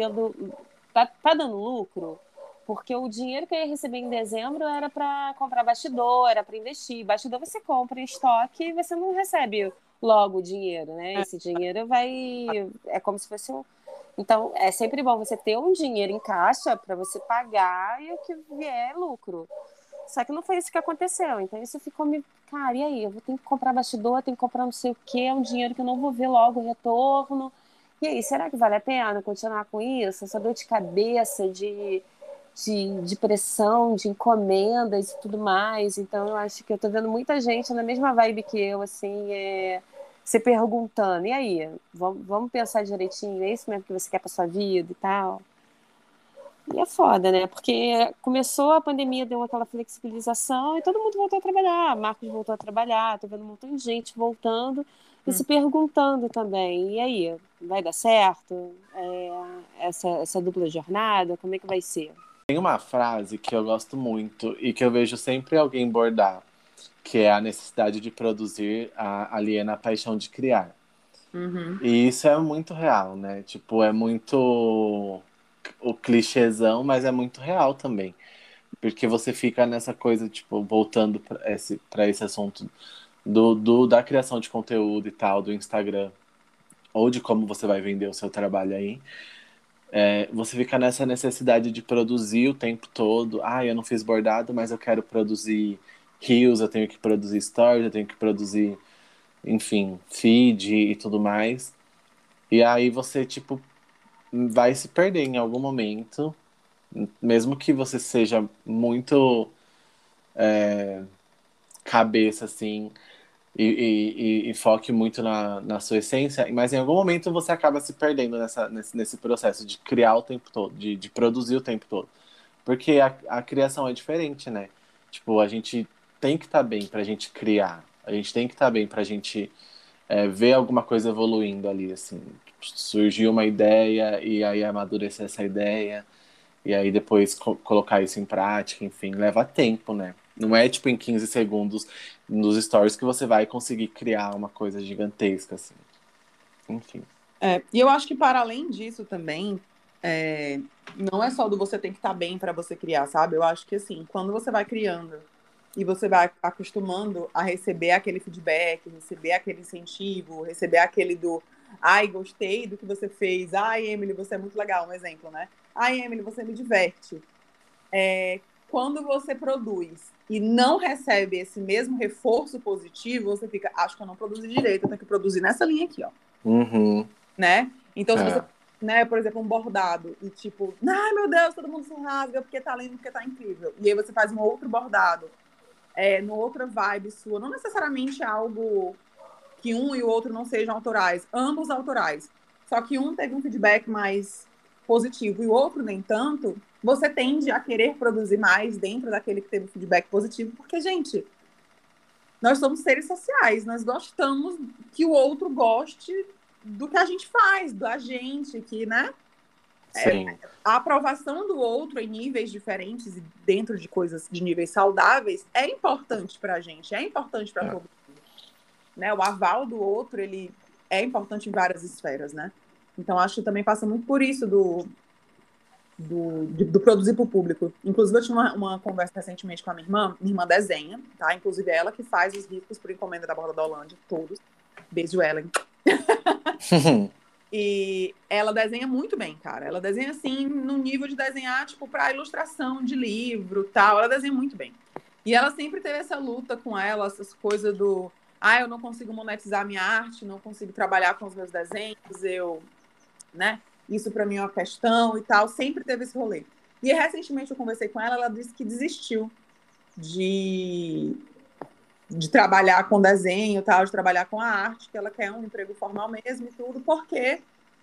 tá dando lucro? Porque o dinheiro que eu ia receber em dezembro era para comprar bastidor, era para investir. Bastidor você compra em estoque e você não recebe logo o dinheiro, né? Esse dinheiro é como se fosse um. Então, é sempre bom você ter um dinheiro em caixa para você pagar e o que vier é lucro. Só que não foi isso que aconteceu. Então, isso ficou me. Cara, e aí? Eu vou ter que comprar bastidor, tenho que comprar não sei o quê, é um dinheiro que eu não vou ver logo o retorno. E aí, será que vale a pena continuar com isso? Essa dor de cabeça, de pressão, de encomendas e tudo mais. Então, eu acho que eu tô vendo muita gente na mesma vibe que eu, assim, se perguntando, e aí, vamos pensar direitinho, é isso mesmo que você quer pra sua vida e tal? E é foda, né? Porque começou a pandemia, deu aquela flexibilização e todo mundo voltou a trabalhar. Marcos voltou a trabalhar, tô vendo um montão de gente voltando e se perguntando também, e aí, vai dar certo? Essa dupla jornada, como é que vai ser? Tem uma frase que eu gosto muito e que eu vejo sempre alguém bordar, que é a necessidade de produzir aliena a paixão de criar. Uhum. E isso é muito real, né? Tipo, é muito o clichêzão, mas é muito real também. Porque você fica nessa coisa, tipo, voltando para esse assunto da criação de conteúdo e tal, do Instagram, ou de como você vai vender o seu trabalho aí. Você fica nessa necessidade de produzir o tempo todo. Ah, eu não fiz bordado, mas eu quero produzir reels, eu tenho que produzir stories, eu tenho que produzir, enfim, feed e tudo mais. E aí você, tipo, vai se perder em algum momento, mesmo que você seja muito cabeça, assim, e foque muito na sua essência, mas em algum momento você acaba se perdendo nesse processo de criar o tempo todo, de produzir o tempo todo. Porque a criação é diferente, né? Tipo, a gente tem que estar bem pra gente criar. A gente tem que estar bem pra gente ver alguma coisa evoluindo ali, assim. Surgiu uma ideia e aí amadurecer essa ideia. E aí depois colocar isso em prática, enfim, leva tempo, né? Não é tipo em 15 segundos nos stories que você vai conseguir criar uma coisa gigantesca, assim. Enfim. E eu acho que para além disso também, não é só do você tem que estar bem para você criar, sabe? Eu acho que assim, quando você vai criando e você vai acostumando a receber aquele feedback, receber aquele incentivo, receber aquele do ai, gostei do que você fez, ai, Emily, você é muito legal, um exemplo, né? Ai, Emily, você me diverte. Quando você produz e não recebe esse mesmo reforço positivo, você fica, acho que eu não produzi direito, eu tenho que produzir nessa linha aqui, ó. Uhum. Né? Então, se você, É. né, por exemplo, um bordado e tipo, ai meu Deus, todo mundo se rasga porque tá lindo, porque tá incrível. E aí você faz um outro bordado, numa outra vibe sua, não necessariamente algo que um e o outro não sejam autorais, ambos autorais. Só que um teve um feedback mais positivo e o outro nem tanto, você tende a querer produzir mais dentro daquele que teve feedback positivo, porque, gente, nós somos seres sociais, nós gostamos que o outro goste do que a gente faz, da gente, que, né? Sim. A aprovação do outro em níveis diferentes e dentro de coisas de níveis saudáveis é importante pra gente, é importante pra todo mundo, né? O aval do outro, ele é importante em várias esferas, né? Então, acho que também passa muito por isso do produzir para o público. Inclusive, eu tinha uma conversa recentemente com a minha irmã desenha, tá? Inclusive, é ela que faz os riscos por encomenda da Borda da Holândia, todos. Beijo, Ellen. E ela desenha muito bem, cara. Ela desenha, assim, no nível de desenhar, tipo, para ilustração de livro, tal. Ela desenha muito bem. E ela sempre teve essa luta com ela, essas coisas do... eu não consigo monetizar minha arte, não consigo trabalhar com os meus desenhos, né? Isso para mim é uma questão e tal. Sempre teve esse rolê. E recentemente eu conversei com ela, ela disse que desistiu de trabalhar com desenho, tal, de trabalhar com a arte, que ela quer um emprego formal mesmo e tudo, porque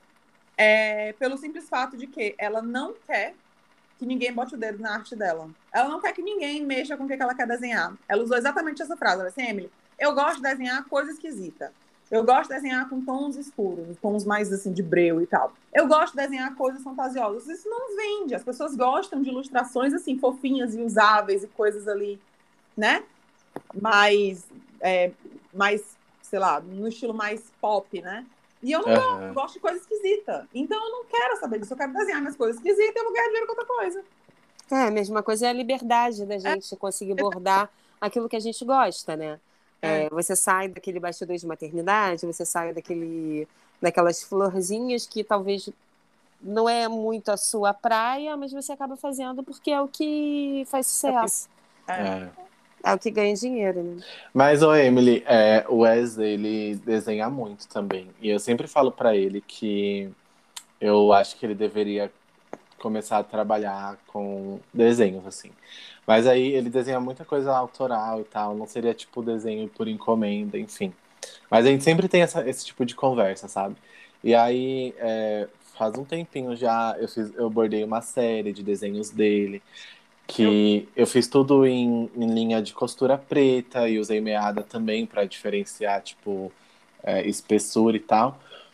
pelo simples fato de que ela não quer que ninguém bote o dedo na arte dela. Ela não quer que ninguém mexa com o que ela quer desenhar. Ela usou exatamente essa frase. Ela disse, Emily, eu gosto de desenhar coisa esquisita. Eu gosto de desenhar com tons escuros, tons mais assim de breu e tal. Eu gosto de desenhar coisas fantasiosas. Isso não vende. As pessoas gostam de ilustrações assim fofinhas e usáveis e coisas ali, né? Mais, sei lá, no estilo mais pop, né? E eu não gosto de coisa esquisita. Então eu não quero saber disso. Eu quero desenhar minhas coisas esquisitas e eu vou ganhar dinheiro com outra coisa. A mesma coisa é a liberdade da gente conseguir bordar aquilo que a gente gosta, né? Você sai daquele bastidor de maternidade, você sai daquelas florzinhas que talvez não é muito a sua praia, mas você acaba fazendo porque é o que faz sucesso. É o que ganha dinheiro, né? Mas, Emily, o Wes, ele desenha muito também. E eu sempre falo pra ele que eu acho que ele deveria começar a trabalhar com desenhos, assim. Mas aí ele desenha muita coisa autoral e tal. Não seria, tipo, desenho por encomenda, enfim. Mas a gente sempre tem esse tipo de conversa, sabe? E aí, faz um tempinho já, eu bordei uma série de desenhos dele. Que eu fiz tudo em linha de costura preta e usei meada também para diferenciar, tipo, espessura e tal.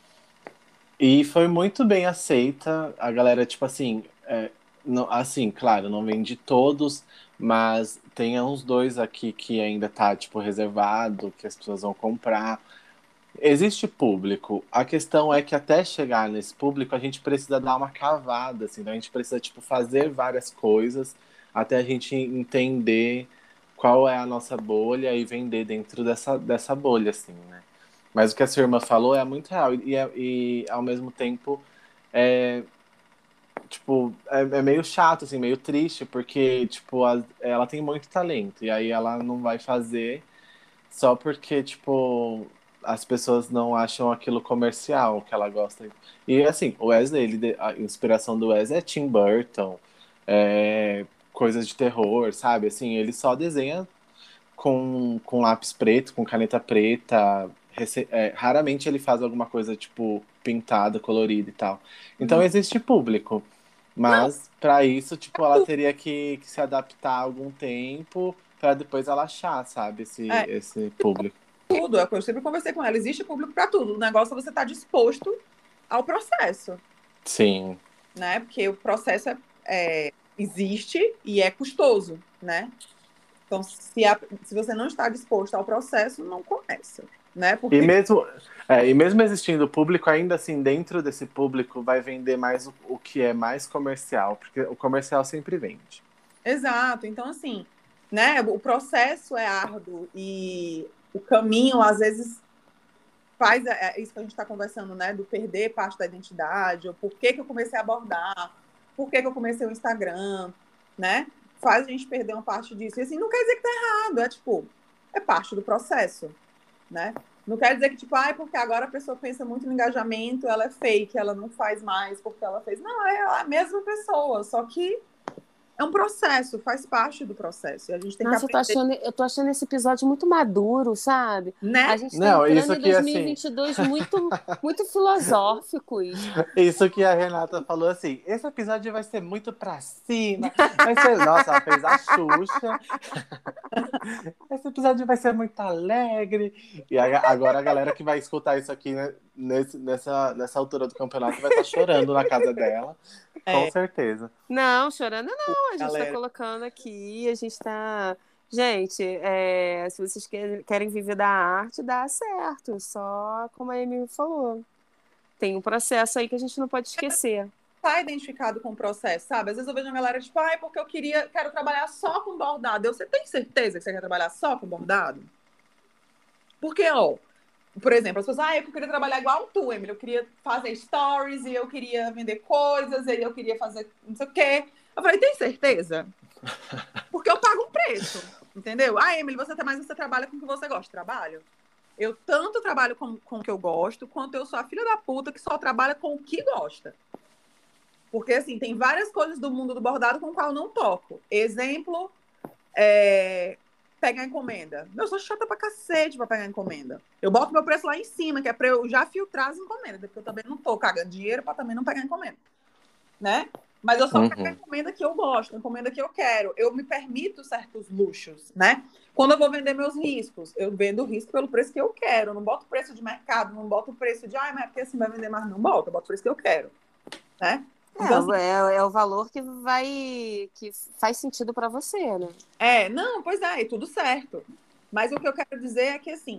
E foi muito bem aceita. A galera, tipo assim, não, assim, claro, não vende todos, mas tem uns dois aqui que ainda tá, tipo, reservado, que as pessoas vão comprar. Existe público. A questão é que até chegar nesse público, a gente precisa dar uma cavada, assim, então a gente precisa, tipo, fazer várias coisas até a gente entender qual é a nossa bolha e vender dentro dessa bolha, assim, né? Mas o que a sua irmã falou é muito real e ao mesmo tempo, é, tipo, é meio chato, assim, meio triste, porque, tipo, ela tem muito talento e aí ela não vai fazer só porque, tipo, as pessoas não acham aquilo comercial que ela gosta. E assim, o Wesley, a inspiração do Wesley é Tim Burton, coisas de terror, sabe? Assim, ele só desenha com lápis preto, com caneta preta. Raramente ele faz alguma coisa, tipo, pintada, colorida e tal. Então existe público. Mas, para isso, tipo, ela teria que se adaptar algum tempo para depois ela achar, sabe, esse público. Tudo, eu sempre conversei com ela. Existe público para tudo. O negócio é você estar disposto ao processo. Sim. Né? Porque o processo existe e é custoso, né? Então, se você não está disposto ao processo, não começa, né? Porque... E mesmo existindo público, ainda assim, dentro desse público vai vender mais o que é mais comercial, porque o comercial sempre vende. Exato. Então, assim, né? O processo é árduo e o caminho, às vezes, faz isso que a gente está conversando, né? Do perder parte da identidade, ou por que eu comecei a abordar, por que eu comecei o Instagram, né? Faz a gente perder uma parte disso. E assim, não quer dizer que tá errado, é parte do processo, né? Não quer dizer que, tipo, porque agora a pessoa pensa muito no engajamento, ela é fake, ela não faz mais porque ela fez. Não, é a mesma pessoa, só que É um processo, faz parte do processo. E a gente tem que Nossa, aprender, eu tô achando esse episódio muito maduro, sabe? A né? gente tá Não, entrando isso em aqui, assim, 2022 muito filosóficos. isso que a Renata falou assim, esse episódio vai ser muito pra cima, vai ser, nossa, ela fez a Xuxa, esse episódio vai ser muito alegre, e agora a galera que vai escutar isso aqui, né, nessa altura do campeonato vai estar chorando na casa dela, com É, certeza. Não, chorando não, a gente tá galera. colocando aqui, a gente tá. Gente, se vocês querem viver da arte, dá certo. Só como a Amy falou. Tem um processo aí que a gente não pode esquecer. Tá identificado com o processo, sabe? Às vezes eu vejo uma galera tipo, ai, porque quero trabalhar só com bordado. Você tem certeza que você quer trabalhar só com bordado? Porque, ó, por exemplo, as pessoas, eu queria trabalhar igual tu, Emily. Eu queria fazer stories e eu queria vender coisas e eu queria fazer não sei o quê. Eu falei, tem certeza? Porque eu pago um preço, entendeu? Emily, você trabalha com o que você gosta. Trabalho. Eu tanto trabalho com o que eu gosto, quanto eu sou a filha da puta que só trabalha com o que gosta. Porque, assim, tem várias coisas do mundo do bordado com o qual eu não toco. Exemplo, pegar encomenda. Eu sou chata pra cacete pra pegar encomenda. Eu boto meu preço lá em cima, que é pra eu já filtrar as encomendas, porque eu também não tô cagando dinheiro pra também não pegar encomenda, né? Mas eu só pego a encomenda que eu gosto, a encomenda que eu quero. Eu me permito certos luxos, né? Quando eu vou vender meus riscos, eu vendo o risco pelo preço que eu quero. Eu não boto preço de mercado, não boto preço de, mas é porque assim vai vender mais. Não boto, eu boto o preço que eu quero, né? Então, assim, É o valor que faz sentido para você, né? não, pois é, e tudo certo. Mas o que eu quero dizer é que, assim,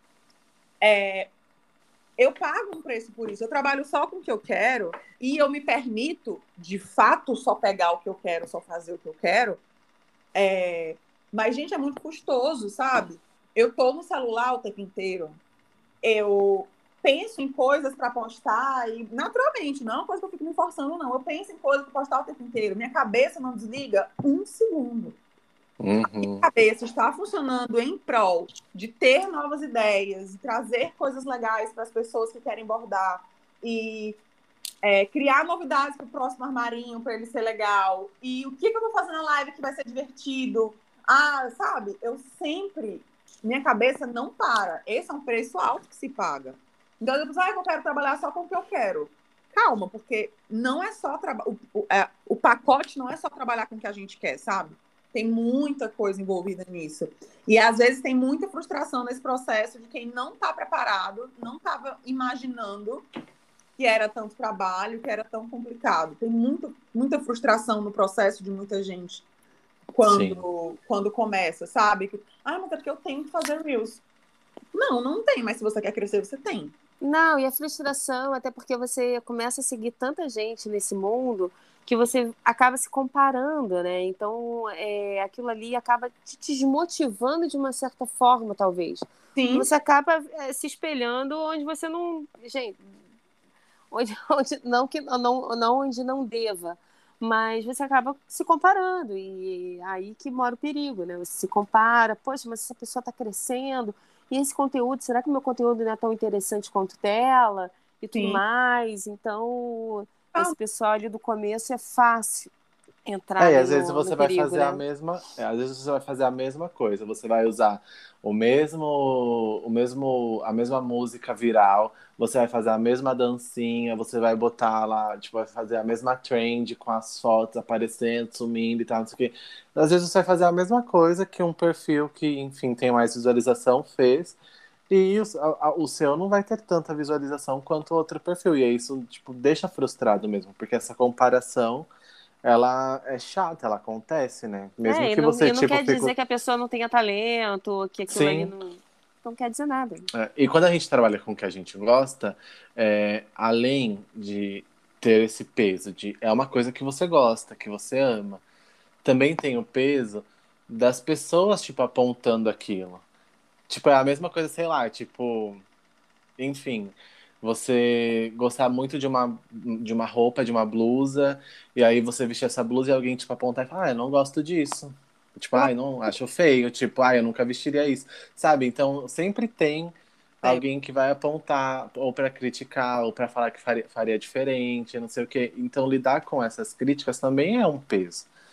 eu pago um preço por isso. Eu trabalho só com o que eu quero e eu me permito, de fato, só pegar o que eu quero, só fazer o que eu quero. Mas, gente, é muito custoso, sabe? Eu tô no celular o tempo inteiro. Eu penso em coisas para postar e, naturalmente, não é uma coisa que eu fico me forçando, não. Eu penso em coisas para postar o tempo inteiro. Minha cabeça não desliga um segundo. Uhum. Cabeça está funcionando em prol de ter novas ideias, trazer coisas legais para as pessoas que querem bordar e criar novidades para o próximo armarinho, para ele ser legal. E o que eu vou fazer na live que vai ser divertido? Sabe? Eu sempre... Minha cabeça não para. Esse é um preço alto que se paga. Então, eu penso, eu quero trabalhar só com o que eu quero. Calma, porque não é só... o pacote não é só trabalhar com o que a gente quer, sabe? Tem muita coisa envolvida nisso. E, às vezes, tem muita frustração nesse processo de quem não está preparado, não estava imaginando que era tanto trabalho, que era tão complicado. Tem muita frustração no processo de muita gente quando começa, sabe? Mas é porque eu tenho que fazer Reels. Não tem, mas se você quer crescer, você tem. Não, e a frustração, até porque você começa a seguir tanta gente nesse mundo que você acaba se comparando, né? Então, aquilo ali acaba te desmotivando de uma certa forma, talvez. Sim. Você acaba se espelhando onde você não... Gente, onde não onde não deva. Mas você acaba se comparando, e aí que mora o perigo, né? Você se compara, poxa, mas essa pessoa está crescendo, e esse conteúdo, será que o meu conteúdo não é tão interessante quanto dela? E tudo Sim. mais. Então, esse pessoal ali do começo é fácil entrar E ali às vezes no você vai perigo, fazer né? às vezes você vai fazer a mesma coisa, você vai usar a mesma música viral, você vai fazer a mesma dancinha, você vai botar lá, tipo, vai fazer a mesma trend com as fotos aparecendo, sumindo e tal, não sei o quê. Às vezes você vai fazer a mesma coisa que um perfil que, enfim, tem mais visualização fez, e o seu não vai ter tanta visualização quanto o outro perfil, e aí isso, tipo, deixa frustrado mesmo, porque essa comparação ela é chata, ela acontece, né? Mesmo que você, E não tipo, quer fique. dizer que a pessoa não tenha talento, que aquilo ali Sim. não quer dizer nada. E quando a gente trabalha com o que a gente gosta, além de ter esse peso de é uma coisa que você gosta, que você ama, também tem o peso das pessoas, tipo, apontando aquilo. Tipo, é a mesma coisa, sei lá, tipo, enfim, você gostar muito de uma roupa, de uma blusa, e aí você vestir essa blusa e alguém, tipo, apontar e falar, eu não gosto disso. Tipo, não, acho feio. Tipo, eu nunca vestiria isso. Sabe? Então, sempre tem alguém que vai apontar, ou para criticar, ou para falar que faria diferente, não sei o quê. Então, lidar com essas críticas também é um peso.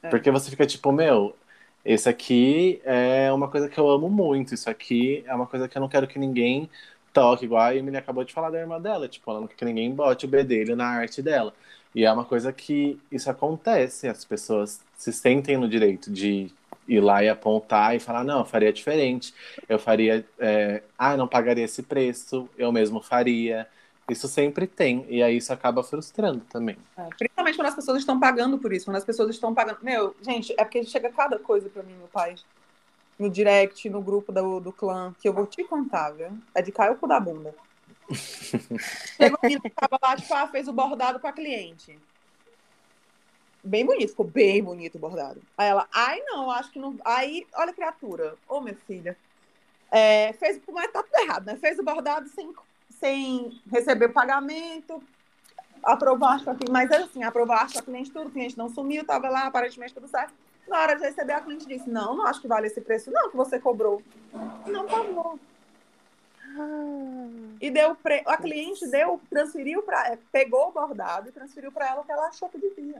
Porque você fica tipo, meu, esse aqui é uma coisa que eu amo muito. Isso aqui é uma coisa que eu não quero que ninguém toque. Igual a Emily acabou de falar da irmã dela. Tipo, ela não quer que ninguém bote o bedelho na arte dela. E é uma coisa que isso acontece. As pessoas se sentem no direito de ir lá e apontar e falar, não, eu faria diferente. Eu faria... eu não pagaria esse preço. Eu mesmo faria. Isso sempre tem. E aí isso acaba frustrando também. Principalmente quando as pessoas estão pagando por isso. Quando as pessoas estão pagando... Meu, gente, é porque chega cada coisa pra mim, meu pai. No direct, no grupo do clã, que eu vou te contar, viu? É de cair o cu da bunda. Chegou a menina que tava lá, tipo, fez o bordado pra cliente. Bem bonito, ficou bem bonito o bordado. Aí ela, não, acho que não... Aí, olha a criatura. Ô, minha filha. Fez, mas tá tudo errado, né? Fez o bordado sem receber o pagamento, aprovou a cliente, mas assim, aprovou a cliente tudo, o cliente não sumiu, tava lá, aparentemente tudo certo. Na hora de receber, a cliente disse, não acho que vale esse preço, não, que você cobrou. Não pagou. E a cliente transferiu pegou o bordado e transferiu para ela o que ela achou que devia.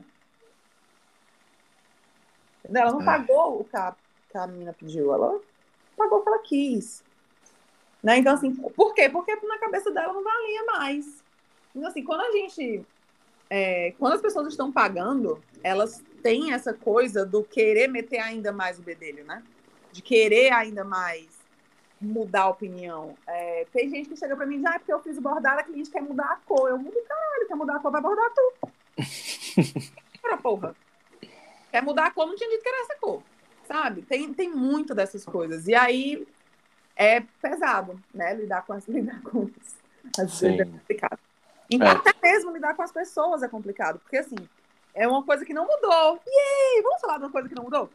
Ela não pagou o que a menina pediu, ela pagou o que ela quis. Né? Então, assim, por quê? Porque na cabeça dela não valia mais. Então, assim, quando as pessoas estão pagando, elas têm essa coisa do querer meter ainda mais o bedelho, né? De querer ainda mais mudar a opinião. Tem gente que chega pra mim e diz, porque eu fiz o bordado, a cliente quer mudar a cor. Eu mudo, caralho, quer mudar a cor, vai bordar tu. Porra. Quer mudar a cor, não tinha dito que era essa cor. Sabe? Tem muito dessas coisas. E aí é pesado, né? Lidar com isso. Às vezes é complicado. Então, até mesmo lidar com as pessoas é complicado. Porque, assim, é uma coisa que não mudou. Yay! Vamos falar de uma coisa que não mudou?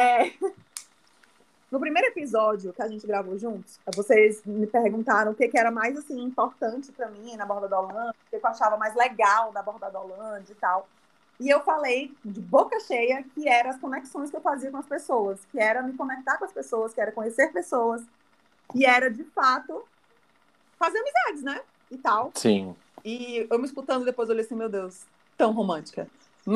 No primeiro episódio que a gente gravou juntos, vocês me perguntaram o que era mais, assim, importante pra mim na Borda da Holanda, o que eu achava mais legal da Borda da Holanda e tal. E eu falei, de boca cheia, que eram as conexões que eu fazia com as pessoas, que era me conectar com as pessoas, que era conhecer pessoas, que era, de fato, fazer amizades, né? E tal. Sim. E eu me escutando depois, eu olhei assim, meu Deus, tão romântica.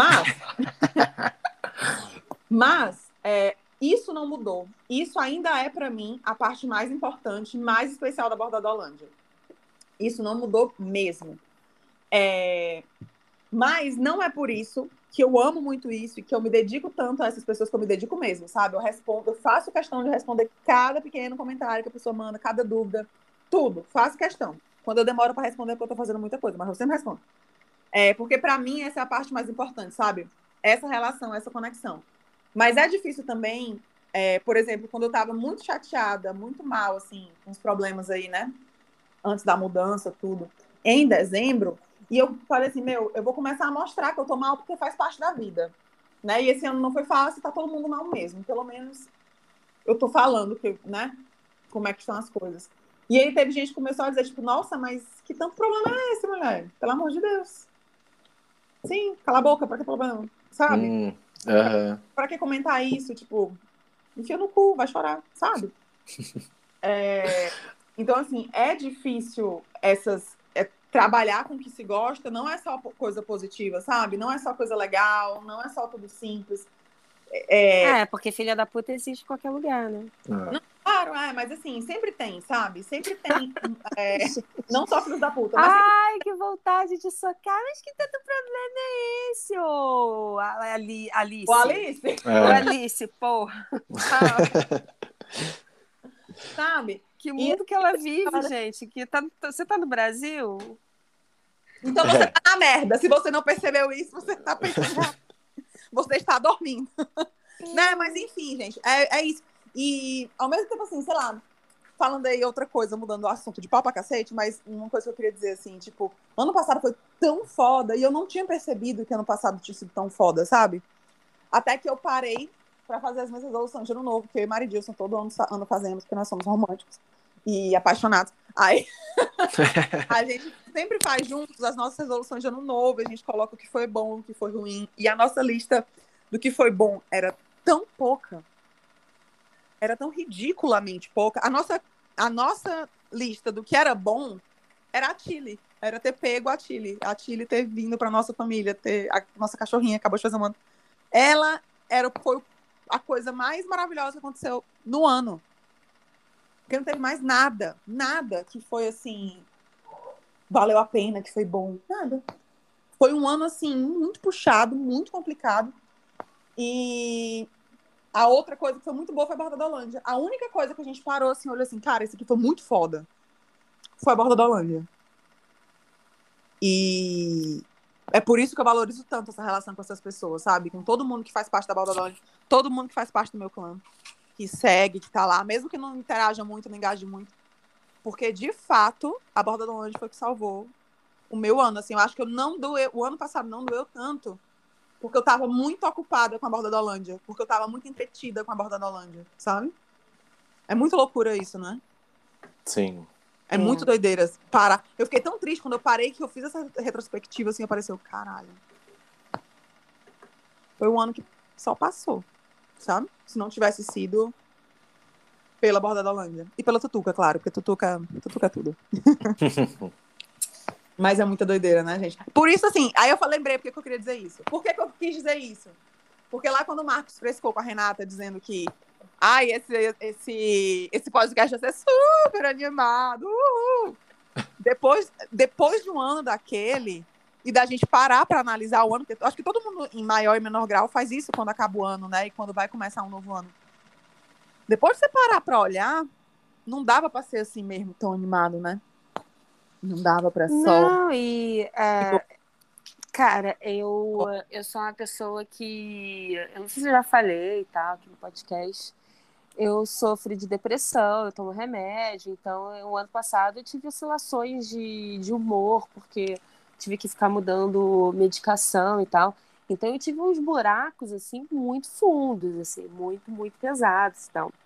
Mas isso não mudou. Isso ainda é, para mim, a parte mais importante, mais especial da Borda da Holândia. Isso não mudou mesmo. Mas não é por isso que eu amo muito isso e que eu me dedico tanto a essas pessoas que eu me dedico mesmo, sabe? Eu faço questão de responder cada pequeno comentário que a pessoa manda, cada dúvida, tudo. Faço questão. Quando eu demoro para responder, é porque eu tô fazendo muita coisa, mas eu sempre respondo. Porque para mim essa é a parte mais importante, sabe? Essa relação, essa conexão. Mas é difícil também, por exemplo, quando eu tava muito chateada, muito mal, assim, com os problemas aí, né? Antes da mudança, tudo. Em dezembro, e eu falei assim, eu vou começar a mostrar que eu tô mal porque faz parte da vida. Né? E esse ano não foi fácil, tá todo mundo mal mesmo. Pelo menos eu tô falando, né? Como é que estão as coisas. E aí teve gente que começou a dizer, tipo, nossa, mas que tanto problema é esse, mulher? Pelo amor de Deus. Sim, cala a boca, pra que problema? Sabe? Pra que comentar isso? Tipo, enfia no cu, vai chorar, sabe? Então, assim, é difícil trabalhar com o que se gosta, não é só coisa positiva, sabe? Não é só coisa legal, não é só tudo simples. Porque filha da puta existe em qualquer lugar, né? Não, claro, mas assim, sempre tem, sabe? Sempre tem. Não só filhos da puta, mas Ai, que vontade de socar. Mas que tanto problema é esse, ô? Alice. O Alice? O Alice, porra. Sabe? Que mundo que ela vive, gente. Você tá no Brasil? Então você tá na merda. Se você não percebeu isso, você tá pensando. Você está dormindo. Né? Mas enfim, gente, é isso. E ao mesmo tempo, assim, sei lá, falando aí outra coisa, mudando o assunto de pau pra cacete, mas uma coisa que eu queria dizer, assim, tipo, ano passado foi tão foda e eu não tinha percebido que ano passado tinha sido tão foda, sabe? Até que eu parei pra fazer as minhas resoluções de ano novo, que eu e Maridilson todo ano fazemos, porque nós somos românticos e apaixonados. Aí a gente sempre faz juntos as nossas resoluções de ano novo, a gente coloca o que foi bom, o que foi ruim, e a nossa lista do que foi bom era tão pouca, era tão ridiculamente pouca. A nossa lista do que era bom era a Tilly, era ter pego a Tilly ter vindo pra nossa família, a nossa cachorrinha acabou de fazer um ano. Ela foi a coisa mais maravilhosa que aconteceu no ano. Porque não teve mais nada que foi assim, valeu a pena, que foi bom. Nada. Foi um ano, assim, muito puxado, muito complicado. E a outra coisa que foi muito boa foi a Borda da Holândia. A única coisa que a gente parou, assim, olhou assim, cara, isso aqui foi muito foda. Foi a Borda da Holândia. E é por isso que eu valorizo tanto essa relação com essas pessoas, sabe? Com todo mundo que faz parte da Borda da Holândia, todo mundo que faz parte do meu clã, que segue, que tá lá, mesmo que não interaja muito, não engaje muito. Porque, de fato, a Borda da Holândia foi o que salvou o meu ano. Assim, eu acho que o ano passado não doeu tanto, porque eu tava muito ocupada com a Borda da Holândia, porque eu tava muito entretida com a Borda da Holândia, sabe? É muito loucura isso, né? Sim. É muito doideira. Eu fiquei tão triste quando eu parei que eu fiz essa retrospectiva, assim, apareceu, caralho. Foi um ano que só passou, sabe? Se não tivesse sido pela Borda da Holândia. E pela Tutuca, claro, porque Tutuca é tudo. Mas é muita doideira, né, gente? Por isso, assim, aí eu lembrei porque que eu queria dizer isso. Por que eu quis dizer isso? Porque lá quando o Marcos frescou com a Renata dizendo que esse podcast vai ser super animado. Uhul. Depois de um ano daquele, e da gente parar para analisar o ano, porque acho que todo mundo em maior e menor grau faz isso quando acaba o ano, né? E quando vai começar um novo ano. Depois de você parar para olhar, não dava para ser assim mesmo tão animado, né? Não dava para só. Não, cara, eu sou uma pessoa que, eu não sei se eu já falei e tal, aqui no podcast, eu sofro de depressão, eu tomo remédio, então o ano passado eu tive oscilações de humor, porque tive que ficar mudando medicação e tal. Então eu tive uns buracos, assim, muito fundos, assim, muito, muito pesados e tal.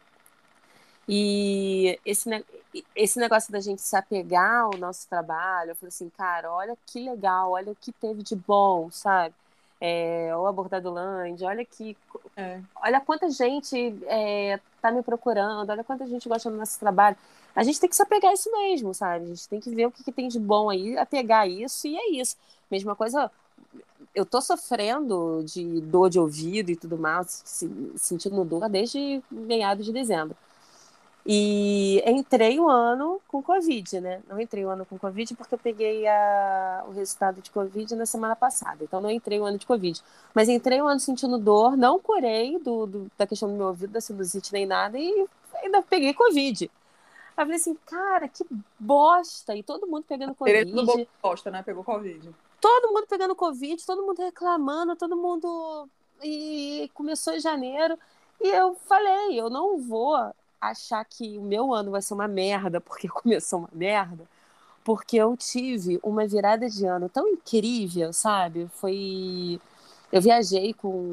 E esse negócio da gente se apegar ao nosso trabalho, eu falei assim, cara, olha que legal, olha o que teve de bom, sabe? O Abordadolândia, olha quanta gente tá me procurando, olha quanta gente gosta do nosso trabalho. A gente tem que se apegar a isso mesmo, sabe? A gente tem que ver o que tem de bom aí, apegar isso, e é isso. Mesma coisa, eu tô sofrendo de dor de ouvido e tudo mais, sentindo dor desde meados de dezembro. E entrei o ano com Covid, né? Não entrei o ano com Covid porque eu peguei o resultado de Covid na semana passada. Então não entrei o ano de Covid. Mas entrei o ano sentindo dor, não curei da questão do meu ouvido, da sinusite nem nada, e ainda peguei Covid. Aí eu falei assim, cara, que bosta! E todo mundo pegando Tereza do Covid. bosta, né? Pegou Covid. Todo mundo pegando Covid, todo mundo reclamando, todo mundo. E começou em janeiro. E eu falei, eu não vou achar que o meu ano vai ser uma merda porque começou uma merda, porque eu tive uma virada de ano tão incrível, sabe? Eu viajei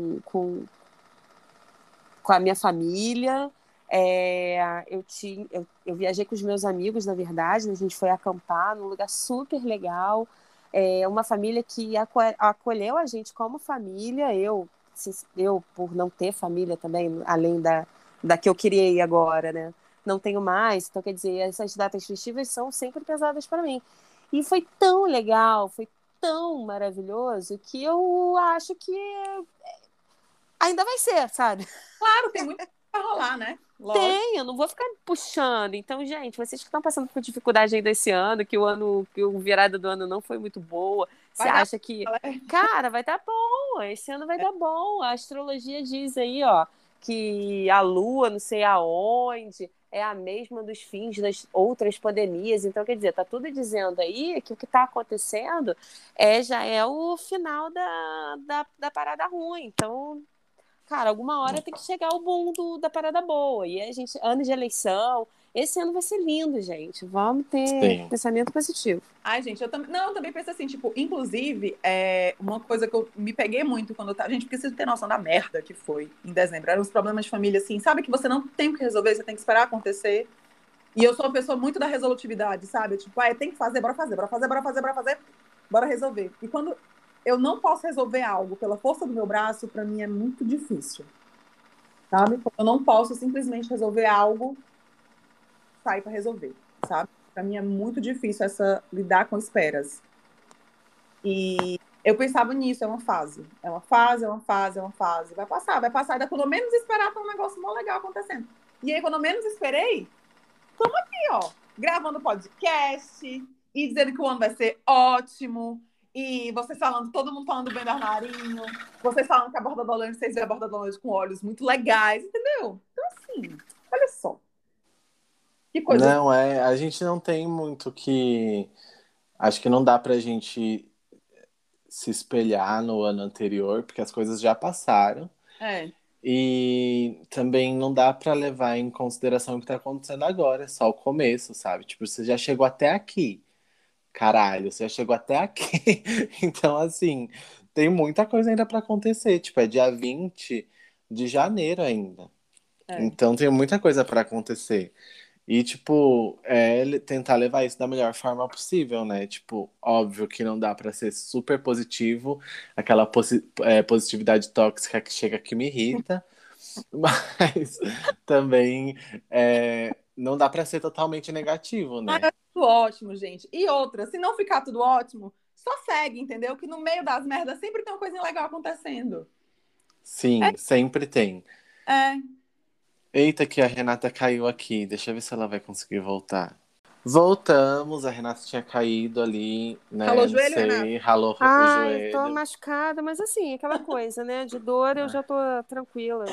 com a minha família, eu viajei com os meus amigos, na verdade, né? A gente foi acampar num lugar super legal, uma família que acolheu a gente como família, eu, por não ter família também, além da que eu queria ir agora, né? Não tenho mais, então quer dizer, essas datas festivas são sempre pesadas para mim. E foi tão legal, foi tão maravilhoso que eu acho que ainda vai ser, sabe? Claro, tem muito pra rolar, né? Lógico. Tem, eu não vou ficar puxando. Então, gente, vocês que estão passando por dificuldade aí desse ano, que o virada do ano não foi muito boa, você acha que, cara, vai dar bom, esse ano vai dar bom. A astrologia diz aí, ó, que a lua, não sei aonde, é a mesma dos fins das outras pandemias. Então, quer dizer, tá tudo dizendo aí que o que está acontecendo já é o final da parada ruim. Então, cara, alguma hora tem que chegar o boom da parada boa. E a gente, ano de eleição, esse ano vai ser lindo, gente. Vamos ter pensamento positivo. Ai, gente, eu também penso assim, tipo, inclusive, uma coisa que eu me peguei muito quando eu tava. Gente, precisa ter noção da merda que foi em dezembro. Eram os problemas de família, assim, sabe que você não tem o que resolver, você tem que esperar acontecer. E eu sou uma pessoa muito da resolutividade, sabe? Tipo, tem que fazer, bora fazer, bora fazer, bora fazer, bora fazer, bora resolver. E quando eu não posso resolver algo pela força do meu braço, pra mim é muito difícil, sabe? Eu não posso simplesmente resolver algo, sair pra resolver, sabe? Pra mim é muito difícil lidar com esperas. E Eu pensava nisso, é uma fase. É uma fase, é uma fase, é uma fase. Vai passar, vai passar. E daí, quando eu menos esperar, tá um negócio mó legal acontecendo. E aí, quando eu menos esperei, estamos aqui, ó, gravando podcast e dizendo que o ano vai ser ótimo. E vocês falando, todo mundo falando bem do armarinho. Vocês falando que a Borda Dolante, vocês veem a Borda Dolante com olhos muito legais, entendeu? Então, assim, olha só. Que coisa. Não, a gente não tem muito que. Acho que não dá pra gente se espelhar no ano anterior, porque as coisas já passaram. É. E também não dá pra levar em consideração o que tá acontecendo agora, é só o começo, sabe? Tipo, você já chegou até aqui. Caralho, você já chegou até aqui. Então, assim, tem muita coisa ainda pra acontecer. Tipo, é dia 20 de janeiro ainda. É. Então tem muita coisa pra acontecer. E, tipo, tentar levar isso da melhor forma possível, né? Tipo, óbvio que não dá pra ser super positivo, aquela positividade tóxica que chega que me irrita, mas também não dá pra ser totalmente negativo, né? Tudo ótimo, gente. E outra, se não ficar tudo ótimo, só segue, entendeu? Que no meio das merdas sempre tem uma coisinha legal acontecendo. Sim, sempre tem. É. Eita, que a Renata caiu aqui. Deixa eu ver se ela vai conseguir voltar. Voltamos, a Renata tinha caído ali, né? Ralou o Não joelho, Renata? sei, ralou o Ai, tô joelho. machucada, mas assim, aquela coisa, né? De dor eu já tô tranquila.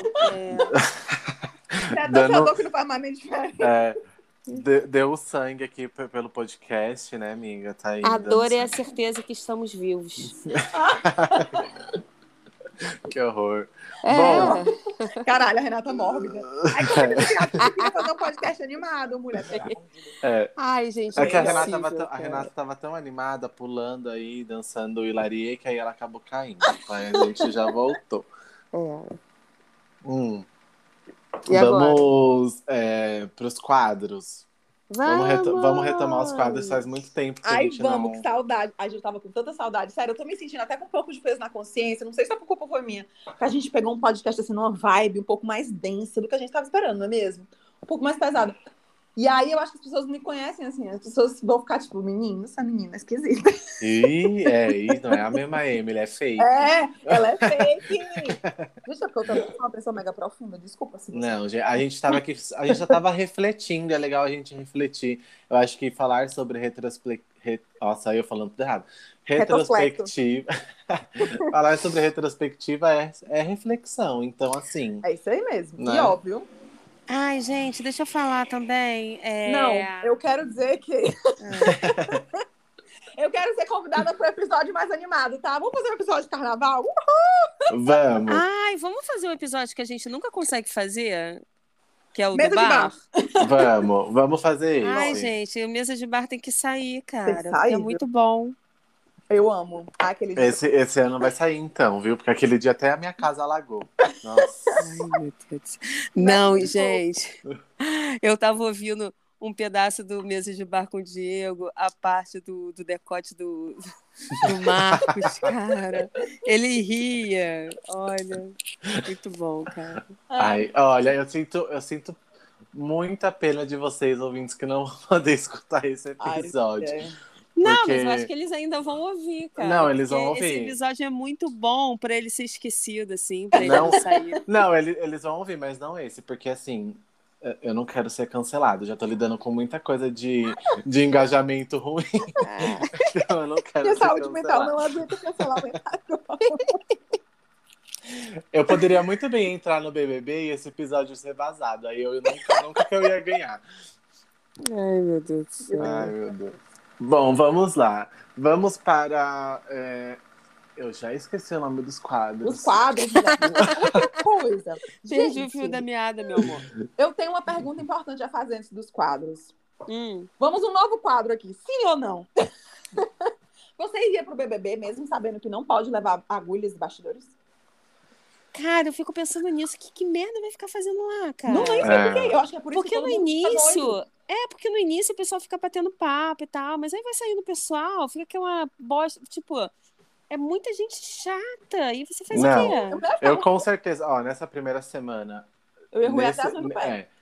É Dando, torcedor que não faz mais nem diferença. deu o sangue aqui pelo podcast, né, amiga? Tá aí A dando dor é a sangue. certeza que estamos vivos. Que horror. É. Bom, Caralho, a Renata mórbida. Aí como é que você queria fazer um podcast animado, mulher? Ai, gente, é que a impossível, a cara. Renata tava tão animada, pulando aí, dançando o Hilarie, que aí ela acabou caindo. Aí a gente já voltou. E agora? Vamos pros quadros. Vamos retomar os quadros, faz Vamos! muito tempo que a Ai, gente vamos, não. que saudade. Ai, eu tava com tanta saudade. Sério, eu tô me sentindo até com um pouco de peso na consciência. Não sei se a culpa foi minha. Que a gente pegou um podcast assim, numa vibe um pouco mais densa do que a gente tava esperando, não é mesmo? Um pouco mais pesado. E aí eu acho que as pessoas me conhecem assim. As pessoas vão ficar tipo, menino, essa menina é esquisita. Não é a mesma Emily, é fake. Ela é fake. Deixa eu também sou uma pessoa mega profunda. Desculpa se você. Não, a gente tava aqui, a gente já tava refletindo, é legal a gente refletir. Eu acho que falar sobre Nossa, eu falando tudo errado. Retrospectiva. Falar sobre retrospectiva é reflexão, então assim. É isso aí mesmo. Né? E óbvio. Ai, gente, deixa eu falar também. Não, eu quero dizer que. Eu quero ser convidada para o episódio mais animado, tá? Vamos fazer um episódio de carnaval? Vamos. Ai, vamos fazer um episódio que a gente nunca consegue fazer? Que é o Mesa do de bar? Vamos fazer Ai, esse. gente, o mesa de bar tem que sair, cara. Tem que sair, porque é viu? muito bom. Eu amo. Aquele dia. Esse ano vai sair então, viu? Porque aquele dia até a minha casa alagou. Nossa. Ai, meu Deus. Não, gente. Eu tava ouvindo um pedaço do Mesa de Bar com o Diego, a parte do decote do Marcos, cara. Ele ria. Olha, muito bom, cara. Ai, olha, eu sinto muita pena de vocês, ouvintes, que não vão poder escutar esse episódio. Não, porque... mas eu acho que eles ainda vão ouvir, cara. Não, eles vão ouvir. Esse episódio é muito bom pra ele ser esquecido, assim, pra ele não sair. Não, eles vão ouvir, mas não esse, porque assim, eu não quero ser cancelado. Já tô lidando com muita coisa de engajamento ruim. Então eu não quero ser saúde cancelado. mental não aguenta cancelamento. Eu poderia muito bem entrar no BBB e esse episódio ser vazado. Aí eu nunca que eu ia ganhar. Ai, meu Deus do céu. Ai, meu Deus. Bom, vamos lá. Vamos para... Eu já esqueci o nome dos quadros. Os quadros, outra coisa. Perdi o fio da meada, meu amor. Eu tenho uma pergunta importante a fazer antes dos quadros. Hum. Vamos um novo quadro aqui, sim ou não? Você iria pro BBB mesmo sabendo que não pode levar agulhas e bastidores? Cara, eu fico pensando nisso. Que merda vai ficar fazendo lá, cara? Não sei por quê. Eu acho que é por isso porque que no início... porque no início o pessoal fica batendo papo e tal, mas aí vai saindo o pessoal, fica aquela bosta, tipo... É muita gente chata. E você faz o quê? Eu com certeza... Ó, nessa primeira semana... Eu ia ruir até as unhas do pé.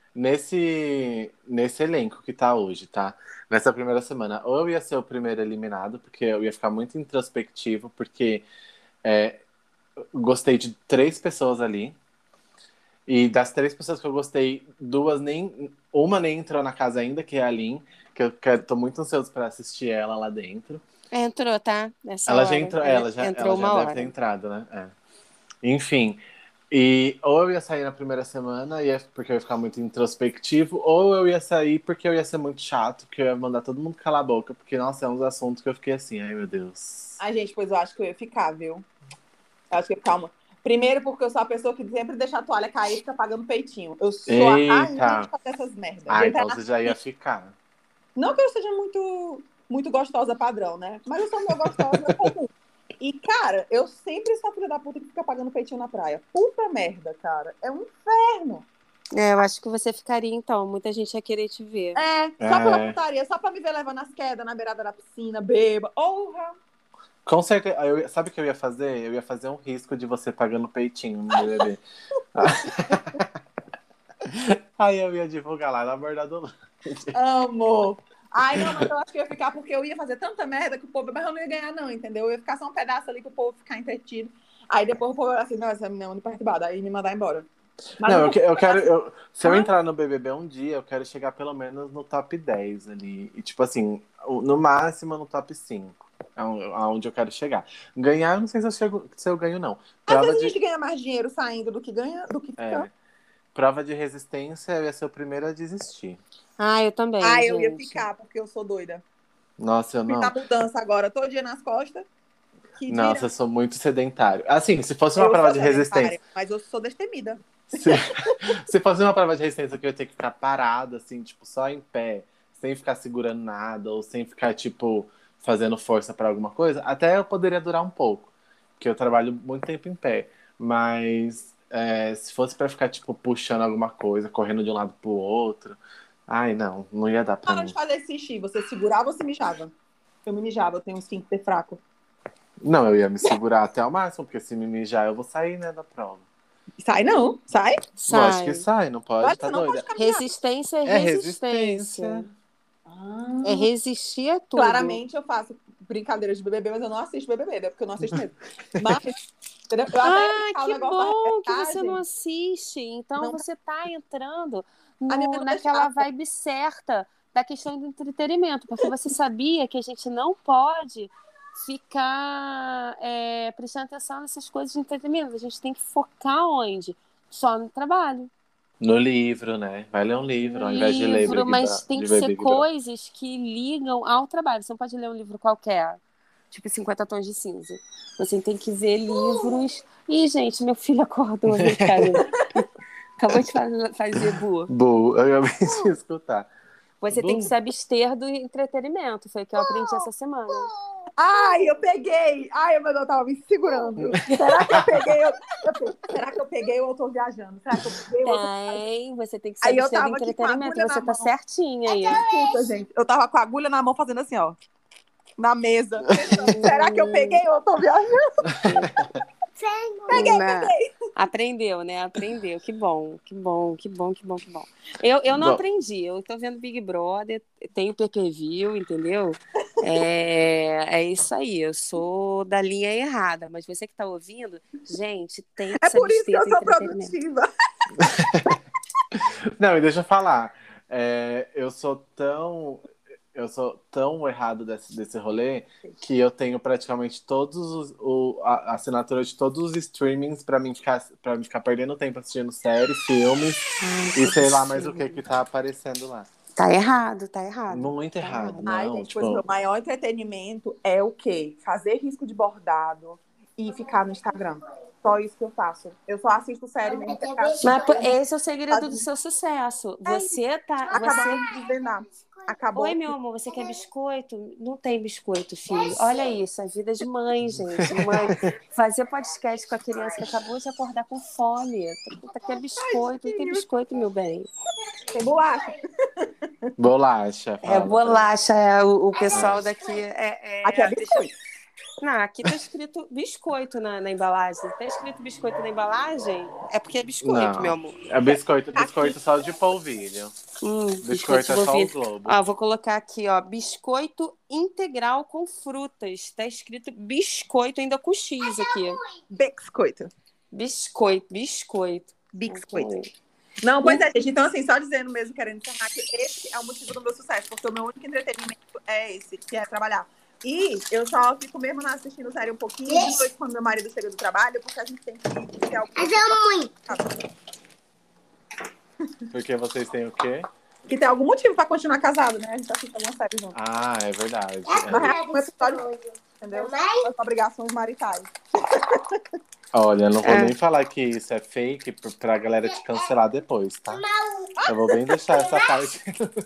nesse elenco que tá hoje, tá? Nessa primeira semana, ou eu ia ser o primeiro eliminado, porque eu ia ficar muito introspectivo, porque é, gostei de 3 pessoas ali. E das 3 pessoas que eu gostei, uma nem entrou na casa ainda, que é a Lin, que tô muito ansioso pra assistir ela lá dentro. Entrou, tá? Nessa Ela já hora. entrou, Entrou ela já uma deve ter hora. entrado, né? É. Enfim, e ou eu ia sair na primeira semana, porque eu ia ficar muito introspectivo, ou eu ia sair porque eu ia ser muito chato, porque eu ia mandar todo mundo calar a boca, porque, nossa, é uns assuntos que eu fiquei assim, ai meu Deus. Ai, gente, pois eu acho que eu ia ficar, viu? Eu acho que eu ia ficar uma. Primeiro, porque eu sou a pessoa que sempre deixa a toalha cair e fica pagando peitinho. Eu sou a rainha de Eita! fazer essas merdas. De Ah, entrar então na você já ia piscina. ficar. Não que eu seja muito gostosa padrão, né? Mas eu sou uma gostosa comum. E, cara, eu sempre sou a filha da puta que fica pagando peitinho na praia. Puta merda, cara. É um inferno. Eu acho que você ficaria, então. Muita gente ia querer te ver. Só pela É, putaria, só pra me ver levando as quedas na beirada da piscina, beba. Porra! com certeza. Sabe o que eu ia fazer? Eu ia fazer um risco de você pagando peitinho no BBB. Aí eu ia divulgar lá na borda do lanche. Amo! Ai, não, mas eu acho que eu ia ficar porque eu ia fazer tanta merda que o povo, mas eu não ia ganhar, não, entendeu? Eu ia ficar só um pedaço ali pro povo ficar entretido. Aí depois o povo ia assim, não, essa menina é muito perturbada, aí me mandar embora. Mas Não, o povo eu ia quero. assim, Se eu hã? entrar no BBB um dia, eu quero chegar pelo menos no top 10 ali. E, tipo assim, no máximo no top 5. Aonde eu quero chegar. Ganhar, eu não sei se eu ganho, não. Às Prova vezes a de. gente ganha mais dinheiro saindo do que ganha, do que ficando. É, prova de resistência, eu ia ser o primeiro a desistir. Ah, eu também, Ah, eu ia gente. ficar, porque eu sou doida. Nossa, eu Fiz a não. mudança agora, todo dia nas costas, que Nossa, dirá. eu sou muito sedentário. Assim, se fosse uma Eu prova sou de sedentária, resistência. mas eu sou destemida. Se, se fosse uma prova de resistência que eu ia ter que ficar parado, assim, tipo, só em pé, sem ficar segurando nada, ou sem ficar, tipo, fazendo força para alguma coisa, até eu poderia durar um pouco. Porque eu trabalho muito tempo em pé. Mas se fosse para ficar, tipo, puxando alguma coisa, correndo de um lado pro outro. Ai, não ia dar Na pra hora de mim. fazer xixi, você segurava ou se mijava? Eu me mijava, eu tenho um esfíncter fraco. Não, eu ia me segurar até o máximo, porque se me mijar, eu vou sair, né, da prova. Sai não, sai. Lógico que Sai. sai, não pode, Olha, tá você não pode doida? ficar mijando. Resistência é É resistência. resistência. É Ah, resistir a tudo. claramente eu faço brincadeiras de BBB, mas eu não assisto BBB, né? Porque eu não assisto mesmo. Mas, entendeu? Eu até ia Ah, brincar o que negócio da bom que você não reportagem. assiste. Então Não, você tá entrando a minha mãe não naquela deixava. vibe certa da questão do entretenimento, porque você sabia que a gente não pode ficar prestando atenção nessas coisas de entretenimento. A gente tem que focar onde? Só no trabalho. No livro, né? Vai ler um livro ao invés de ler Livro, mas tem de que ver ser Big Brother. coisas que ligam ao trabalho. Você não pode ler um livro qualquer, tipo 50 tons de cinza. Você tem que ver livros. Ih, gente, meu filho acordou, vem cá. Acabou de fazer bu. Bu, eu acabei de escutar. Você tem que Bu. se abster do entretenimento. Foi o que eu aprendi essa semana. Ai, eu peguei! Ai, mas eu tava me segurando. Será que eu peguei? Será que eu peguei ou eu tô viajando? Será que eu peguei ou eu tô viajando? Tem, você tem que se Aí eu abster do tava aqui com a entretenimento. agulha na Você tá mão. certinha aí. Puta, gente. Eu tava com a agulha na mão fazendo assim, ó. Na mesa. Pensando, será que eu peguei ou eu tô viajando? Peguei. Aprendeu, né? Aprendeu. Que bom, que bom, que bom, que bom, que bom. Eu não Bom, aprendi. Eu tô vendo Big Brother, tenho PPV, entendeu? É isso aí. Eu sou da linha errada, mas você que tá ouvindo, gente, tem que É se por isso que abster eu do sou entretenimento. produtiva. não, e deixa eu falar. Eu sou tão errado desse rolê que eu tenho praticamente a assinatura de todos os streamings pra mim ficar perdendo tempo assistindo série, filmes Ai, e que sei lá mais o que absurdo. tá aparecendo lá. Tá errado, tá errado. Muito Tá errado, errado. Ai, não, gente, pois meu tipo, maior entretenimento é o quê? Fazer risco de bordado e ficar no Instagram. Só isso que eu faço. Eu só assisto série mesmo. Mas esse é o segredo do seu sucesso. Você tá. Você... Acabamos de desvendar. Oi, Acabou. meu amor, você quer biscoito? Não tem biscoito, filho. Olha isso, a vida de mãe, gente. Mãe, fazer podcast com a criança que acabou de acordar com fome. Quer biscoito? Não tem biscoito, meu bem. Tem bolacha. bolacha, É fala pra ele. bolacha, o pessoal daqui Aqui é deixa, biscoito. Não, aqui tá escrito biscoito na embalagem. Tá escrito biscoito na embalagem? É porque é biscoito, meu Não, amor. é biscoito só de polvilho. Biscoito é só o envolvido. Globo. Ó, vou colocar aqui, ó, biscoito integral com frutas. Tá escrito biscoito ainda com X aqui. Biscoito. Biscoito. Biscoito. Não, pois é, gente. Então, assim, só dizendo mesmo, querendo encerrar, que esse é o motivo do meu sucesso, porque o meu único entretenimento é esse, que é trabalhar. E eu só fico mesmo assistindo série um pouquinho de noite quando meu marido chega do trabalho, porque a gente tem que ter algo. Porque vocês têm o quê? Que tem algum motivo pra continuar casado, né? A gente assiste alguma série junto. Ah, é verdade. Mas é um episódio, entendeu? As obrigações maritais. Olha, não vou nem falar que isso é fake pra galera te cancelar depois, tá? Eu vou bem deixar essa parte.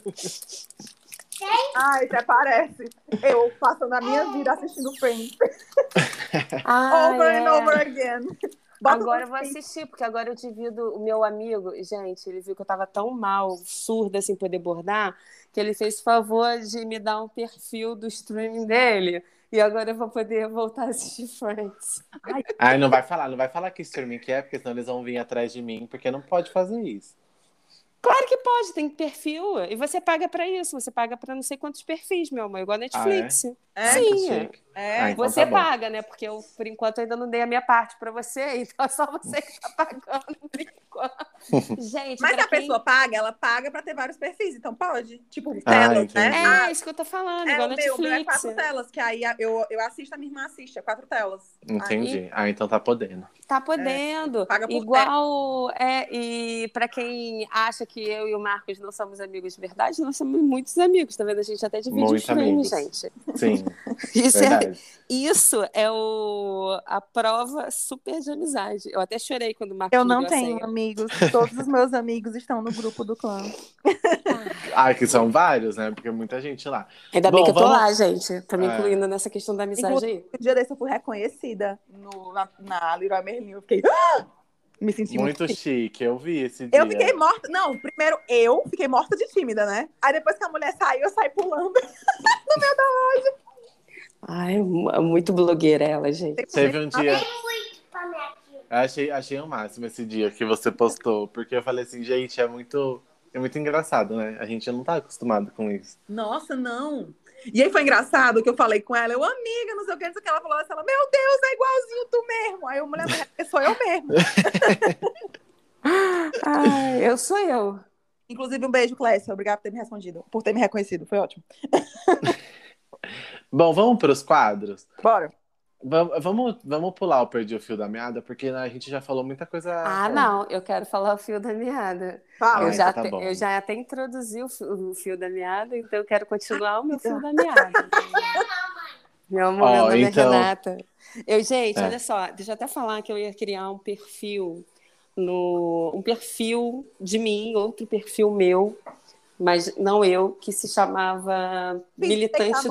Ai, até parece. Eu passando a minha vida assistindo Friends. Over and over again. Agora eu vou assistir, porque agora eu divido o meu amigo. Gente, ele viu que eu tava tão mal, surda, sem poder bordar, que ele fez o favor de me dar um perfil do streaming dele. E agora eu vou poder voltar a assistir Friends. Ai, não vai falar que streaming que é, porque senão eles vão vir atrás de mim, porque não pode fazer isso. Claro que pode, tem perfil. E você paga pra isso. Você paga pra não sei quantos perfis, meu amor. Igual a Netflix. Sim. Então você paga, né? Porque eu, por enquanto, ainda não dei a minha parte pra você. Então é só você que tá pagando por enquanto. Gente, mas a pessoa paga, ela paga pra ter vários perfis. Então pode. Tipo, telas, né? É isso que eu tô falando. Igual o Netflix. meu é 4 telas. Que aí eu assisto, a minha irmã assiste. É 4 telas. Entendi. Então tá podendo. Tá podendo. Paga por igual. E pra quem acha que eu e o Marcos não somos amigos de verdade, nós somos muitos amigos. Tá vendo? A gente até divide o stream, gente. Sim. Isso é a prova super de amizade. Eu até chorei quando o Marcos Eu não tenho amigos. Todos os meus amigos estão no grupo do clã. Que são vários, né? Porque muita gente lá. Ainda bem que eu tô lá, gente. Tô me incluindo nessa questão da amizade aí. Um dia desse eu fui reconhecida na Leroy Merlin. Eu fiquei... Me senti muito chique. Eu vi esse dia. Eu fiquei morta. Não, primeiro eu fiquei morta de tímida, né? Aí depois que a mulher saiu, eu saí pulando no meio da loja. Ai, muito blogueira ela, gente. Teve um dia... Achei o máximo esse dia que você postou. Porque eu falei assim, gente, é muito engraçado, né? A gente não tá acostumado com isso. Nossa, não. E aí foi engraçado que eu falei com ela, amiga, não sei o que, ela falou assim, meu Deus, é igualzinho tu mesmo. Aí eu, mulher, sou eu mesmo. Eu sou eu. Inclusive, um beijo, Clécia. Obrigada por ter me respondido, por ter me reconhecido. Foi ótimo. Bom, vamos para os quadros? Bora. Vamos pular o Perdi o Fio da Meada, porque a gente já falou muita coisa. Não, eu quero falar o fio da meada. Fala. Eu já até introduzi o fio da meada, então eu quero continuar o meu fio da meada. Meu amor, meu nome é Renata. Gente, olha só, deixa eu até falar que eu ia criar um perfil de mim, outro perfil meu, mas não eu, que se chamava Militante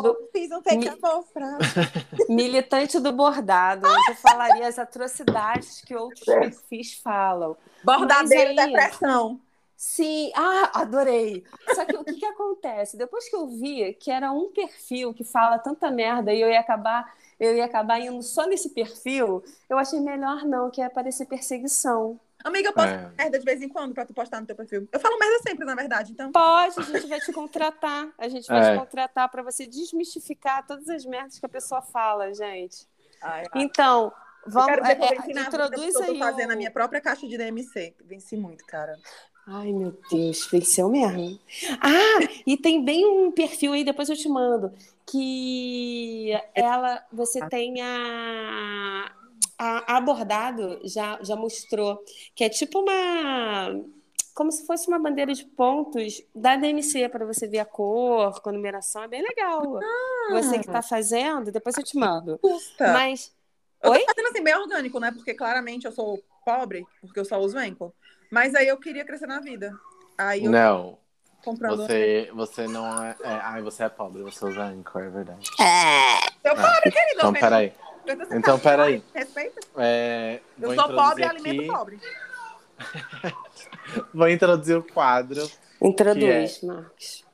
do Bordado, onde eu falaria as atrocidades que outros perfis falam. Bordadeiro da depressão. Sim, adorei. Só que o que acontece? Depois que eu vi que era um perfil que fala tanta merda e eu ia acabar indo só nesse perfil, eu achei melhor não, que ia aparecer perseguição. Amiga, eu posto merda de vez em quando pra tu postar no teu perfil. Eu falo merda sempre, na verdade, então. Pode, a gente vai te contratar. A gente vai te contratar pra você desmistificar todas as merdas que a pessoa fala, gente. Então, vamos... introduz aí. Eu tô fazendo a minha própria caixa de DMC. Venci muito, cara. Ai, meu Deus, venceu mesmo. E tem bem um perfil aí, depois eu te mando, que você tem a Bordado já mostrou, que é tipo como se fosse uma bandeira de pontos da DMC, para você ver a cor, com a numeração, é bem legal. Você que tá fazendo, depois eu te mando. Mas... Eu tô fazendo assim, bem orgânico, né? Porque claramente eu sou pobre, porque eu só uso Enco. Mas aí eu queria crescer na vida. Aí eu não. Comprando você não é... você é pobre, você usa Anchor, é verdade. Eu pobre, querido. Então, peraí. Então, peraí. Respeita. Eu sou pobre e alimento pobre. Vou introduzir o quadro. Introduz, Marcos.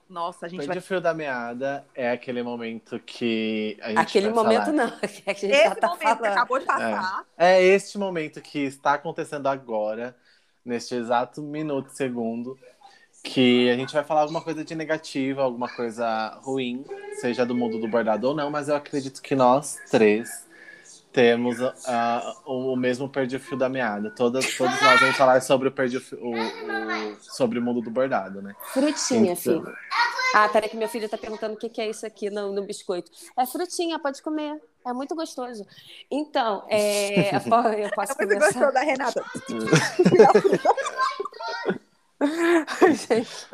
Nossa, a gente Perde vai... o fio da meada é aquele momento que a gente Aquele vai momento falar. não, que a gente Esse já tá momento que falando. acabou de passar. É este momento que está acontecendo agora, neste exato minuto, segundo, que a gente vai falar alguma coisa de negativa, alguma coisa ruim, seja do mundo do bordado ou não, mas eu acredito que nós três temos o mesmo perdi o fio da meada. Todos nós vamos falar sobre sobre o mundo do bordado, né? Frutinha, Então, filho. Ah, peraí que meu filho tá perguntando o que que é isso aqui no biscoito. É frutinha, pode comer. É muito gostoso. Então, eu posso Você começar? gostou da Renata? Gente.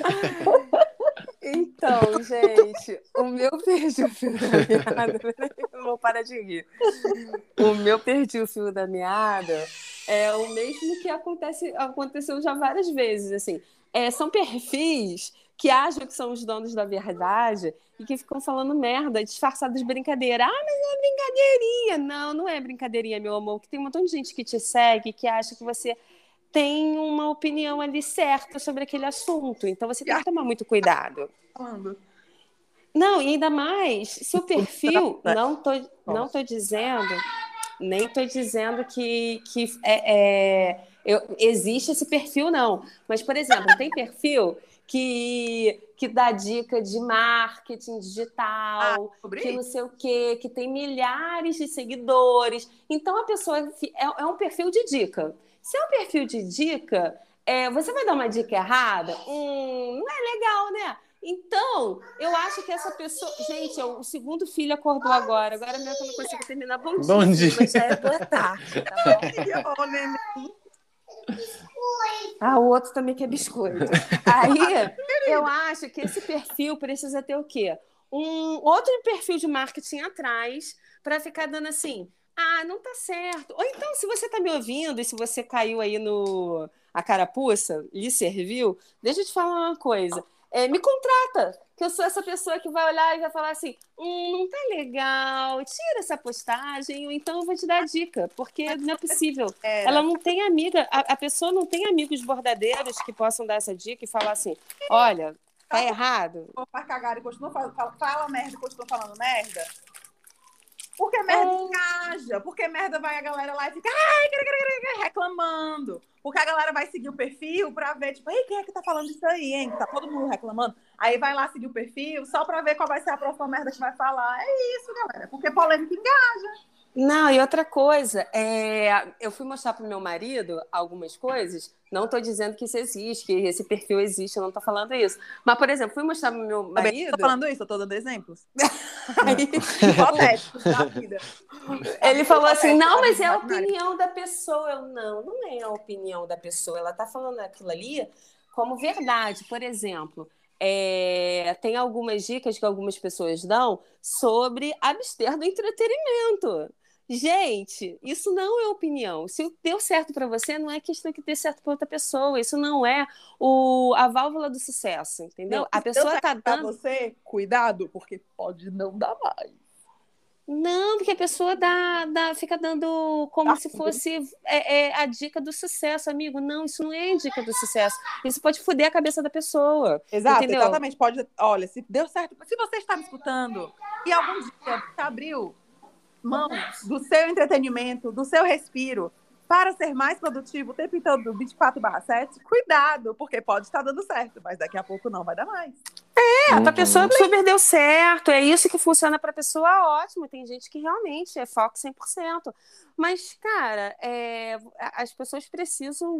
Então, gente, o meu perdi o fio da meada. Peraí, eu vou parar de rir. O meu perdi o fio da meada é o mesmo que aconteceu já várias vezes, assim. São perfis que acham que são os donos da verdade e que ficam falando merda, disfarçados de brincadeira. Ah, mas é brincadeirinha. Não, não é brincadeirinha, meu amor, que tem um montão de gente que te segue, que acha que você tem uma opinião ali certa sobre aquele assunto. Então você tem que tomar muito cuidado. Falando. Não, e ainda mais, seu perfil, não tô dizendo, nem tô dizendo que existe esse perfil, não. Mas, por exemplo, tem perfil que dá dica de marketing digital, Sobre que não isso? sei o quê, que tem milhares de seguidores. Então, a pessoa é um perfil de dica. Se é um perfil de dica, você vai dar uma dica errada? Não é legal, né? Então, eu acho que essa pessoa. Gente, o segundo filho acordou agora. Agora mesmo que eu não consigo terminar. Bom dia, bom filho, dia. mas já é boa tarde, tá bom? Ô, neném. Ah, o outro também quer biscoito. Aí, eu acho que esse perfil precisa ter o quê? Um outro perfil de marketing atrás para ficar dando assim. Ah, não tá certo. Ou então, se você tá me ouvindo e se você caiu aí no a carapuça, lhe serviu, deixa eu te falar uma coisa. Me contrata, que eu sou essa pessoa que vai olhar e vai falar assim: não tá legal, tira essa postagem, ou então eu vou te dar a dica, porque não é possível. Ela Era. não tem amiga, a pessoa não tem amigos bordadeiros que possam dar essa dica e falar assim: olha, tá errado. Faz cagada e continua fala merda e continua falando merda. Porque merda É. engaja. Porque merda vai a galera lá e fica ai, reclamando. Porque a galera vai seguir o perfil pra ver, tipo, ei, quem é que tá falando isso aí, hein? Que tá todo mundo reclamando. Aí vai lá seguir o perfil só pra ver qual vai ser a próxima merda que vai falar. É isso, galera. Porque polêmica engaja. Não, e outra coisa, eu fui mostrar para o meu marido algumas coisas, não estou dizendo que isso existe, que esse perfil existe, eu não estou falando isso. Mas, por exemplo, fui mostrar para o meu Também não marido. tô falando isso, eu tô dando exemplos. Aí, Hipotéticos da vida. ele falou assim: Hipotéticos não, da mas vida é a imaginária. opinião da pessoa. Eu, não é a opinião da pessoa, ela está falando aquilo ali como verdade. Por exemplo, tem algumas dicas que algumas pessoas dão sobre abster do entretenimento. Gente, isso não é opinião. Se deu certo para você, não é questão que dê certo para outra pessoa. Isso não é a válvula do sucesso, entendeu? Não, A se deu pessoa certo tá pra dando. você, cuidado, porque pode não dar mais. Não, porque a pessoa fica dando como se fosse a dica do sucesso, amigo. Não, isso não é dica do sucesso. Isso pode foder a cabeça da pessoa, Exato, entendeu? exatamente. Pode. Olha, se deu certo. Se você está me escutando e algum dia você abriu mão do seu entretenimento, do seu respiro, para ser mais produtivo o tempo todo do 24/7, cuidado, porque pode estar dando certo, mas daqui a pouco não vai dar mais. Pra pessoa super deu certo, é isso que funciona pra pessoa, ótimo. Tem gente que realmente é foco 100%. Mas, cara, as pessoas precisam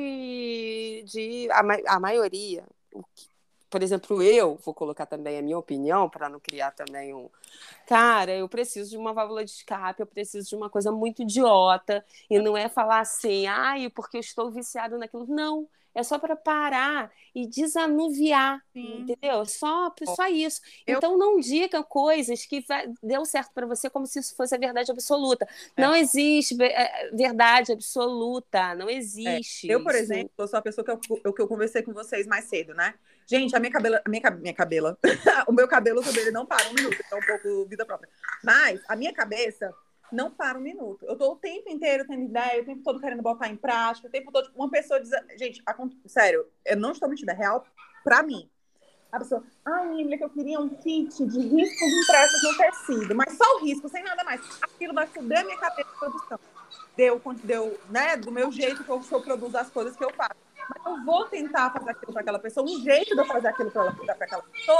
a maioria, por exemplo, eu vou colocar também a minha opinião para não criar também um. Cara, eu preciso de uma válvula de escape, eu preciso de uma coisa muito idiota, e não é falar assim, ai, porque eu estou viciado naquilo. Não, é só para parar e desanuviar, Sim. entendeu? Só isso. Eu- Então não diga coisas que deu certo para você como se isso fosse a verdade absoluta. Não existe verdade absoluta, não existe. Eu, por Isso. exemplo, eu sou a pessoa que eu conversei com vocês mais cedo, né? Gente, minha cabela, o meu cabelo também ele não para um minuto, é um pouco vida própria. Mas a minha cabeça não para um minuto. Eu tô o tempo inteiro tendo ideia, o tempo todo querendo botar em prática, o tempo todo, tipo, uma pessoa diz, gente, sério, eu não estou mentindo, é real pra mim. A pessoa, Emília, que eu queria um kit de riscos impressos no tecido, mas só o risco, sem nada mais. Aquilo vai foder a minha cabeça de produção. Deu, né, do meu jeito que eu produzo as coisas que eu faço. Mas eu vou tentar fazer aquilo para aquela pessoa, um jeito de eu fazer aquilo para aquela pessoa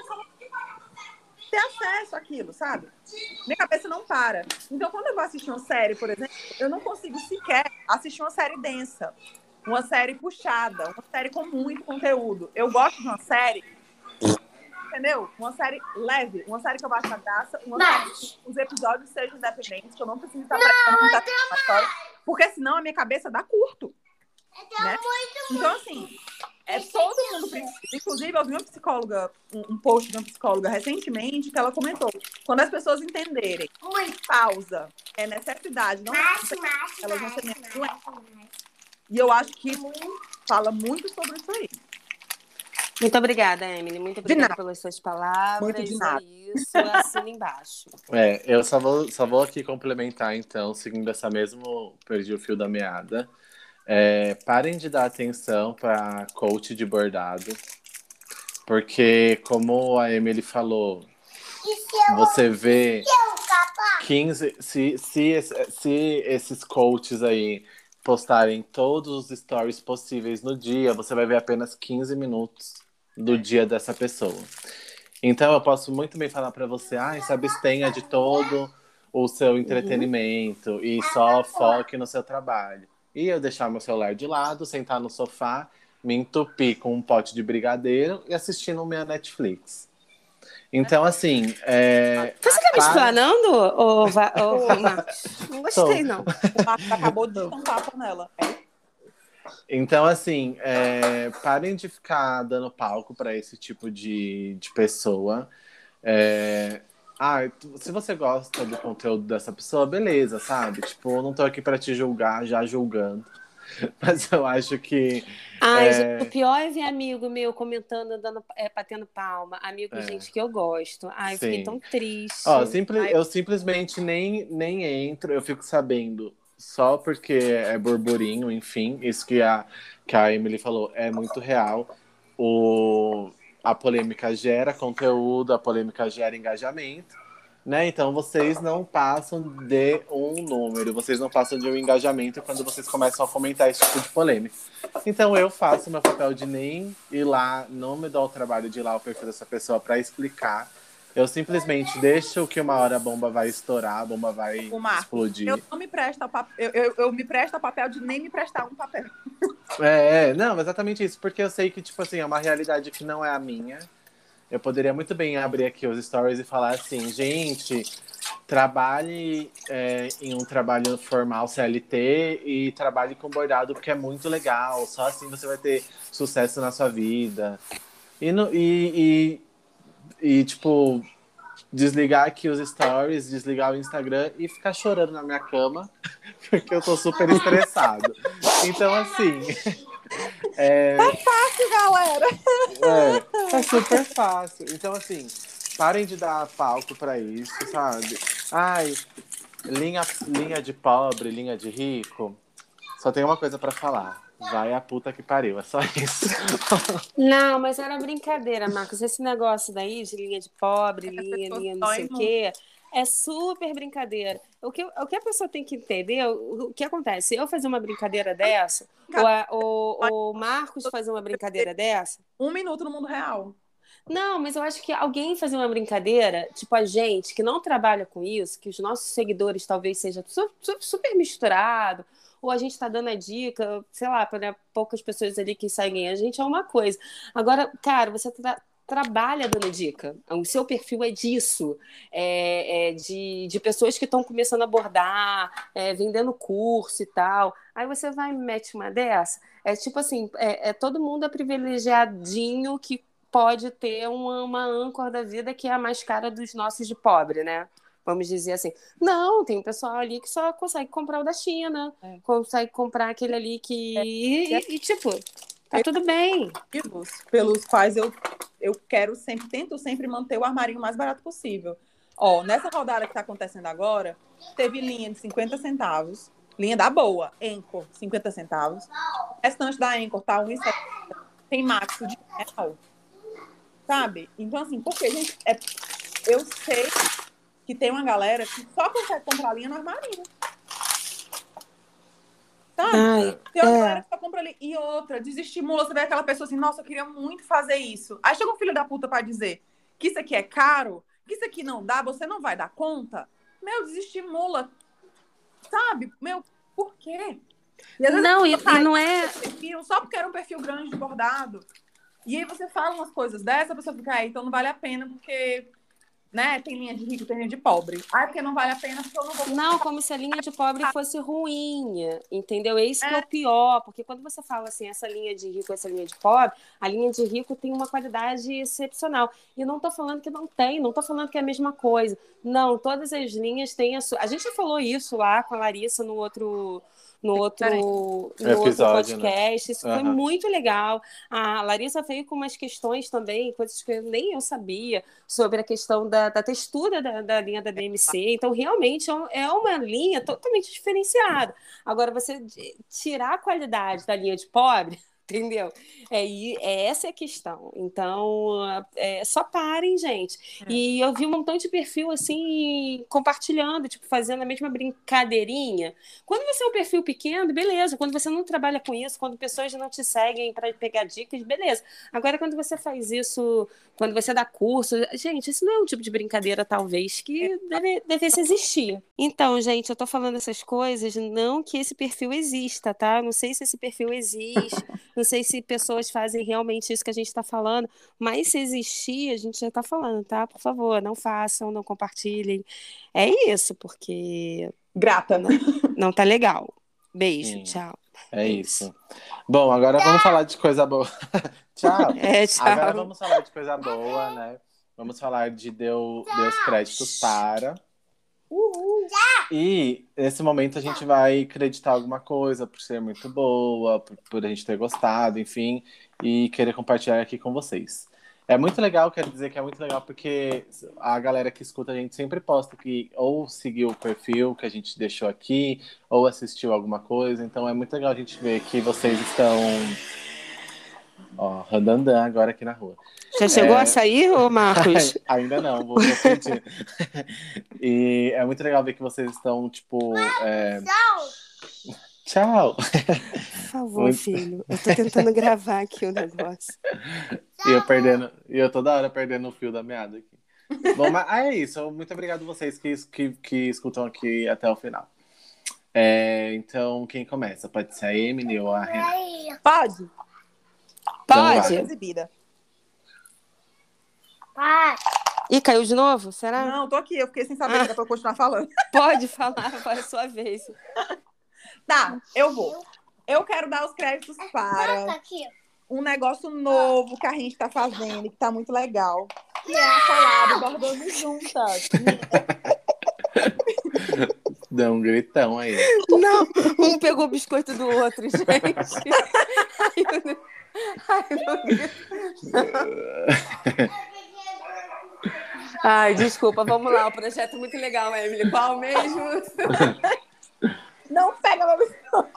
ter acesso àquilo, sabe? Minha cabeça não para. Então, quando eu vou assistir uma série, por exemplo, eu não consigo sequer assistir uma série densa, uma série puxada, uma série com muito conteúdo. Eu gosto de uma série, entendeu? Uma série leve, uma série que eu vou achar graça, uma série que os episódios sejam independentes, que eu não preciso estar prestando muita atenção na história, porque senão a minha cabeça dá curto. Né? Então, assim, todo mundo precisa. Inclusive, eu vi uma psicóloga, um post de uma psicóloga recentemente, que ela comentou: quando as pessoas entenderem que pausa é necessidade, não elas vão ser menos doentes. E eu acho que fala muito sobre isso aí. Muito obrigada, Emily. Muito obrigada pelas suas palavras. Muito de nada. É isso, assina embaixo. Eu só vou aqui complementar, então, seguindo essa mesmo... Perdi o fio da meada. Parem de dar atenção para coach de bordado. Porque, como a Emily falou, você vê 15... Se esses coaches aí postarem todos os stories possíveis no dia, você vai ver apenas 15 minutos do dia dessa pessoa. Então eu posso muito bem falar para você, se abstenha de todo o seu entretenimento e só foque no seu trabalho. E eu deixar meu celular de lado, sentar no sofá, me entupir com um pote de brigadeiro e assistindo minha Netflix. Então, assim... Você tá me explanando, Marcos? Não gostei, não. O Marcos acabou de tampar a panela. Então, assim, parem de ficar dando palco para esse tipo de pessoa. Se você gosta do conteúdo dessa pessoa, beleza, sabe? Tipo, eu não tô aqui para te julgar, já julgando. Mas eu acho que... Gente, o pior é ver amigo meu comentando, batendo palma. Amigo, gente, que eu gosto. Eu fiquei tão triste. Eu simplesmente nem entro, eu fico sabendo só porque é burburinho, enfim. Isso que a Emily falou é muito real. A polêmica gera conteúdo, a polêmica gera engajamento, né? Então vocês não passam de um número, vocês não passam de um engajamento quando vocês começam a comentar esse tipo de polêmica. Então eu faço meu papel de nem ir lá, não me dou o trabalho de ir lá ao perfil dessa pessoa para explicar. Eu simplesmente deixo que uma hora a bomba vai estourar, a bomba vai explodir. Eu não me presto eu me presto ao papel de nem me prestar um papel. Não, exatamente isso, porque eu sei que, tipo assim, é uma realidade que não é a minha. Eu poderia muito bem abrir aqui os stories e falar assim, gente, trabalhe em um trabalho formal CLT e trabalhe com bordado porque é muito legal, só assim você vai ter sucesso na sua vida. E tipo, desligar aqui os stories, desligar o Instagram e ficar chorando na minha cama porque eu tô super estressado. Então, assim... Tá fácil, galera! É super fácil. Então, assim, parem de dar palco pra isso, sabe? Linha de pobre, linha de rico. Só tem uma coisa pra falar. Vai a puta que pariu, é só isso. Não, mas era brincadeira, Marcos. Esse negócio daí de linha de pobre, linha não sei o quê, é super brincadeira. O que a pessoa tem que entender, o que acontece? Eu fazer uma brincadeira dessa, o Marcos fazer uma brincadeira dessa... 1 minuto no mundo real. Não, mas eu acho que alguém fazer uma brincadeira, tipo a gente, que não trabalha com isso, que os nossos seguidores talvez seja super misturado, ou a gente está dando a dica, sei lá, para poucas pessoas ali que seguem a gente, é uma coisa. Agora, cara, você trabalha dando dica. O seu perfil é disso. De pessoas que estão começando a abordar, vendendo curso e tal. Aí você vai e mete uma dessa. É tipo assim, todo mundo é privilegiadinho que pode ter uma âncora da vida que é a mais cara dos nossos de pobre, né? Vamos dizer assim. Não, tem um pessoal ali que só consegue comprar o da China, consegue comprar aquele ali que tipo, tá tudo bem. Pelos quais eu tento sempre manter o armarinho mais barato possível. Nessa rodada que tá acontecendo agora, teve linha de 50 centavos, linha da boa, Anchor, 50 centavos. O restante da Anchor tá 1,70. Tem Maxo de R$1. sabe? Então, assim, porque, gente, eu sei que tem uma galera que só consegue comprar linha no armarinho. Sabe? Ai, Tem uma galera que só compra ali. E outra, desestimula. Você vê aquela pessoa assim, nossa, eu queria muito fazer isso. Aí chega um filho da puta pra dizer que isso aqui é caro, que isso aqui não dá, você não vai dar conta. Meu, desestimula. Sabe? Meu, por quê? E às vezes não, e não é... perfil, só porque era um perfil grande de bordado. E aí você fala umas coisas dessa, a pessoa fica, então não vale a pena, porque... Né? Tem linha de rico, tem linha de pobre. Ah, porque não vale a pena, porque eu não vou... Não, como se a linha de pobre fosse ruim, entendeu? É isso que é o pior, porque quando você fala assim, essa linha de rico, essa linha de pobre, a linha de rico tem uma qualidade excepcional. E não tô falando que não tem, não tô falando que é a mesma coisa. Não, todas as linhas têm a sua... A gente já falou isso lá com a Larissa no outro Episódio, podcast. né? Isso foi muito legal. A Larissa veio com umas questões também, coisas que nem eu sabia, sobre a questão da textura da linha da DMC. Então, realmente, é uma linha totalmente diferenciada. Agora, você tirar a qualidade da linha de pobre, entendeu? Essa é a questão. Então, só parem, gente. E eu vi um montão de perfil, assim, compartilhando, tipo, fazendo a mesma brincadeirinha. Quando você é um perfil pequeno, beleza. Quando você não trabalha com isso, quando pessoas não te seguem para pegar dicas, beleza. Agora, quando você faz isso, quando você dá curso, gente, isso não é um tipo de brincadeira, talvez, que devesse existir. Então, gente, eu tô falando essas coisas, não que esse perfil exista, tá? Não sei se esse perfil existe, não sei se pessoas fazem realmente isso que a gente está falando, mas se existir, a gente já está falando, tá? Por favor, não façam, não compartilhem. É isso, porque Grata. Não tá legal. Beijo, Sim, tchau. é isso. Bom, agora vamos falar de coisa boa. Tchau. Tchau. Agora vamos falar de coisa boa, né? Vamos falar de Deus créditos para. E nesse momento a gente vai acreditar alguma coisa por ser muito boa, por a gente ter gostado, enfim, e querer compartilhar aqui com vocês. É muito legal, quero dizer que é muito legal porque a galera que escuta a gente sempre posta que ou seguiu o perfil que a gente deixou aqui, ou assistiu alguma coisa, então é muito legal a gente ver que vocês estão randandã agora aqui na rua. Já chegou a sair, ô Marcos? Ainda não, vou pedir. E é muito legal ver que vocês estão, tipo... Tchau! Por favor, filho. Eu tô tentando gravar aqui o negócio. E eu toda hora perdendo o fio da meada aqui. Bom, mas é isso. Muito obrigado a vocês que escutam aqui até o final. Então, quem começa? Pode ser a Emily ou a Renata? Pode. Pode. Exibida. Ih, caiu de novo? Será? Não, tô aqui. Eu fiquei sem saber se era pra eu continuar falando. Pode falar, agora é a sua vez. Tá, eu vou. Eu quero dar os créditos para um negócio novo que a gente tá fazendo e que tá muito legal. Que é a collab Bordando Juntas. Dá um gritão aí. Não, um pegou o biscoito do outro, gente. Ai, eu não grito. Ai, desculpa, vamos lá. O projeto é muito legal, Emily. Qual mesmo? Não pega meu biscoito.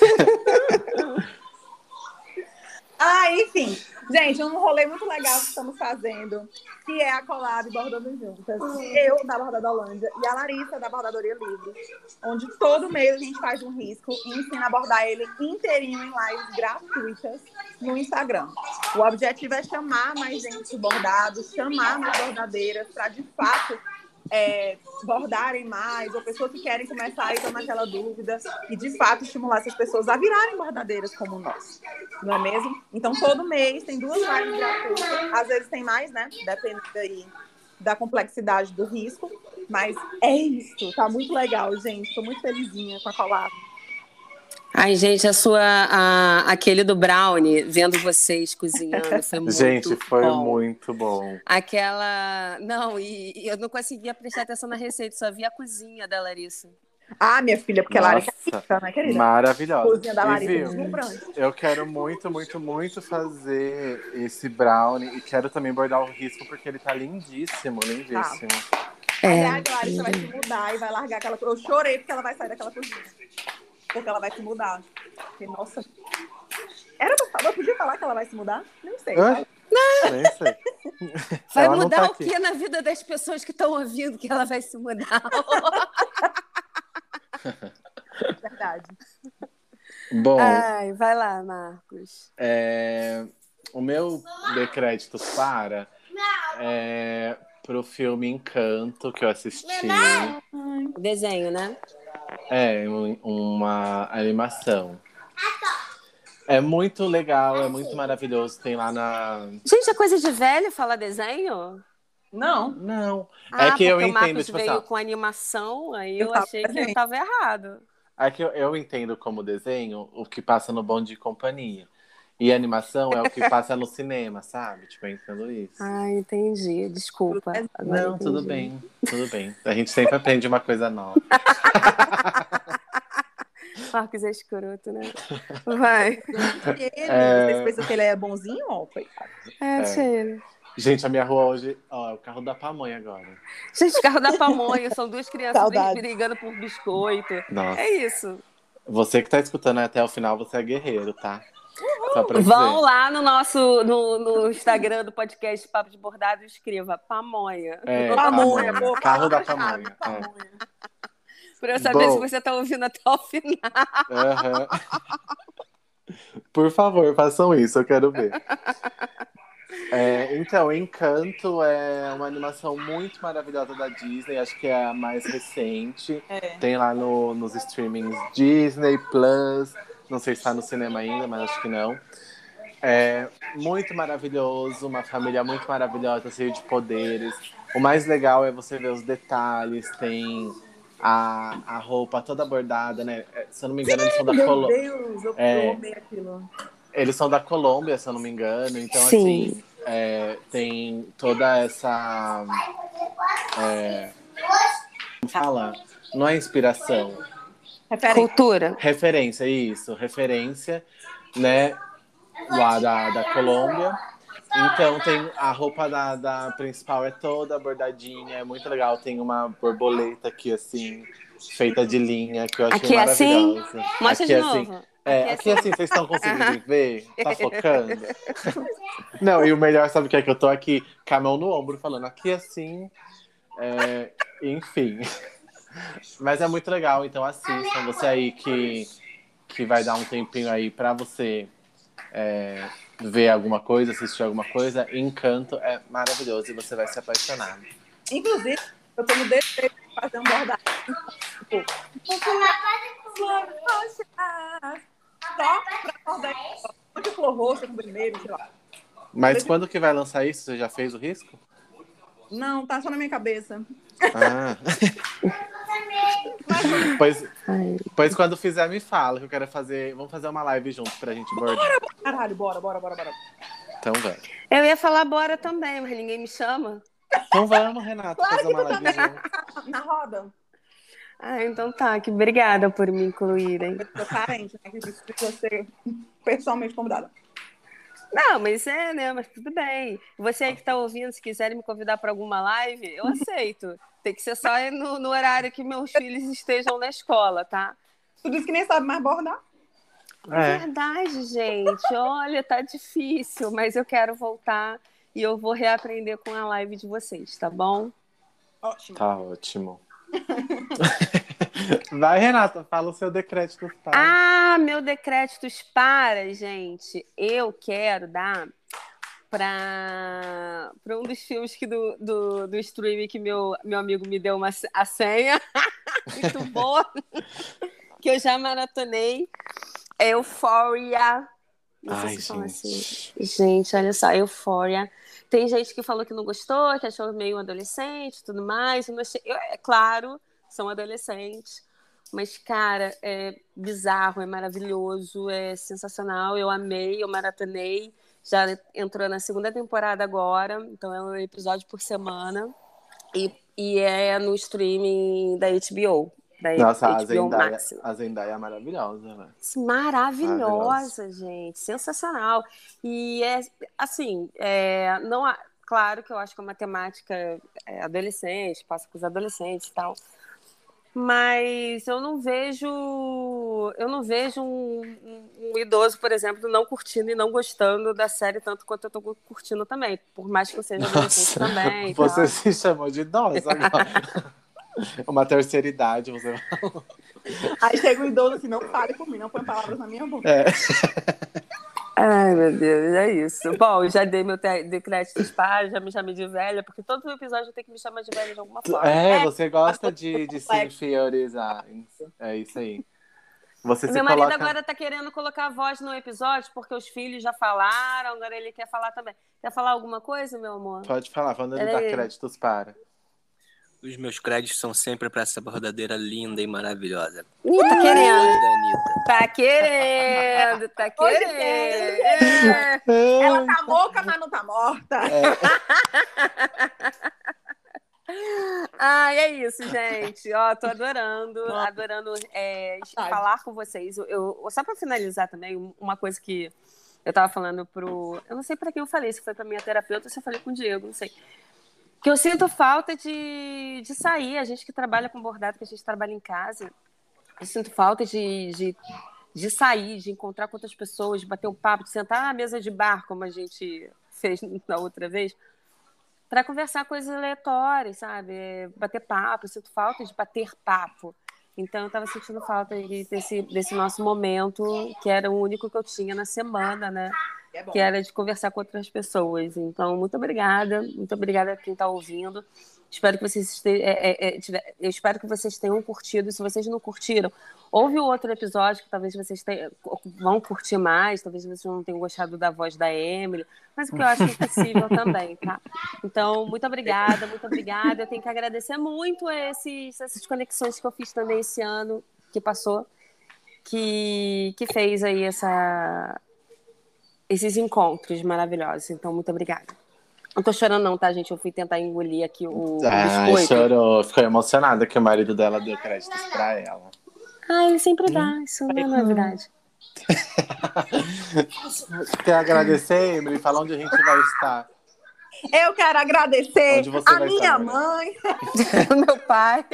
Enfim. Gente, um rolê muito legal que estamos fazendo, que é a collab Bordando Juntas. Eu, da Bordadolândia, e a Larissa, da Bordadoria Livre, onde todo mês a gente faz um risco e ensina a bordar ele inteirinho em lives gratuitas no Instagram. O objetivo é chamar mais gente do bordado, chamar mais bordadeiras para, de fato, bordarem mais, ou pessoas que querem começar e estão naquela dúvida, e de fato estimular essas pessoas a virarem bordadeiras como nós, não é mesmo? Então todo mês tem 2 lives gratuitas, às vezes tem mais, né? Depende aí da complexidade do risco, mas é isso, tá muito legal, gente, tô muito felizinha com a collab. Ai, gente, aquele do brownie, vendo vocês cozinhando, foi muito bom. Gente, foi muito bom. Não, e eu não conseguia prestar atenção na receita, só via a cozinha da Larissa. Minha filha, porque a Larissa é rica, né, querida? Maravilhosa. Cozinha da Larissa é deslumbrante. Eu quero muito, muito, muito fazer esse brownie e quero também bordar o risco porque ele tá lindíssimo, lindíssimo. Aliás, a Larissa vai se mudar e vai largar aquela... Eu chorei porque ela vai sair daquela cozinha. Porque ela vai se mudar. Porque, nossa... Eu podia falar que ela vai se mudar? Não sei. Nem sei. Vai Ela não mudar tá o aqui. que na vida das pessoas que estão ouvindo que ela vai se mudar? Verdade. Bom, Ai, vai lá, Marcos. o meu decrédito para é pro filme Encanto que eu assisti. Desenho, né? É uma animação. É muito legal, é muito maravilhoso. Tem lá na. Gente, é coisa de velho falar desenho? Não, Não. É Ah, que eu porque o entendo, Marcos tipo assim, veio ó, com animação, aí eu eu falo achei que eu desenho. tava errado. é que eu entendo como desenho o que passa no Bom de Companhia. E animação é o que passa no cinema, sabe? Tipo, eu entendo isso. Ah, entendi. Desculpa. Agora Não, tudo entendi. bem, tudo bem. A gente sempre aprende uma coisa nova. Marcos é escroto, né? Vai. Vocês pensam que ele é bonzinho? Ó, coitado. É, deixa ele. Gente, a minha rua hoje, ó, é o carro da pamonha agora. Gente, carro da pamonha, são duas crianças Saudades. brigando por biscoito. Nossa. É isso. Você que tá escutando até o final, você é guerreiro, tá? Só pra Vão dizer. lá no Instagram do podcast Papo de Bordado e escreva pamonha. É, Pamonha, pamonha. pô, Carro da palavra-chave, pamonha. pamonha. Pra eu saber se Bom. você tá ouvindo até o final. Aham. Por favor, façam isso, eu quero ver. Então, Encanto é uma animação muito maravilhosa da Disney, acho que é a mais recente. É. Tem lá nos streamings Disney Plus, não sei se está no cinema ainda, mas acho que não. É muito maravilhoso, uma família muito maravilhosa, cheia de poderes. O mais legal é você ver os detalhes, tem a roupa toda bordada, né? Se eu não me engano, eles são da Meu Colômbia. Deus, eu amei aquilo. Eles são da Colômbia, se eu não me engano, então Sim. assim, tem toda essa. Como fala? Não é inspiração. Referência. Cultura. Referência, isso, referência, né? Lá da Colômbia. Então tem a roupa da principal é toda bordadinha, é muito legal. Tem uma borboleta aqui, assim, feita de linha, que eu achei Aqui é assim? maravilhosa. Mostra Aqui de é assim. novo. Aqui assim, vocês estão conseguindo ver? Tá focando? Não, e o melhor, sabe o que é que eu tô aqui? Com a mão no ombro, falando aqui assim. Enfim. Mas é muito legal, então assistam. Você aí que vai dar um tempinho aí pra você ver alguma coisa, assistir alguma coisa. Encanto é maravilhoso e você vai se apaixonar. Inclusive, eu tô no desejo de fazer um bordado. Tipo, só pra bordar um monte de flor roxa com vermelho, sei lá. Mas quando que vai lançar isso? Você já fez o risco? Não, tá só na minha cabeça. Ah. Pois quando fizer, me fala que eu quero fazer. Vamos fazer uma live juntos pra gente bordar. Caralho, bora. Então vamos. Eu ia falar bora também, mas ninguém me chama. Então vamos, Renata, Claro fazer que uma tu live também juntos. na roda. Ah, então tá, que obrigada por me incluírem. Eu tô carente, né? Que precisa ser pessoalmente convidada. Não, mas né? Mas tudo bem. Você aí que tá ouvindo, se quiserem me convidar para alguma live, eu aceito. Tem que ser só no horário que meus filhos estejam na escola, tá? Tu disse que nem sabe mais bordar. É verdade, gente. Olha, tá difícil, mas eu quero voltar e eu vou reaprender com a live de vocês, tá bom? Ótimo. Tá ótimo. Vai, Renata, fala o seu decrédito para. Ah, meu decréditos para, gente. Eu quero dar para um dos filmes que do streaming que meu amigo me deu a senha. Muito boa. Que eu já maratonei. É Euphoria. Não sei Ai, se fala gente. assim. Gente, olha só, Euphoria. Tem gente que falou que não gostou, que achou meio adolescente e tudo mais. Eu não achei... é claro, são adolescentes. Mas, cara, é bizarro, é maravilhoso, é sensacional. Eu amei, eu maratonei. Já entrou na segunda temporada agora, então é um episódio por semana. E é no streaming da HBO. Da Nossa, HBO Max. a Zendaya é maravilhosa, né? Maravilhosa, gente. Sensacional. E é assim, não claro que eu acho que é uma temática adolescente, passa com os adolescentes e tal. Mas eu não vejo um idoso, por exemplo, não curtindo e não gostando da série tanto quanto eu tô curtindo também. Por mais que eu seja adolescente Nossa, também e você tal. se chamou de idosa agora. Uma terceira idade, você falou. Aí chega o idoso assim, não fale por mim, não põe palavras na minha boca. É. Ai, meu Deus, é isso. Bom, já dei dei créditos para, já me de velha, porque todo episódio tem que me chamar de velha de alguma forma. Você gosta de se complexo. inferiorizar. É isso aí. Você se Meu marido coloca. agora tá querendo colocar a voz no episódio, porque os filhos já falaram, agora ele quer falar também. Quer falar alguma coisa, meu amor? Pode falar, quando ele dá Peraí. créditos para. Os meus créditos são sempre pra essa bordadeira linda e maravilhosa. Tá querendo. Voz da Anitta. Tá querendo, tá Hoje querendo. Ela tá louca, mas não tá morta. Ai, é isso, gente. Ó, tô adorando falar com vocês. Só pra finalizar também, uma coisa que eu tava falando eu não sei pra quem eu falei, se foi pra minha terapeuta ou se eu falei com o Diego, não sei. Que eu sinto falta de sair, a gente que trabalha com bordado, que a gente trabalha em casa, eu sinto falta de sair, de encontrar com outras pessoas, de bater um papo, de sentar na mesa de bar, como a gente fez na outra vez, para conversar coisas aleatórias, sabe? Bater papo, eu sinto falta de bater papo. Então, eu estava sentindo falta desse nosso momento, que era o único que eu tinha na semana, né? Que era de conversar com outras pessoas. Então, muito obrigada a quem está ouvindo. Espero que vocês eu espero que vocês tenham curtido. Se vocês não curtiram, ouve o outro episódio que talvez vocês vão curtir mais. Talvez vocês não tenham gostado da voz da Emily, mas o que eu acho que é possível também, tá? Então, muito obrigada. Eu tenho que agradecer muito essas conexões que eu fiz também esse ano que passou, que fez aí esses encontros maravilhosos. Então, muito obrigada. Não tô chorando não, tá, gente? Eu fui tentar engolir aqui o biscoito. Chorou. Ficou emocionada que o marido dela deu créditos pra ela. Ele sempre dá. Isso não é novidade. Quer agradecer, Emily? Fala onde a gente vai estar. Eu quero agradecer Onde você a vai minha estar, mãe. Meu pai.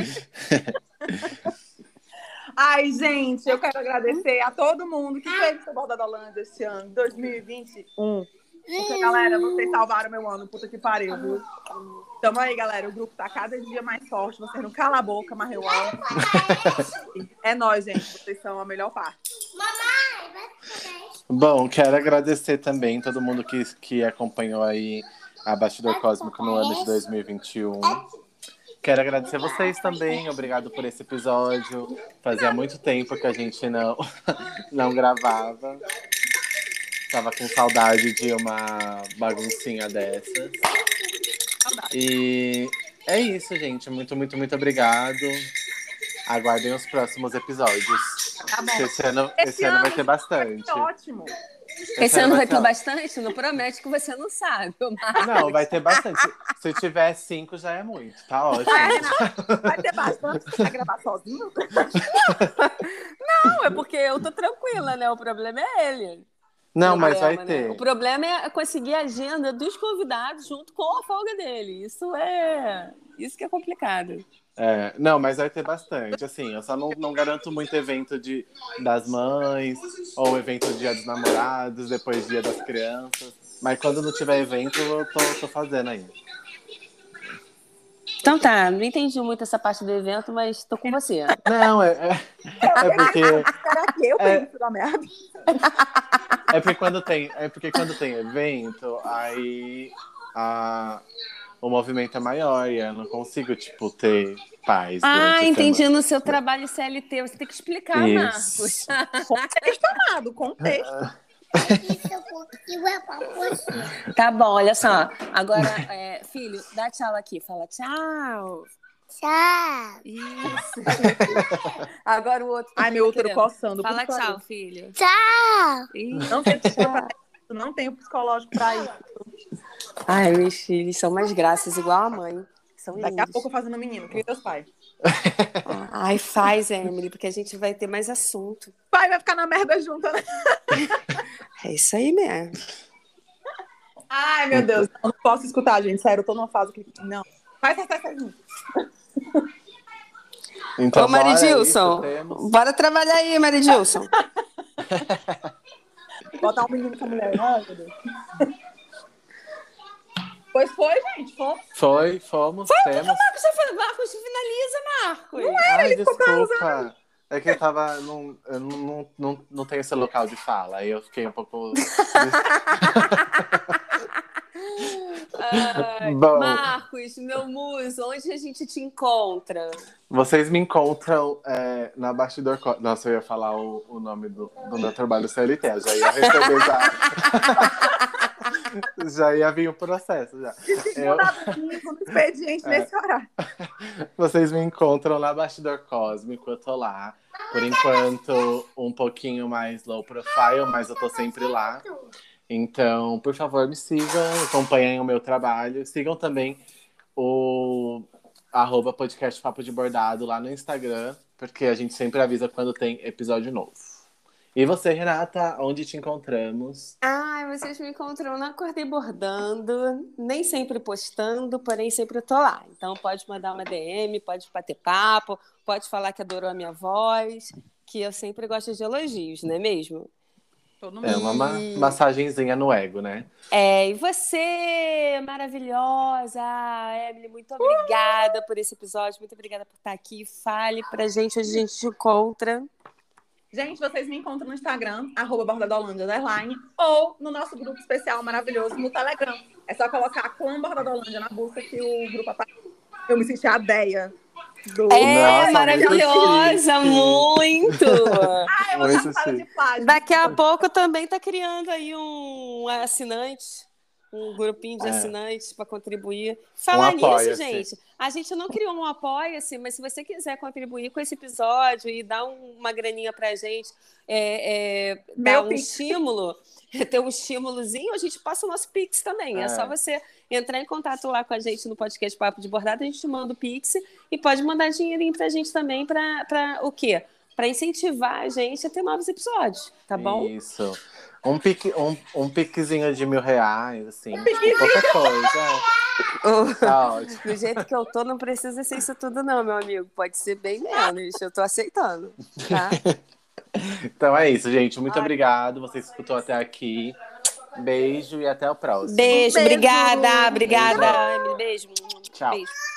Ai, gente, eu quero agradecer a todo mundo que fez essa Borda da Holanda esse ano, 2021. Porque, galera, vocês salvaram meu ano, puta que pariu, viu? Tamo aí, galera, o grupo tá cada dia mais forte, vocês não calam a boca, mas eu amo. É nóis, gente, vocês são a melhor parte. Bom, quero agradecer também todo mundo que acompanhou aí a Bastidor Cósmico no ano de 2021. Quero agradecer vocês também, obrigado por esse episódio. Fazia muito tempo que a gente não gravava. Tava com saudade de uma baguncinha dessas. E é isso, gente. Muito, muito, muito obrigado. Aguardem os próximos episódios. Tá bom. Esse ano vai ter bastante. Ótimo. Esse ano vai ter bastante? Não promete que você não sabe. Não, vai ter bastante. Se tiver 5, já é muito. Tá ótimo. Vai ter bastante. Você vai gravar sozinho? Não, é porque eu tô tranquila, né? O problema é ele. Não, mas vai ter. Né? O problema é conseguir a agenda dos convidados junto com a folga dele. Isso que é complicado. Não, mas vai ter bastante. Assim, eu só não garanto muito evento das mães, ou evento do Dia dos Namorados, depois Dia das Crianças. Mas quando não tiver evento, eu tô fazendo ainda. Então tá, não entendi muito essa parte do evento, mas tô com você. Não, é porque... Será que eu penso na merda? É porque quando tem evento, aí o movimento é maior e eu não consigo, ter paz. Entendi. No seu trabalho CLT, você tem que explicar, Isso. Marcos. Contexto, amado, contexto. Tá bom, olha só. Agora, filho, dá tchau aqui. Fala tchau. Tchau. Isso. Agora o outro. Ai, meu útero coçando. Fala tchau, filho. Tchau. Isso. Não tenho psicológico pra isso. Ai, meus filhos são mais graças, igual a mãe. São lindos. Daqui a pouco eu fazendo menino, cria teus pais. Ai, faz, Emily, porque a gente vai ter mais assunto. Pai vai ficar na merda junto, né? É isso aí mesmo. Ai, meu Deus. Eu não posso escutar, gente. Sério, eu tô numa fase que... Não. Faz junto. Então, Ô, Maridilson, bora, é isso, temos. bora trabalhar aí, Maridilson. Botar um menino com a mulher. Ai, meu Deus. Pois foi, gente. Fomos, temos. Marcos, finaliza, Marcos. Ai, desculpa. É que eu tava. Não tenho esse local de fala. Aí eu fiquei um pouco. Ai, Bom. Marcos, meu muso, onde a gente te encontra? Vocês me encontram na Bastidor. Nossa, eu ia falar o nome do meu trabalho CLT. Eu já ia receber já. Já ia vir o processo. Já. No expediente nesse horário. Vocês me encontram na Bastidor Cósmico. Eu tô lá. Por enquanto, um pouquinho mais low profile, mas eu tô sempre lá. Então, por favor, me sigam, acompanhem o meu trabalho. Sigam também o @podcast Papo de Bordado lá no Instagram, porque a gente sempre avisa quando tem episódio novo. E você, Renata, onde te encontramos? Ai, vocês me encontram na Acordei Bordando, nem sempre postando, porém sempre eu tô lá. Então pode mandar uma DM, pode bater papo, pode falar que adorou a minha voz, que eu sempre gosto de elogios, não é mesmo? Todo É mundo. uma massagenzinha no ego, né? E você, maravilhosa, Emily, muito obrigada por esse episódio, muito obrigada por estar aqui. Fale pra gente onde a gente te encontra. Gente, vocês me encontram no Instagram, @bordadolândia_, ou no nosso grupo especial maravilhoso no Telegram. É só colocar Clã Bordadolândia na busca que o grupo aparece. Eu me senti a Deia. Nossa, Maravilhosa, muito! Eu vou Muito dar fala de plágina. Daqui a pouco também tá criando aí um assinante, um grupinho de assinantes para contribuir. Falar nisso, Apoia-se. gente, a gente não criou um Apoia-se, mas se você quiser contribuir com esse episódio e dar uma graninha pra gente, dar um estímulo, ter um estímulozinho, a gente passa o nosso Pix também. É só você entrar em contato lá com a gente no podcast Papo de Bordado, a gente manda o Pix e pode mandar dinheirinho pra gente também para o quê? Para incentivar a gente a ter novos episódios, tá bom? Isso. Um piquezinho de R$1.000, assim. Qualquer coisa. Tá ótimo. Do jeito que eu tô, não precisa ser isso tudo, não, meu amigo. Pode ser bem menos. Eu tô aceitando, tá? Então é isso, gente. Muito obrigado. Você escutou até aqui. Beijo e até o próximo. Beijo. Obrigada, Emily. Beijo. Tchau. Beijo.